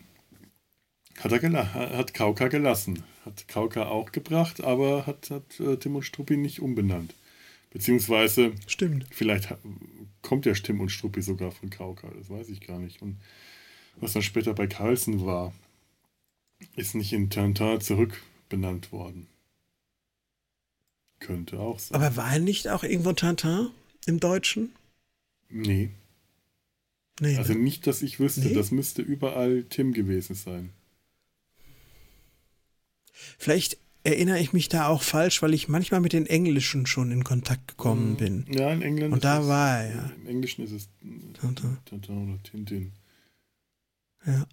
hat Kauka gelassen. Hat Kauka auch gebracht, aber hat Tim und Struppi nicht umbenannt. Beziehungsweise, stimmt. Vielleicht kommt ja Tim und Struppi sogar von Kauka, das weiß ich gar nicht. Und was dann später bei Carlsen war, ist nicht in Tintin zurückbenannt worden. Könnte auch sein. Aber war er nicht auch irgendwo Tintin im Deutschen? Nee. Also nicht, dass ich wüsste. Nee? Das müsste überall Tim gewesen sein. Vielleicht erinnere ich mich da auch falsch, weil ich manchmal mit den Englischen schon in Kontakt gekommen bin. Ja, in England. Und da war er, ja. Im Englischen ist es Tintin oder Tintin. Ja.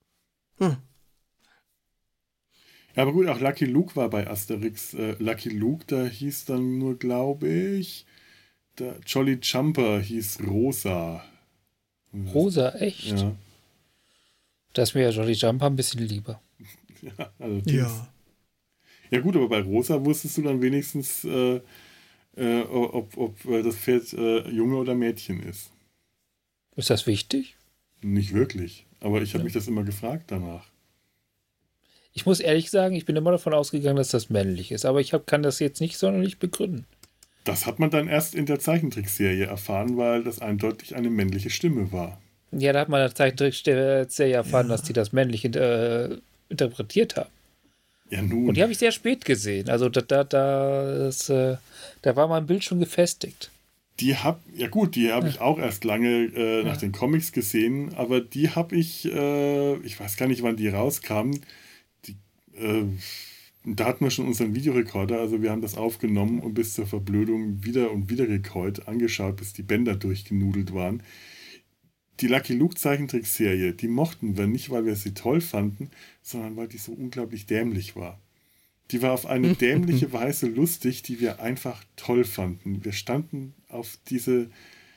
Ja, aber gut, auch Lucky Luke war bei Asterix. Lucky Luke, da hieß dann nur, glaube ich, der Jolly Jumper hieß Rosa. Rosa, echt? Ja. Da ist mir ja Jolly Jumper ein bisschen lieber. Ja, allerdings. Ja gut, aber bei Rosa wusstest du dann wenigstens, ob das Pferd Junge oder Mädchen ist. Ist das wichtig? Nicht wirklich, aber ich habe mich das immer gefragt danach. Ich muss ehrlich sagen, ich bin immer davon ausgegangen, dass das männlich ist, aber kann das jetzt nicht sonderlich begründen. Das hat man dann erst in der Zeichentrickserie erfahren, weil das eindeutig eine männliche Stimme war. Ja, da hat man in der Zeichentrickserie erfahren, dass die das männlich interpretiert haben. Ja, nun. Und die habe ich sehr spät gesehen. Also da war mein Bild schon gefestigt. Die habe ich auch erst lange nach den Comics gesehen, aber die habe ich weiß gar nicht, wann die rauskamen, da hatten wir schon unseren Videorekorder, also wir haben das aufgenommen und bis zur Verblödung wieder und wieder gekäut, angeschaut, bis die Bänder durchgenudelt waren. Die Lucky Luke Zeichentrickserie, die mochten wir nicht, weil wir sie toll fanden, sondern weil die so unglaublich dämlich war. Die war auf eine dämliche Weise lustig, die wir einfach toll fanden. Wir standen auf diesen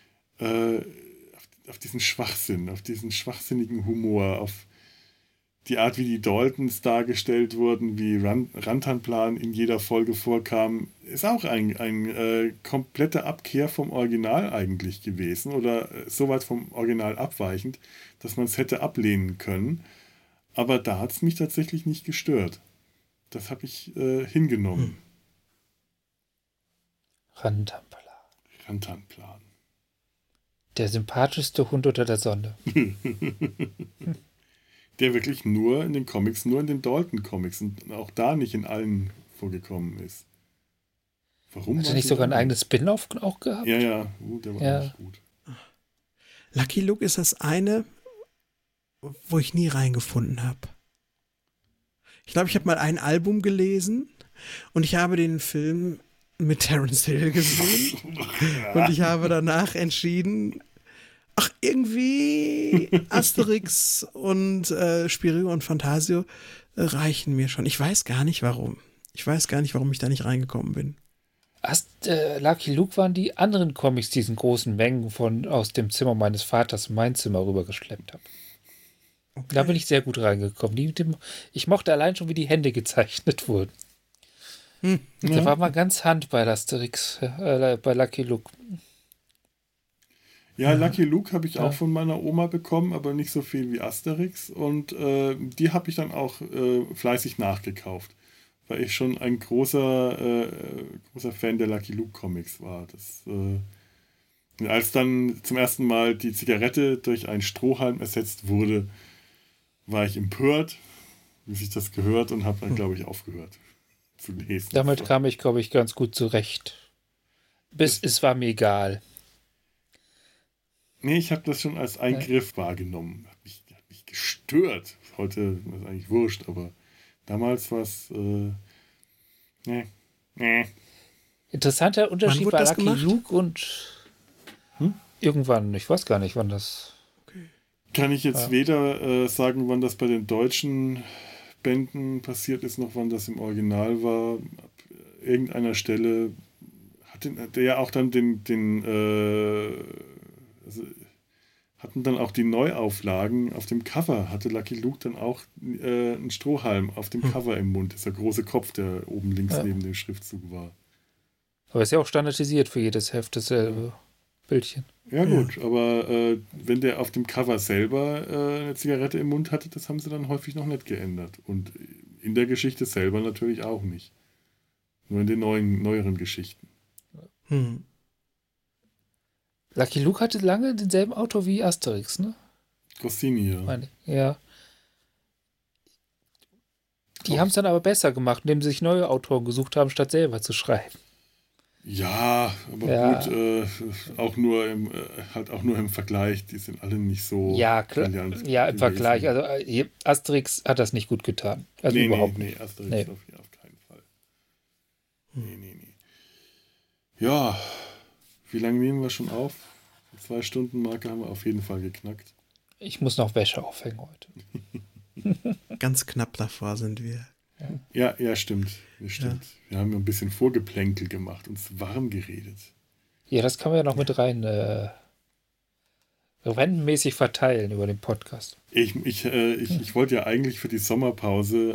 Schwachsinn, auf diesen schwachsinnigen Humor, auf die Art, wie die Daltons dargestellt wurden, wie Rantanplan in jeder Folge vorkam, ist auch ein komplette Abkehr vom Original eigentlich gewesen oder so weit vom Original abweichend, dass man es hätte ablehnen können. Aber da hat es mich tatsächlich nicht gestört. Das habe ich hingenommen. Rantanplan. Der sympathischste Hund unter der Sonne. Der wirklich nur in den Comics, nur in den Dalton-Comics und auch da nicht in allen vorgekommen ist. Warum? Hat er nicht sogar ein eigenes Spin-off auch gehabt? Ja, der war auch gut. Lucky Luke ist das eine, wo ich nie reingefunden habe. Ich glaube, ich habe mal ein Album gelesen und ich habe den Film mit Terence Hill gesehen und ich habe danach entschieden, irgendwie Asterix und Spirou und Fantasio reichen mir schon. Ich weiß gar nicht, warum. Ich da nicht reingekommen bin. Lucky Luke waren die anderen Comics, die in großen Mengen aus dem Zimmer meines Vaters in mein Zimmer rübergeschleppt habe. Okay. Da bin ich sehr gut reingekommen. Ich mochte allein schon, wie die Hände gezeichnet wurden. Da war mal ganz Hand bei Asterix, bei Lucky Luke. Ja, Lucky Luke habe ich auch von meiner Oma bekommen, aber nicht so viel wie Asterix. Und die habe ich dann auch fleißig nachgekauft, weil ich schon ein großer Fan der Lucky Luke Comics war. Als dann zum ersten Mal die Zigarette durch einen Strohhalm ersetzt wurde, war ich empört, wie sich das gehört, und habe dann, glaube ich, aufgehört zu lesen. Damit kam ich, glaube ich, ganz gut zurecht. Es war mir egal. Nee, ich habe das schon als Eingriff wahrgenommen. Hat mich gestört. Heute ist es eigentlich wurscht, aber damals war es Interessanter Unterschied bei Lucky Luke und irgendwann, ich weiß gar nicht, wann das... Okay. Kann ich jetzt weder sagen, wann das bei den deutschen Bänden passiert ist, noch wann das im Original war. Ab irgendeiner Stelle hat der ja auch dann hatten dann auch die Neuauflagen auf dem Cover, hatte Lucky Luke dann auch einen Strohhalm auf dem Cover im Mund. Das ist der große Kopf, der oben links neben dem Schriftzug war. Aber ist ja auch standardisiert für jedes Heft dasselbe Bildchen. Ja gut, aber wenn der auf dem Cover selber eine Zigarette im Mund hatte, das haben sie dann häufig noch nicht geändert. Und in der Geschichte selber natürlich auch nicht. Nur in den neueren Geschichten. Lucky Luke hatte lange denselben Autor wie Asterix, ne? Goscinny, ja. Die haben es dann aber besser gemacht, indem sie sich neue Autoren gesucht haben, statt selber zu schreiben. Ja, aber gut, auch nur im Vergleich, die sind alle nicht so. Ja, klar. Ja, im Vergleich. Also Asterix hat das nicht gut getan. Also überhaupt nicht. Nee, Asterix auf keinen Fall. Nee. Ja, wie lange nehmen wir schon auf? Die 2-Stunden-Marke haben wir auf jeden Fall geknackt. Ich muss noch Wäsche aufhängen heute. Ganz knapp davor sind wir. Ja, stimmt. Ja. Wir haben ein bisschen Vorgeplänkel gemacht, uns warm geredet. Ja, das kann man ja noch mit rein rentenmäßig verteilen über den Podcast. Ich wollte ja eigentlich für die Sommerpause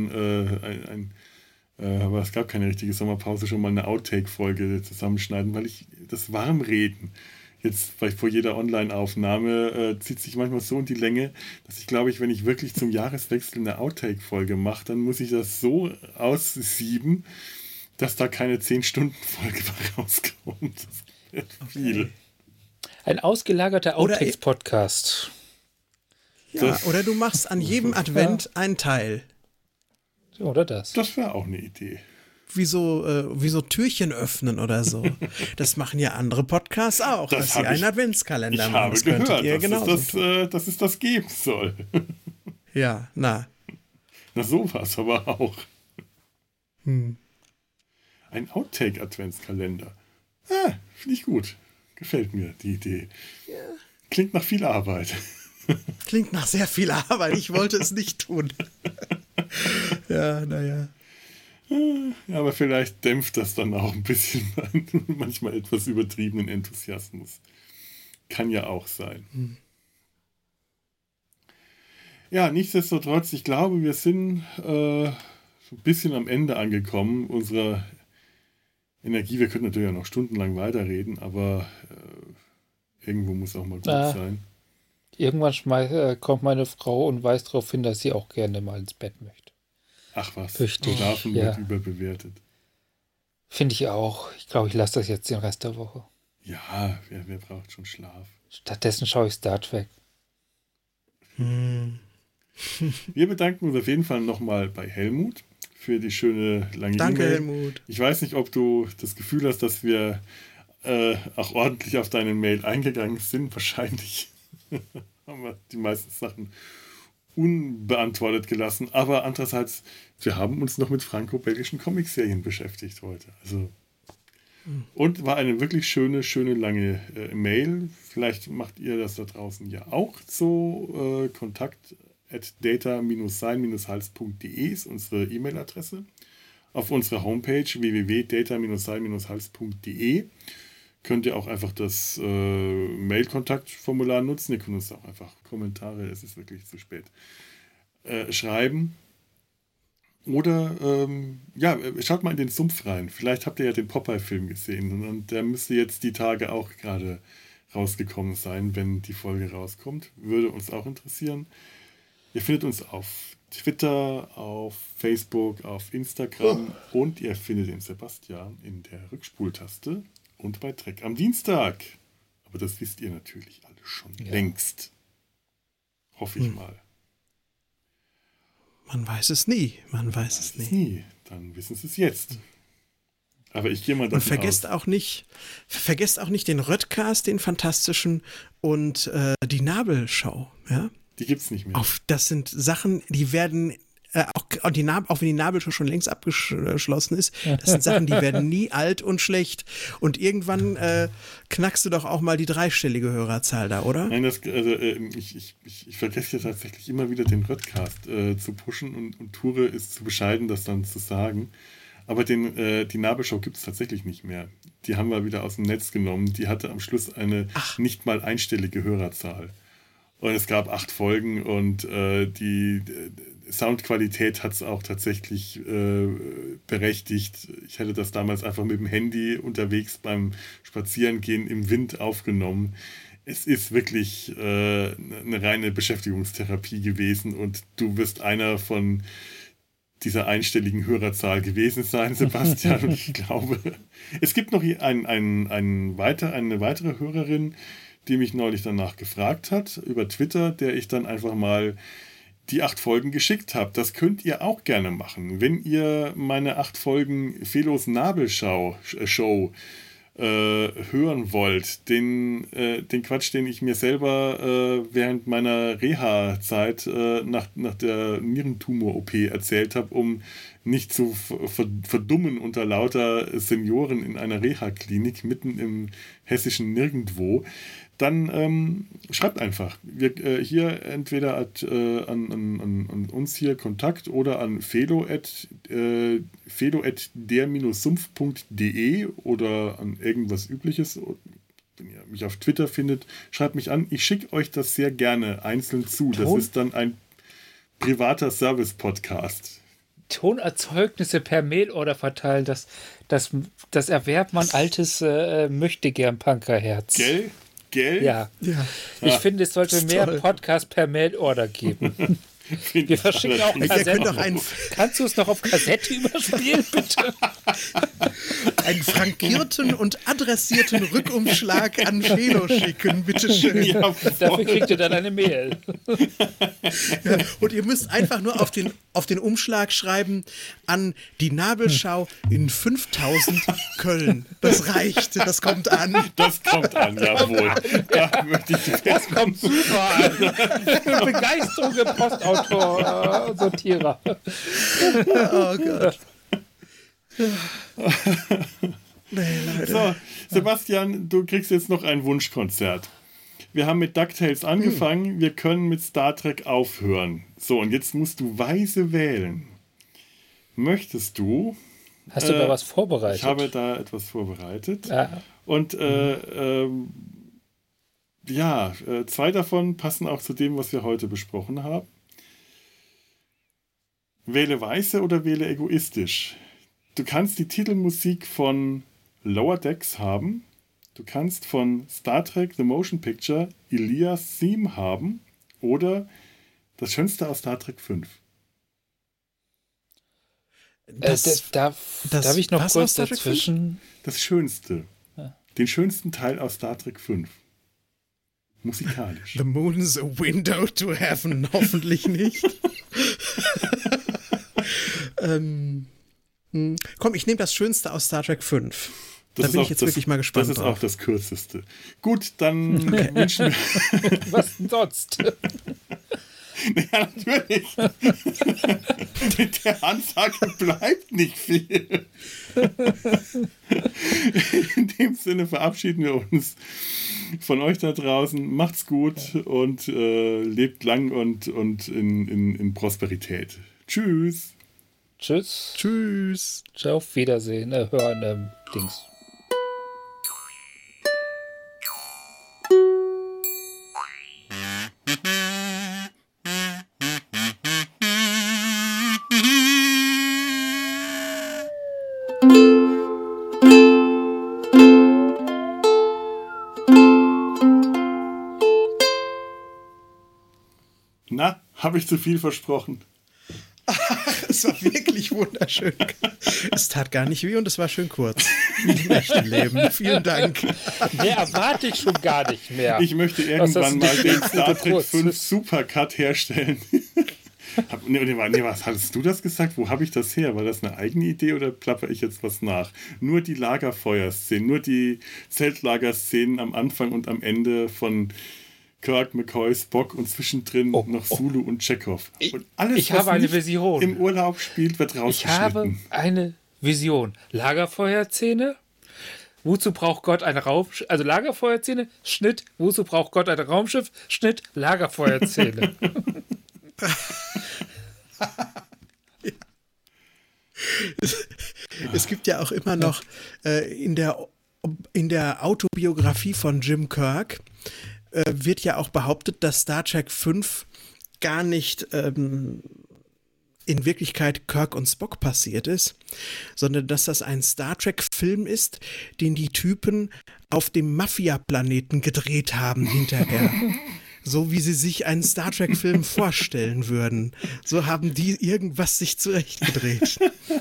aber es gab keine richtige Sommerpause, schon mal eine Outtake-Folge zusammenschneiden, weil ich das Warmreden jetzt vor jeder Online-Aufnahme zieht sich manchmal so in die Länge, dass ich glaube, wenn ich wirklich zum Jahreswechsel eine Outtake-Folge mache, dann muss ich das so aussieben, dass da keine 10-Stunden-Folge rauskommt. Das ist viel. Ein ausgelagerter Outtakes-Podcast. Ja, oder du machst an jedem Advent einen Teil. Oder das. Das wäre auch eine Idee. Wie so Türchen öffnen oder so. Das machen ja andere Podcasts auch, dass sie einen Adventskalender machen. Ich habe gehört, dass es das geben soll. Ja, na. Na sowas aber auch. Ein Outtake-Adventskalender. Finde ich gut. Gefällt mir die Idee. Ja. Klingt nach viel Arbeit. Klingt nach sehr viel Arbeit. Ich wollte es nicht tun. Ja, naja. Ja, aber vielleicht dämpft das dann auch ein bisschen manchmal etwas übertriebenen Enthusiasmus. Kann ja auch sein. Ja, nichtsdestotrotz, ich glaube, wir sind so ein bisschen am Ende angekommen unserer Energie. Wir könnten natürlich auch noch stundenlang weiterreden, aber irgendwo muss auch mal gut sein. Irgendwann kommt meine Frau und weist darauf hin, dass sie auch gerne mal ins Bett möchte. Ach was, Schlafen wird überbewertet. Finde ich auch. Ich glaube, ich lasse das jetzt den Rest der Woche. Ja, wer braucht schon Schlaf? Stattdessen schaue ich Star Trek. Wir bedanken uns auf jeden Fall nochmal bei Helmut für die schöne lange Danke, E-Mail. Helmut. Ich weiß nicht, ob du das Gefühl hast, dass wir auch ordentlich auf deine Mail eingegangen sind. Wahrscheinlich haben wir die meisten Sachen unbeantwortet gelassen. Aber andererseits, wir haben uns noch mit franco-belgischen Comicserien beschäftigt heute. Also, und war eine wirklich schöne lange Mail. Vielleicht macht ihr das da draußen ja auch so. kontakt@data-sein-hals.de ist unsere E-Mail-Adresse. Auf unserer Homepage www.data-sein-hals.de könnt ihr auch einfach das Mail-Kontakt-Formular nutzen. Ihr könnt uns auch einfach Kommentare, es ist wirklich zu spät, schreiben. Oder, schaut mal in den Sumpf rein. Vielleicht habt ihr ja den Popeye-Film gesehen und der müsste jetzt die Tage auch gerade rausgekommen sein, wenn die Folge rauskommt. Würde uns auch interessieren. Ihr findet uns auf Twitter, auf Facebook, auf Instagram und ihr findet den Sebastian in der Rückspultaste und bei Trek am Dienstag. Aber das wisst ihr natürlich alle schon längst. Hoffe ich mal. Man weiß es nie. Man weiß es nie. Dann wissen sie es jetzt. Aber ich gehe mal davon aus. Und vergesst auch nicht den Röttcast, den fantastischen und die Nabelschau. Ja? Die gibt's nicht mehr. Das sind Sachen, die werden auch wenn die Nabelschau schon längst abgeschlossen ist, das sind Sachen, die werden nie alt und schlecht. Und irgendwann knackst du doch auch mal die dreistellige Hörerzahl da, oder? Nein, ich vergesse ja tatsächlich immer wieder den Röttcast zu pushen und Ture ist zu bescheiden, das dann zu sagen. Aber die Nabelschau gibt es tatsächlich nicht mehr. Die haben wir wieder aus dem Netz genommen. Die hatte am Schluss eine nicht mal einstellige Hörerzahl. Und es gab 8 Folgen und die Soundqualität hat es auch tatsächlich berechtigt. Ich hätte das damals einfach mit dem Handy unterwegs beim Spazierengehen im Wind aufgenommen. Es ist wirklich eine reine Beschäftigungstherapie gewesen und du wirst einer von dieser einstelligen Hörerzahl gewesen sein, Sebastian. Und ich glaube, es gibt noch eine weitere Hörerin, die mich neulich danach gefragt hat über Twitter, der ich dann einfach mal die 8 Folgen geschickt habe. Das könnt ihr auch gerne machen. Wenn ihr meine 8 Folgen Felos Nabelschau Show hören wollt, den Quatsch, den ich mir selber während meiner Reha-Zeit nach der Nierentumor-OP erzählt habe, um nicht zu verdummen unter lauter Senioren in einer Reha-Klinik mitten im hessischen Nirgendwo, dann schreibt einfach. Hier entweder an uns hier Kontakt oder an felo@der-sumpf.de oder an irgendwas Übliches. Wenn ihr mich auf Twitter findet, schreibt mich an. Ich schicke euch das sehr gerne einzeln zu. Das ist dann ein privater Service-Podcast. Tonerzeugnisse per Mailorder verteilen, das erwerbt man altes Möchtegern-Punkerherz. Gell? Ja. Ich finde, es sollte mehr Podcasts per Mailorder geben. Wir verschicken auch Kassetten. Kannst du es noch auf Kassette überspielen, bitte? Einen frankierten und adressierten Rückumschlag an Felo schicken, bitteschön. Ja, dafür kriegt ihr dann eine Mail. Ja, und ihr müsst einfach nur auf den Umschlag schreiben an die Nabelschau in 5000 Köln. Das reicht, das kommt an. Das kommt an, jawohl. Das kommt super an. Begeisterung im Postautor, Sortierer. Oh Gott. Nee, Leute. So, Sebastian, du kriegst jetzt noch ein Wunschkonzert. Wir haben mit DuckTales angefangen, wir können mit Star Trek aufhören. So, und jetzt musst du weise wählen. Möchtest du... Hast du da was vorbereitet? Ich habe da etwas vorbereitet. Ja. Und zwei davon passen auch zu dem, was wir heute besprochen haben. Wähle weise oder wähle egoistisch. Du kannst die Titelmusik von Lower Decks haben. Du kannst von Star Trek The Motion Picture Elias Theme haben. Oder das Schönste aus Star Trek 5. Darf ich noch kurz dazwischen? Das Schönste. Ja. Den schönsten Teil aus Star Trek 5. Musikalisch. The moon's a window to heaven. Hoffentlich nicht. Komm, ich nehme das Schönste aus Star Trek 5. Da bin ich jetzt wirklich mal gespannt drauf. Das ist auch das Kürzeste. Gut, dann wünschen wir... Was denn sonst? Ja, natürlich. Mit der Ansage bleibt nicht viel. In dem Sinne verabschieden wir uns von euch da draußen. Macht's gut und lebt lang und in Prosperität. Tschüss. Tschüss. Tschüss. Ciao, auf Wiedersehen. Hören, Dings. Na, habe ich zu viel versprochen? Es war wirklich wunderschön. Es tat gar nicht weh und es war schön kurz. Wie im echten Leben. Vielen Dank. Mehr erwarte ich schon gar nicht mehr. Ich möchte irgendwann mal den Star Trek 5 Supercut herstellen. Was hattest du das gesagt? Wo habe ich das her? War das eine eigene Idee oder plapper ich jetzt was nach? Nur die Lagerfeuerszenen, nur die Zeltlagerszenen am Anfang und am Ende von McCoy, Spock und zwischendrin noch Sulu und Chekhov. Und alles, ich habe eine Vision. Im Urlaub spielt, wird rausgeschnitten. Ich habe eine Vision. Lagerfeuerszene. Wozu braucht Gott ein Raumschiff? Also Lagerfeuerszene, Schnitt. Wozu braucht Gott ein Raumschiff? Schnitt, Lagerfeuerszene. Es gibt ja auch immer noch in der Autobiografie von Jim Kirk wird ja auch behauptet, dass Star Trek 5 gar nicht in Wirklichkeit Kirk und Spock passiert ist, sondern dass das ein Star Trek-Film ist, den die Typen auf dem Mafia-Planeten gedreht haben hinterher. So wie sie sich einen Star Trek-Film vorstellen würden. So haben die irgendwas sich zurechtgedreht.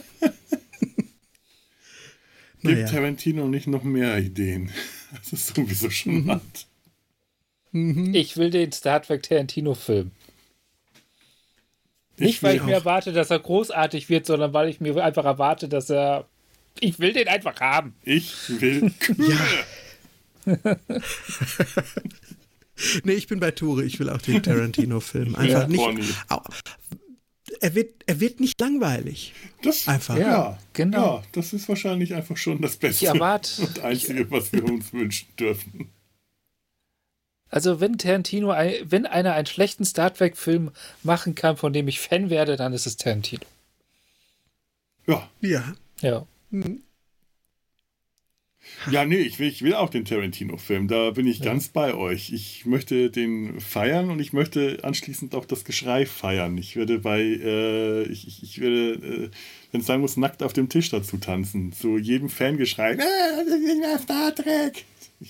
Gibt Tarantino nicht noch mehr Ideen? Das ist sowieso schon hart. Ich will den Star Trek Tarantino-Film. Nicht, weil ich mir erwarte, dass er großartig wird, sondern weil ich mir einfach erwarte, dass er... Ich will den einfach haben. Ich will Kühe. Ja. Nee, ich bin bei Ture. Ich will auch den Tarantino-Film. Einfach nicht... Er wird nicht langweilig. Das, einfach. Ja, genau. Ja, das ist wahrscheinlich einfach schon das Beste Ich erwarte... und Einzige, was wir uns wünschen dürfen. Also wenn einer einen schlechten Star Trek-Film machen kann, von dem ich Fan werde, dann ist es Tarantino. Ja. Ja. Ja. Ja, nee, ich will auch den Tarantino-Film. Da bin ich ganz bei euch. Ich möchte den feiern und ich möchte anschließend auch das Geschrei feiern. Ich werde wenn es sein muss, nackt auf dem Tisch dazu tanzen. Zu jedem Fangeschrei. Star Trek!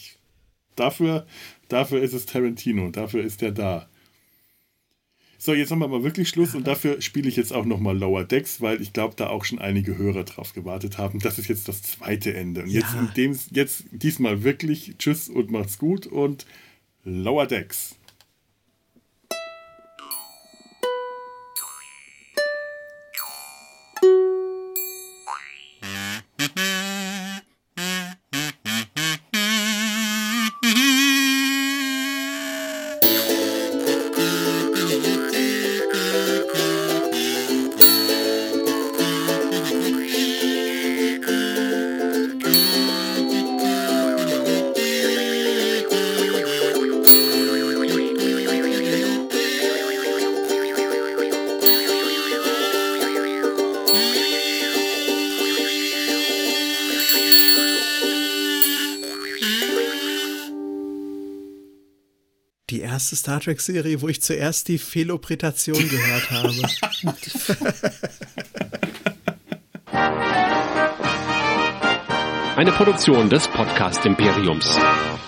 Dafür ist es Tarantino. Dafür ist er da. So, jetzt haben wir mal wirklich Schluss und dafür spiele ich jetzt auch nochmal Lower Decks, weil ich glaube, da auch schon einige Hörer drauf gewartet haben. Das ist jetzt das zweite Ende. Und jetzt diesmal wirklich Tschüss und macht's gut und Lower Decks. die erste Star Trek-Serie, wo ich zuerst die Felopretation gehört habe. Eine Produktion des Podcast Imperiums.